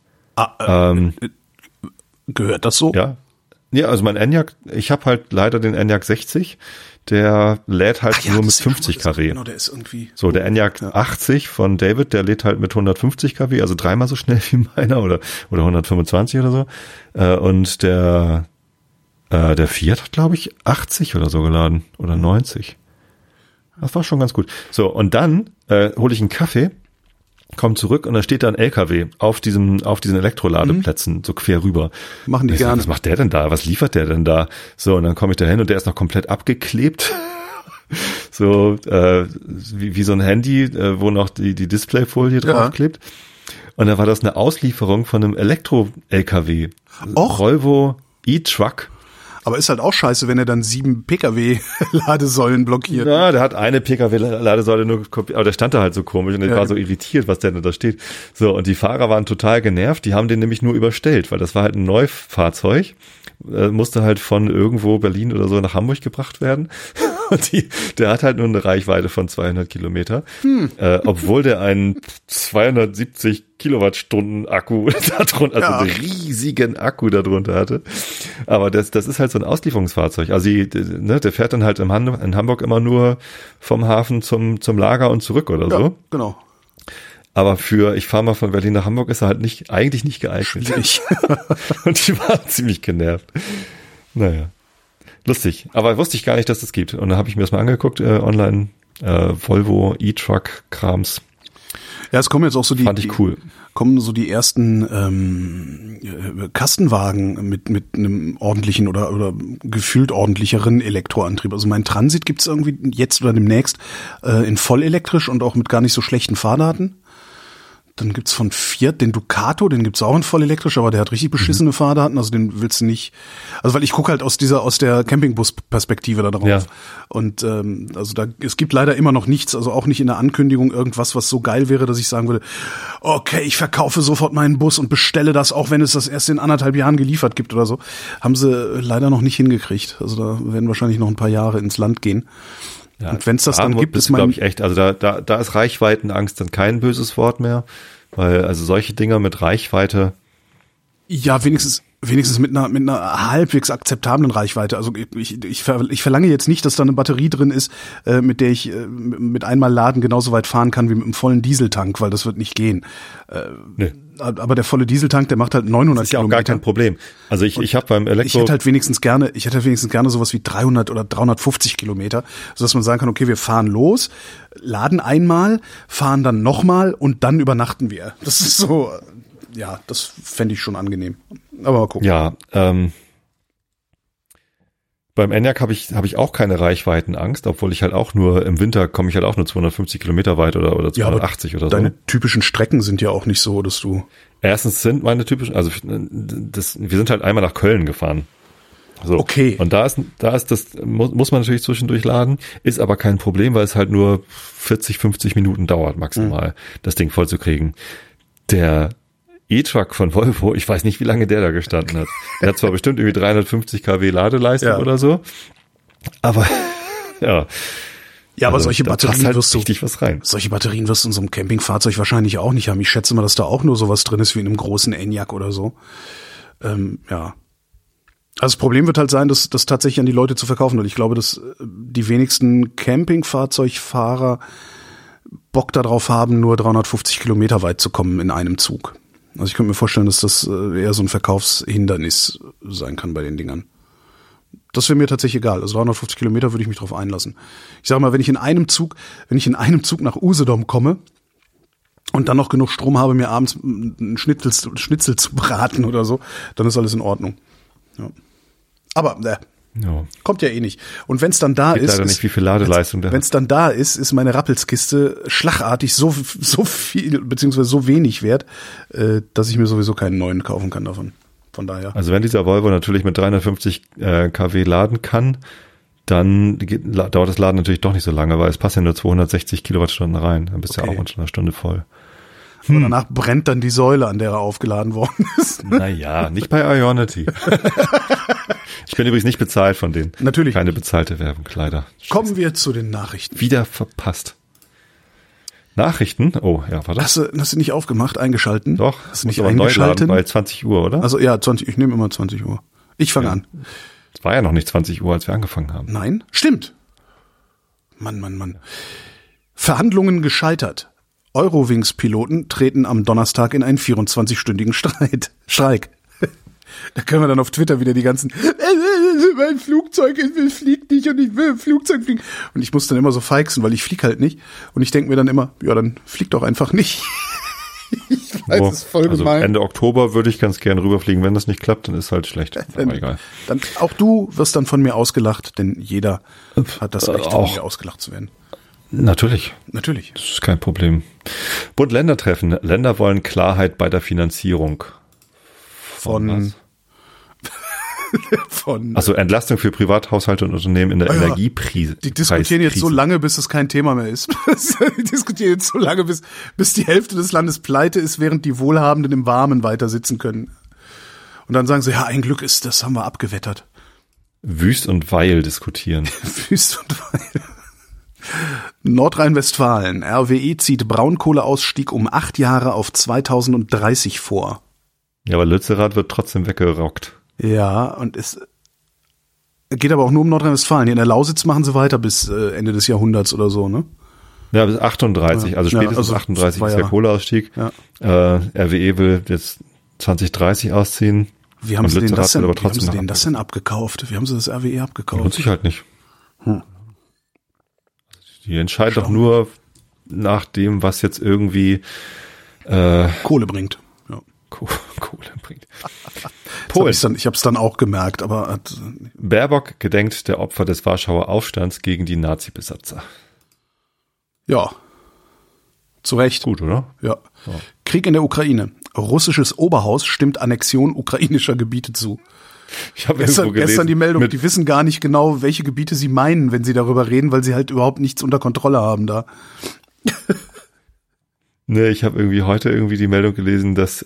gehört das so? Ja, also mein Enyaq, ich habe halt leider den Enyaq 60. Der lädt halt nur mit 50 kW. Genau, der ist irgendwie. So, der Enyaq 80 von David, der lädt halt mit 150 kW, also 3-mal so schnell wie meiner oder 125 oder so. Und der Fiat hat, glaube ich, 80 oder so geladen oder 90. Das war schon ganz gut. So, und dann hole ich einen Kaffee, komm zurück und da steht da ein LKW auf diesen Elektroladeplätzen, so quer rüber. Machen die gerne. Was macht der denn da? Was liefert der denn da? So, und dann komme ich da hin und der ist noch komplett abgeklebt. So, wie so ein Handy, wo noch die Displayfolie draufklebt. Und da war das eine Auslieferung von einem Elektro-LKW. Volvo E-Truck. Aber ist halt auch scheiße, wenn er dann 7 Pkw-Ladesäulen blockiert. Ja, der hat eine Pkw-Ladesäule nur kopiert, aber der stand da halt so komisch und ich war so irritiert, was der denn da steht. So, und die Fahrer waren total genervt, die haben den nämlich nur überstellt, weil das war halt ein Neufahrzeug, musste halt von irgendwo Berlin oder so nach Hamburg gebracht werden. Und der hat halt nur eine Reichweite von 200 Kilometer, obwohl der einen 270 Kilowattstunden Akku da drunter, also einen riesigen Akku da drunter hatte. Aber das ist halt so ein Auslieferungsfahrzeug. Also der fährt dann halt in Hamburg immer nur vom Hafen zum Lager und zurück oder so. Genau. Aber ich fahre mal von Berlin nach Hamburg, ist er halt eigentlich nicht geeignet. Schwierig. Und die waren ziemlich genervt. Naja. Lustig, aber wusste ich gar nicht, dass das gibt. Und dann habe ich mir das mal angeguckt online, Volvo E-Truck-Krams. Ja, es kommen jetzt auch so Fand ich cool. Kommen so die ersten Kastenwagen mit einem ordentlichen oder gefühlt ordentlicheren Elektroantrieb. Also mein Transit gibt's irgendwie jetzt oder demnächst in vollelektrisch und auch mit gar nicht so schlechten Fahrdaten. Dann gibt's von Fiat den Ducato, den gibt's auch in voll elektrisch, aber der hat richtig beschissene Fahrdaten, also den willst du nicht. Also weil ich gucke halt aus der Campingbus-Perspektive da drauf. Ja. Und also es gibt leider immer noch nichts, also auch nicht in der Ankündigung irgendwas, was so geil wäre, dass ich sagen würde, okay, ich verkaufe sofort meinen Bus und bestelle das, auch wenn es das erst in 1,5 Jahren geliefert gibt oder so. Haben sie leider noch nicht hingekriegt. Also da werden wahrscheinlich noch ein paar Jahre ins Land gehen. Ja, und wenn es das dann gibt, ist glaube ich echt, also da ist Reichweitenangst dann kein böses Wort mehr, weil also solche Dinger mit Reichweite. Ja, wenigstens mit einer halbwegs akzeptablen Reichweite. Also ich verlange jetzt nicht, dass da eine Batterie drin ist, mit der ich mit einmal laden genauso weit fahren kann wie mit einem vollen Dieseltank, weil das wird nicht gehen. Nee. Aber der volle Dieseltank, der macht halt 900 das ist ja Kilometer. Auch gar kein Problem. Also ich habe beim Elektro... Ich hätte halt wenigstens gerne sowas wie 300 oder 350 Kilometer, sodass man sagen kann, okay, wir fahren los, laden einmal, fahren dann nochmal und dann übernachten wir. Das ist so, ja, das fände ich schon angenehm. Aber mal gucken. Ja, beim Enyaq habe ich auch keine Reichweitenangst, obwohl ich halt auch nur, im Winter komme ich halt auch nur 250 Kilometer weit oder 280 oder so. Deine typischen Strecken sind ja auch nicht so, dass du... Erstens sind meine typischen, also wir sind halt einmal nach Köln gefahren. So. Okay. Und da ist das, muss man natürlich zwischendurch laden, ist aber kein Problem, weil es halt nur 40, 50 Minuten dauert maximal, das Ding voll zu kriegen. Der E-Truck von Volvo, ich weiß nicht, wie lange der da gestanden hat. Der hat zwar bestimmt irgendwie 350 kW Ladeleistung oder so, aber ja. Ja, aber solche Batterien halt wirst du richtig was rein. Solche Batterien wirst du in so einem Campingfahrzeug wahrscheinlich auch nicht haben. Ich schätze mal, dass da auch nur sowas drin ist wie in einem großen Enyaq oder so. Ja. Also das Problem wird halt sein, das tatsächlich an die Leute zu verkaufen. Und ich glaube, dass die wenigsten Campingfahrzeugfahrer Bock darauf haben, nur 350 Kilometer weit zu kommen in einem Zug. Also ich könnte mir vorstellen, dass das eher so ein Verkaufshindernis sein kann bei den Dingern. Das wäre mir tatsächlich egal. Also 350 Kilometer würde ich mich drauf einlassen. Ich sage mal, wenn ich in einem Zug nach Usedom komme und dann noch genug Strom habe, mir abends einen Schnitzel zu braten oder so, dann ist alles in Ordnung. Ja. Aber kommt ja eh nicht. Und wenn es dann da ist, leider nicht, wie viel Ladeleistung wenn es dann da ist meine Rappelskiste schlagartig so viel beziehungsweise so wenig wert, dass ich mir sowieso keinen neuen kaufen kann davon. Von daher. Also wenn dieser Volvo natürlich mit 350 kW laden kann, dann dauert das Laden natürlich doch nicht so lange, weil es passen ja nur 260 Kilowattstunden rein. Dann bist du ja auch in einer Stunde voll. Und danach brennt dann die Säule, an der er aufgeladen worden ist. Naja, nicht bei Ionity. Ich bin übrigens nicht bezahlt von denen. Natürlich. Keine bezahlte Werbung, leider. Kommen wir zu den Nachrichten. Wieder verpasst. Nachrichten? Oh, ja, warte. Hast du nicht aufgemacht, eingeschalten? Doch. Hast du nicht eingeschalten? Bei 20 Uhr, oder? Also ja, 20. Ich nehme immer 20 Uhr. Ich fange an. Es war ja noch nicht 20 Uhr, als wir angefangen haben. Nein? Stimmt. Mann. Verhandlungen gescheitert. Eurowings-Piloten treten am Donnerstag in einen 24-stündigen Streik. Da können wir dann auf Twitter wieder die ganzen mein Flugzeug fliegt nicht und ich will im Flugzeug fliegen. Und ich muss dann immer so feixen, weil ich flieg halt nicht. Und ich denke mir dann immer, ja, dann flieg doch einfach nicht. Ich weiß, das ist voll gemein. Ende Oktober würde ich ganz gern rüberfliegen. Wenn das nicht klappt, dann ist halt schlecht. Aber egal. Dann, auch du wirst dann von mir ausgelacht, denn jeder hat das Recht, von mir ausgelacht zu werden. Natürlich. Das ist kein Problem. Bund-Länder-Treffen. Länder wollen Klarheit bei der Finanzierung. Von also Entlastung für Privathaushalte und Unternehmen in der Energiekrise. Die diskutieren jetzt so lange, bis es kein Thema mehr ist. Die diskutieren jetzt so lange, bis die Hälfte des Landes pleite ist, während die Wohlhabenden im Warmen weiter sitzen können. Und dann sagen sie, ja, ein Glück ist, das haben wir abgewettert. Wüst und Weil diskutieren. Wüst und Weil. Nordrhein-Westfalen. RWE zieht Braunkohleausstieg um 8 Jahre auf 2030 vor. Ja, aber Lützerath wird trotzdem weggerockt. Ja, und es geht aber auch nur um Nordrhein-Westfalen. Hier in der Lausitz machen sie weiter bis Ende des Jahrhunderts oder so, ne? Ja, bis 38. Also spätestens 38 ist der Kohleausstieg. Ja. RWE will jetzt 2030 ausziehen. Wie haben sie denen das denn abgekauft? Wie haben sie das RWE abgekauft? Lohnt sich halt nicht. Die entscheiden doch nur nach dem, was jetzt irgendwie Kohle bringt. Ja. Kohle bringt. Polen. Ich habe es dann auch gemerkt, aber Baerbock gedenkt der Opfer des Warschauer Aufstands gegen die Nazi-Besatzer. Ja. Zu Recht. Gut, oder? Ja. Krieg in der Ukraine. Russisches Oberhaus stimmt Annexion ukrainischer Gebiete zu. Ich habe gestern die Meldung, die wissen gar nicht genau, welche Gebiete sie meinen, wenn sie darüber reden, weil sie halt überhaupt nichts unter Kontrolle haben da. Ne, ich habe heute die Meldung gelesen, dass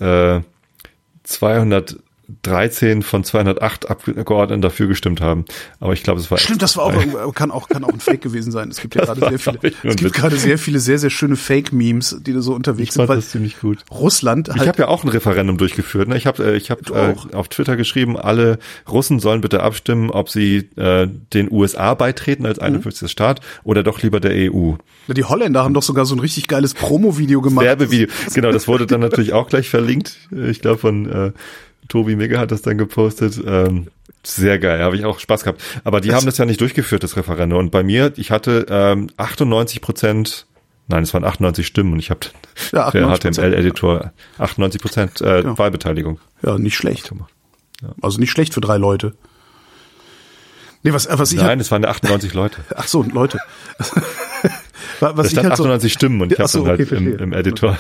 213 von 208 Abgeordneten dafür gestimmt haben. Aber ich glaube, es war... Stimmt, das war auch, kann auch ein Fake gewesen sein. Es gibt ja gerade sehr viele, sehr, sehr schöne Fake-Memes, die da so unterwegs sind. Ich fand das ziemlich gut. Russland halt... Ich habe ja auch ein Referendum durchgeführt. Ne? Ich habe auf Twitter geschrieben, alle Russen sollen bitte abstimmen, ob sie den USA beitreten als 51. Staat oder doch lieber der EU. Ja, die Holländer haben doch sogar so ein richtig geiles Promo-Video gemacht. Werbevideo, genau, das wurde dann natürlich auch gleich verlinkt. Ich glaube von... Tobi Migge hat das dann gepostet. Sehr geil, habe ich auch Spaß gehabt. Aber die haben das ja nicht durchgeführt, das Referendum. Und bei mir, ich hatte 98%, nein, es waren 98 Stimmen und ich habe ja, der HTML-Editor 98% Wahlbeteiligung. Ja, nicht schlecht. Ja. Also nicht schlecht für 3 Leute. Nee, was ich Nein, es waren 98 Leute. Ach so, Leute. Da stand 98 Stimmen und ich habe dann halt im Editor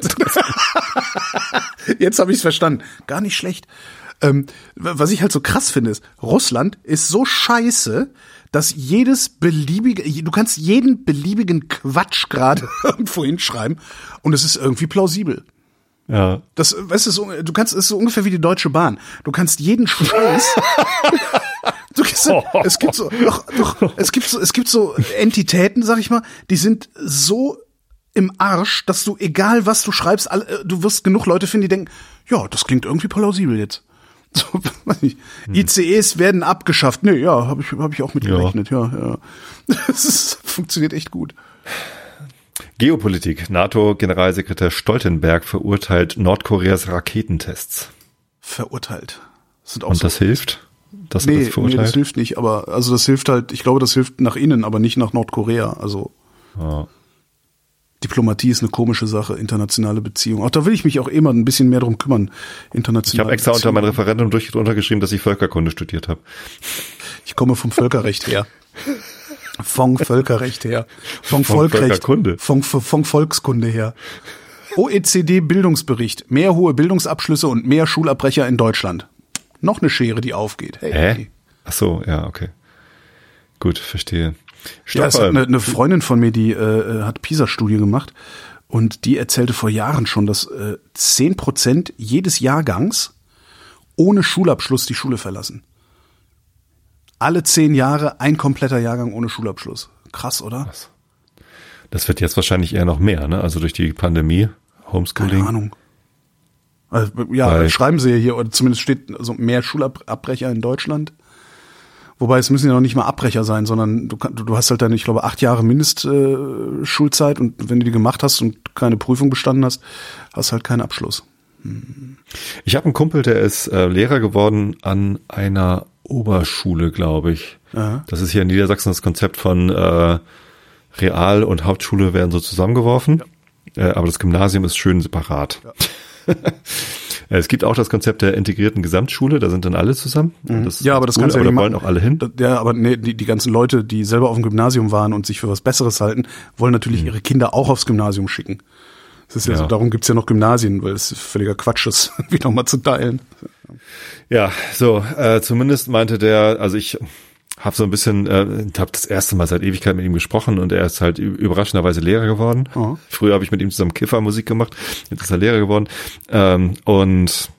Jetzt habe ich es verstanden. Gar nicht schlecht. Was ich halt so krass finde, ist, Russland ist so scheiße, dass du kannst jeden beliebigen Quatsch gerade irgendwo hinschreiben und es ist irgendwie plausibel. Ja. Das, weißt du, es ist so ungefähr wie die Deutsche Bahn. Du kannst jeden Scheiß es gibt so Entitäten, sag ich mal, die sind so im Arsch, dass du, egal was du schreibst, du wirst genug Leute finden, die denken, ja, das klingt irgendwie plausibel jetzt. So, weiß nicht. ICEs werden abgeschafft. Nee, ja, hab ich auch mitgerechnet, ja. Das funktioniert echt gut. Geopolitik. NATO-Generalsekretär Stoltenberg verurteilt Nordkoreas Raketentests. Verurteilt. Und das hilft? Das verurteilt? Nee, das hilft nicht, aber also das hilft halt, ich glaube, das hilft nach innen, aber nicht nach Nordkorea. Also Diplomatie ist eine komische Sache, internationale Beziehungen. Auch da will ich mich auch immer ein bisschen mehr drum kümmern. Internationale Ich habe extra unter mein Referendum drunter geschrieben, dass ich Völkerkunde studiert habe. Ich komme vom Völkerrecht her. Von Völkerrecht her. Von Volkrecht. Von Volkskunde her. OECD Bildungsbericht. Mehr hohe Bildungsabschlüsse und mehr Schulabbrecher in Deutschland. Noch eine Schere, die aufgeht. Hey. Ach so, ja, okay. Gut, verstehe. Ja, es hat eine Freundin von mir, die hat PISA-Studie gemacht und die erzählte vor Jahren schon, dass 10% jedes Jahrgangs ohne Schulabschluss die Schule verlassen. Alle 10 Jahre ein kompletter Jahrgang ohne Schulabschluss. Krass, oder? Krass. Das wird jetzt wahrscheinlich eher noch mehr, ne? Also durch die Pandemie, Homeschooling. Keine Ahnung. Also, ja, schreiben sie hier, oder zumindest steht so mehr Schulabbrecher in Deutschland. Wobei es müssen ja noch nicht mal Abbrecher sein, sondern du hast halt deine, ich glaube, 8 Jahre Mindestschulzeit und wenn du die gemacht hast und keine Prüfung bestanden hast, hast halt keinen Abschluss. Ich habe einen Kumpel, der ist Lehrer geworden an einer Oberschule, glaube ich. Aha. Das ist hier in Niedersachsen das Konzept von Real- und Hauptschule werden so zusammengeworfen, aber das Gymnasium ist schön separat. Ja. Es gibt auch das Konzept der integrierten Gesamtschule, da sind dann alle zusammen. Ja, aber das cool, kannst du ja nicht machen. Da wollen auch alle hin. Ja, aber nee, die ganzen Leute, die selber auf dem Gymnasium waren und sich für was Besseres halten, wollen natürlich ihre Kinder auch aufs Gymnasium schicken. Das ist ja so, darum gibt's ja noch Gymnasien, weil es völliger Quatsch ist, wie nochmal zu teilen. Ja, so, zumindest meinte der, also ich habe so ein bisschen, habe das erste Mal seit Ewigkeit mit ihm gesprochen und er ist halt überraschenderweise Lehrer geworden. Oh. Früher habe ich mit ihm zusammen Kiffermusik gemacht, jetzt ist er Lehrer geworden. Und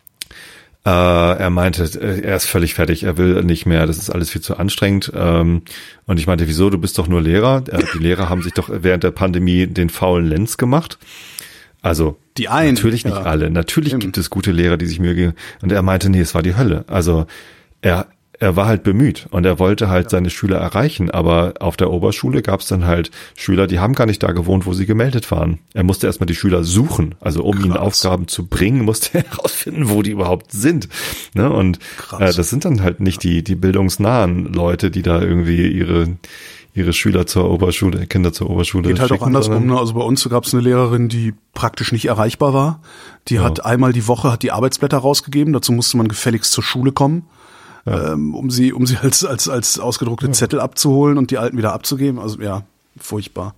er meinte, er ist völlig fertig, er will nicht mehr, das ist alles viel zu anstrengend. Und ich meinte, wieso, du bist doch nur Lehrer. Die Lehrer haben sich doch während der Pandemie den faulen Lenz gemacht. Also die einen, natürlich nicht alle. Natürlich gibt es gute Lehrer, die sich Mühe geben. Und er meinte, nee, es war die Hölle. Also er war halt bemüht und er wollte halt seine Schüler erreichen, aber auf der Oberschule gab es dann halt Schüler, die haben gar nicht da gewohnt, wo sie gemeldet waren. Er musste erstmal die Schüler suchen, also um ihnen Aufgaben zu bringen, musste er herausfinden, wo die überhaupt sind. Ne? Und das sind dann halt nicht die bildungsnahen Leute, die da irgendwie ihre Schüler zur Oberschule, Kinder zur Oberschule Geht halt schicken, auch andersrum. sondern- Ne? Also bei uns gab es eine Lehrerin, die praktisch nicht erreichbar war. Die hat einmal die Woche hat die Arbeitsblätter rausgegeben. Dazu musste man gefälligst zur Schule kommen, um sie als ausgedruckte Zettel abzuholen und die alten wieder abzugeben. Also ja, furchtbar.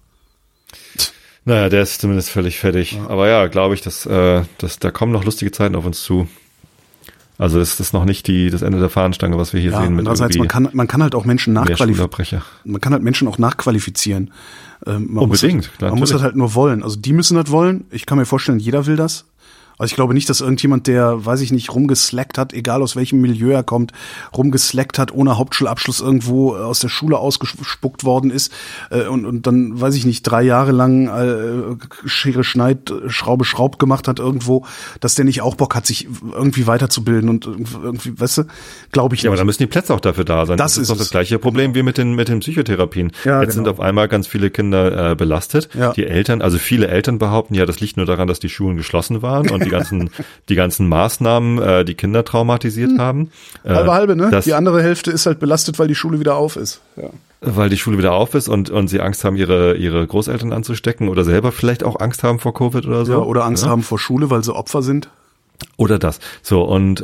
Naja, der ist zumindest völlig fertig. Ja. Aber ja, glaube ich, dass da kommen noch lustige Zeiten auf uns zu. Also das ist noch nicht das Ende der Fahnenstange, was wir hier sehen mit andererseits, man kann halt auch Menschen Schulabbrecher. Man kann halt Menschen auch nachqualifizieren. Unbedingt, klar. Man muss das halt nur wollen. Also die müssen das wollen. Ich kann mir vorstellen, jeder will das. Also ich glaube nicht, dass irgendjemand, der, weiß ich nicht, rumgeslackt hat, egal aus welchem Milieu er kommt, rumgeslackt hat, ohne Hauptschulabschluss irgendwo aus der Schule ausgespuckt worden ist und dann, weiß ich nicht, 3 Jahre lang Schere Schneid, Schraube Schraub gemacht hat irgendwo, dass der nicht auch Bock hat, sich irgendwie weiterzubilden und irgendwie, weißt du, glaube ich nicht. Ja, aber da müssen die Plätze auch dafür da sein. Das ist doch das gleiche Problem wie mit den Psychotherapien. Ja, jetzt sind auf einmal ganz viele Kinder belastet. Ja. Die Eltern, also viele Eltern behaupten ja, das liegt nur daran, dass die Schulen geschlossen waren und die ganzen Maßnahmen, die Kinder traumatisiert haben. Halbe, ne? Die andere Hälfte ist halt belastet, weil die Schule wieder auf ist. Ja. Weil die Schule wieder auf ist und sie Angst haben, ihre Großeltern anzustecken oder selber vielleicht auch Angst haben vor Covid oder so. Ja, oder Angst haben vor Schule, weil sie Opfer sind. Oder das. So, und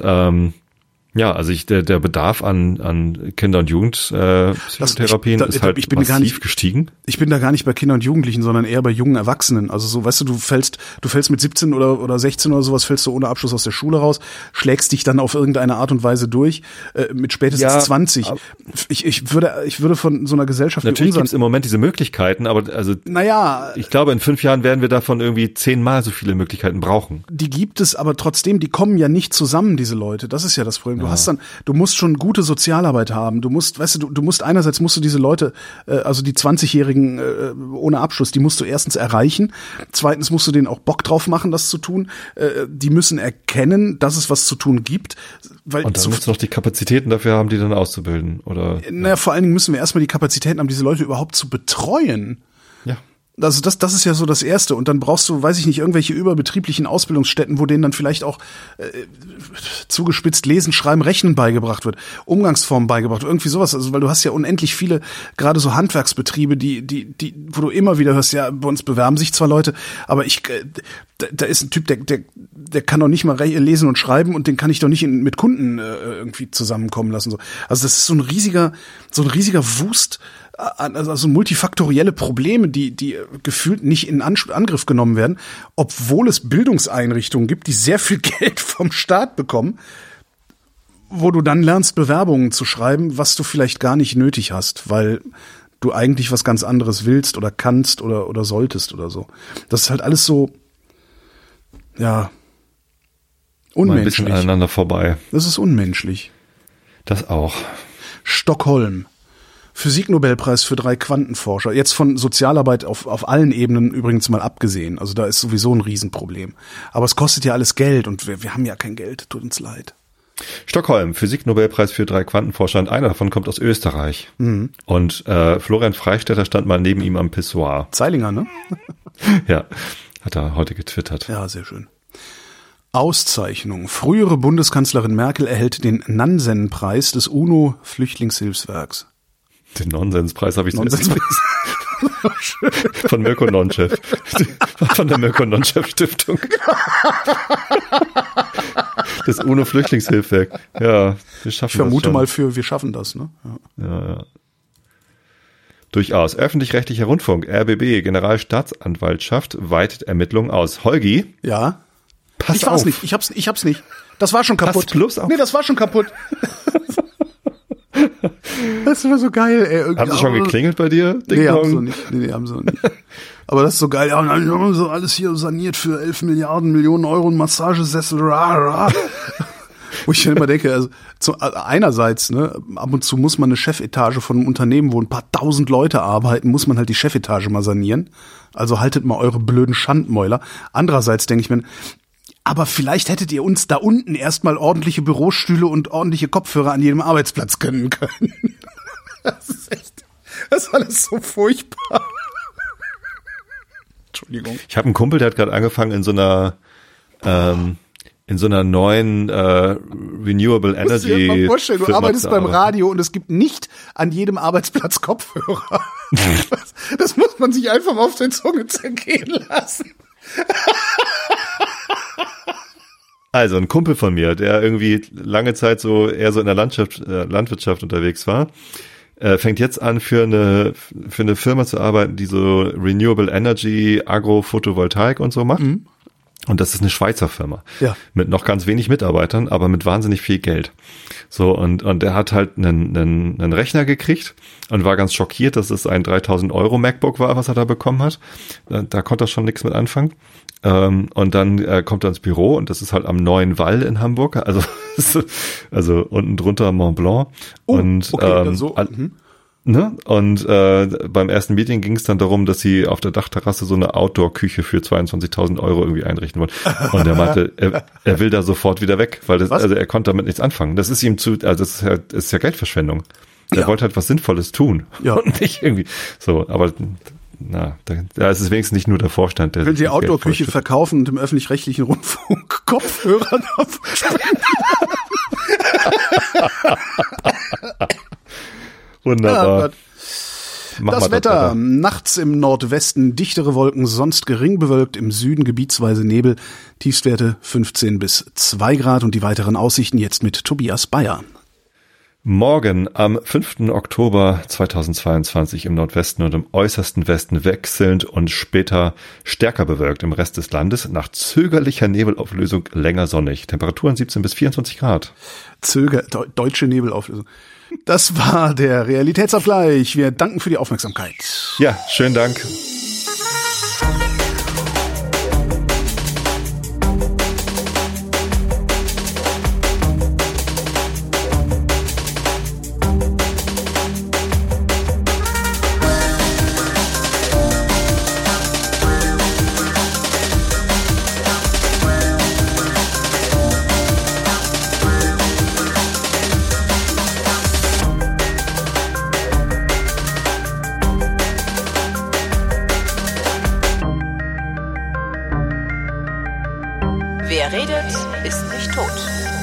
ja, also der Bedarf an Kinder- und Jugendpsychotherapien ist halt massiv gestiegen. Ich bin da gar nicht bei Kindern und Jugendlichen, sondern eher bei jungen Erwachsenen. Also so, weißt du fällst mit 17 oder 16 oder sowas, fällst du ohne Abschluss aus der Schule raus, schlägst dich dann auf irgendeine Art und Weise durch, mit spätestens 20. Ich würde von so einer Gesellschaft natürlich gibt es im Moment diese Möglichkeiten, aber also ich glaube, in 5 Jahren werden wir davon irgendwie 10-mal so viele Möglichkeiten brauchen. Die gibt es, aber trotzdem, die kommen ja nicht zusammen, diese Leute. Das ist ja das Problem. Du musst schon gute Sozialarbeit haben. Du musst einerseits musst du diese Leute, also die 20-Jährigen ohne Abschluss, die musst du erstens erreichen. Zweitens musst du denen auch Bock drauf machen, das zu tun. Die müssen erkennen, dass es was zu tun gibt. Weil und dann musst du noch die Kapazitäten dafür haben, die dann auszubilden, oder? Naja, vor allen Dingen müssen wir erstmal die Kapazitäten haben, diese Leute überhaupt zu betreuen. Ja. Also das ist ja so das Erste. Und dann brauchst du, weiß ich nicht, irgendwelche überbetrieblichen Ausbildungsstätten, wo denen dann vielleicht auch zugespitzt Lesen, Schreiben, Rechnen beigebracht wird, Umgangsformen beigebracht wird, irgendwie sowas. Also weil du hast ja unendlich viele, gerade so Handwerksbetriebe, die, wo du immer wieder hörst, ja, bei uns bewerben sich zwar Leute, aber da ist ein Typ, der kann doch nicht mal lesen und schreiben und den kann ich doch nicht mit Kunden irgendwie zusammenkommen lassen. So. Also das ist so ein riesiger Wust, also multifaktorielle Probleme, die gefühlt nicht in Angriff genommen werden, obwohl es Bildungseinrichtungen gibt, die sehr viel Geld vom Staat bekommen, wo du dann lernst, Bewerbungen zu schreiben, was du vielleicht gar nicht nötig hast, weil du eigentlich was ganz anderes willst oder kannst oder solltest oder so. Das ist halt alles so, ja, unmenschlich. Ein bisschen aneinander vorbei. Das ist unmenschlich. Das auch. Stockholm. Physiknobelpreis für 3 Quantenforscher. Jetzt von Sozialarbeit auf allen Ebenen übrigens mal abgesehen. Also da ist sowieso ein Riesenproblem. Aber es kostet ja alles Geld und wir haben ja kein Geld. Tut uns leid. Stockholm, Physiknobelpreis für 3 Quantenforscher und einer davon kommt aus Österreich. Mhm. Und Florian Freistetter stand mal neben ihm am Pissoir. Zeilinger, ne? Ja, hat er heute getwittert. Ja, sehr schön. Auszeichnung. Frühere Bundeskanzlerin Merkel erhält den Nansen-Preis des UNO-Flüchtlingshilfswerks. Den Nonsenspreis habe ich Nonsenspreis. Von Mirko Nonchef. Von der Mirko Nonchef Stiftung. Das UNO-Flüchtlingshilfswerk. Ja, wir schaffen das. Ich vermute mal wir schaffen das, ne? Ja. Durchaus. Öffentlich-rechtlicher Rundfunk, RBB, Generalstaatsanwaltschaft, weitet Ermittlungen aus. Holgi? Ja? Pass ich auf. Nicht. Ich hab's nicht. Das war schon kaputt. Pass bloß auf. Nee, das war schon kaputt. Das war so geil, ey. Haben sie schon geklingelt bei dir? Nee, haben sie nicht. Nee, haben sie nicht. Aber das ist so geil. Ja, und dann haben wir so alles hier saniert für 11 Millionen Euro und Massagesessel. Wo ich dann immer denke, also einerseits, ne, ab und zu muss man eine Chefetage von einem Unternehmen, wo ein paar 1000 Leute arbeiten, muss man halt die Chefetage mal sanieren. Also haltet mal eure blöden Schandmäuler. Andererseits denke ich mir, aber vielleicht hättet ihr uns da unten erstmal ordentliche Bürostühle und ordentliche Kopfhörer an jedem Arbeitsplatz gönnen können. Das ist alles so furchtbar. Entschuldigung. Ich habe einen Kumpel, der hat gerade angefangen in so einer neuen Renewable Energy. Du musst dir mal vorstellen, du arbeitest beim Radio und es gibt nicht an jedem Arbeitsplatz Kopfhörer. Das muss man sich einfach mal auf der Zunge zergehen lassen. Also ein Kumpel von mir, der irgendwie lange Zeit so eher so in der Landwirtschaft unterwegs war, fängt jetzt an für eine Firma zu arbeiten, die so Renewable Energy, Agro-Photovoltaik und so macht. Mhm. Und das ist eine Schweizer Firma. Ja. Mit noch ganz wenig Mitarbeitern, aber mit wahnsinnig viel Geld. So, und der hat halt einen Rechner gekriegt und war ganz schockiert, dass es ein 3.000 € MacBook war, was er da bekommen hat. Da konnte er schon nichts mit anfangen. Und dann kommt er ins Büro und das ist halt am Neuen Wall in Hamburg, also unten drunter Mont Blanc. Oh, und okay, dann so. Ne? Und beim ersten Meeting ging es dann darum, dass sie auf der Dachterrasse so eine Outdoor-Küche für 22.000 € irgendwie einrichten wollen. Und er meinte, er will da sofort wieder weg, weil also er konnte damit nichts anfangen. Das ist ihm das ist ja Geldverschwendung. Er wollte halt was Sinnvolles tun. Ja. Und nicht irgendwie so, aber da ist es wenigstens nicht nur der Vorstand, der. Wenn Sie Outdoor-Küche verkaufen und im öffentlich-rechtlichen Rundfunk Kopfhörer davon spenden. Wunderbar. Das Wetter. Nachts im Nordwesten dichtere Wolken, sonst gering bewölkt, im Süden gebietsweise Nebel, Tiefstwerte 15 bis 2 Grad und die weiteren Aussichten jetzt mit Tobias Bayer. Morgen am 5. Oktober 2022 im Nordwesten und im äußersten Westen wechselnd und später stärker bewölkt. Im Rest des Landes nach zögerlicher Nebelauflösung länger sonnig. Temperaturen 17 bis 24 Grad. Deutsche Nebelauflösung. Das war der Realitätsabgleich. Wir danken für die Aufmerksamkeit. Ja, schönen Dank. Wer redet, ist nicht tot.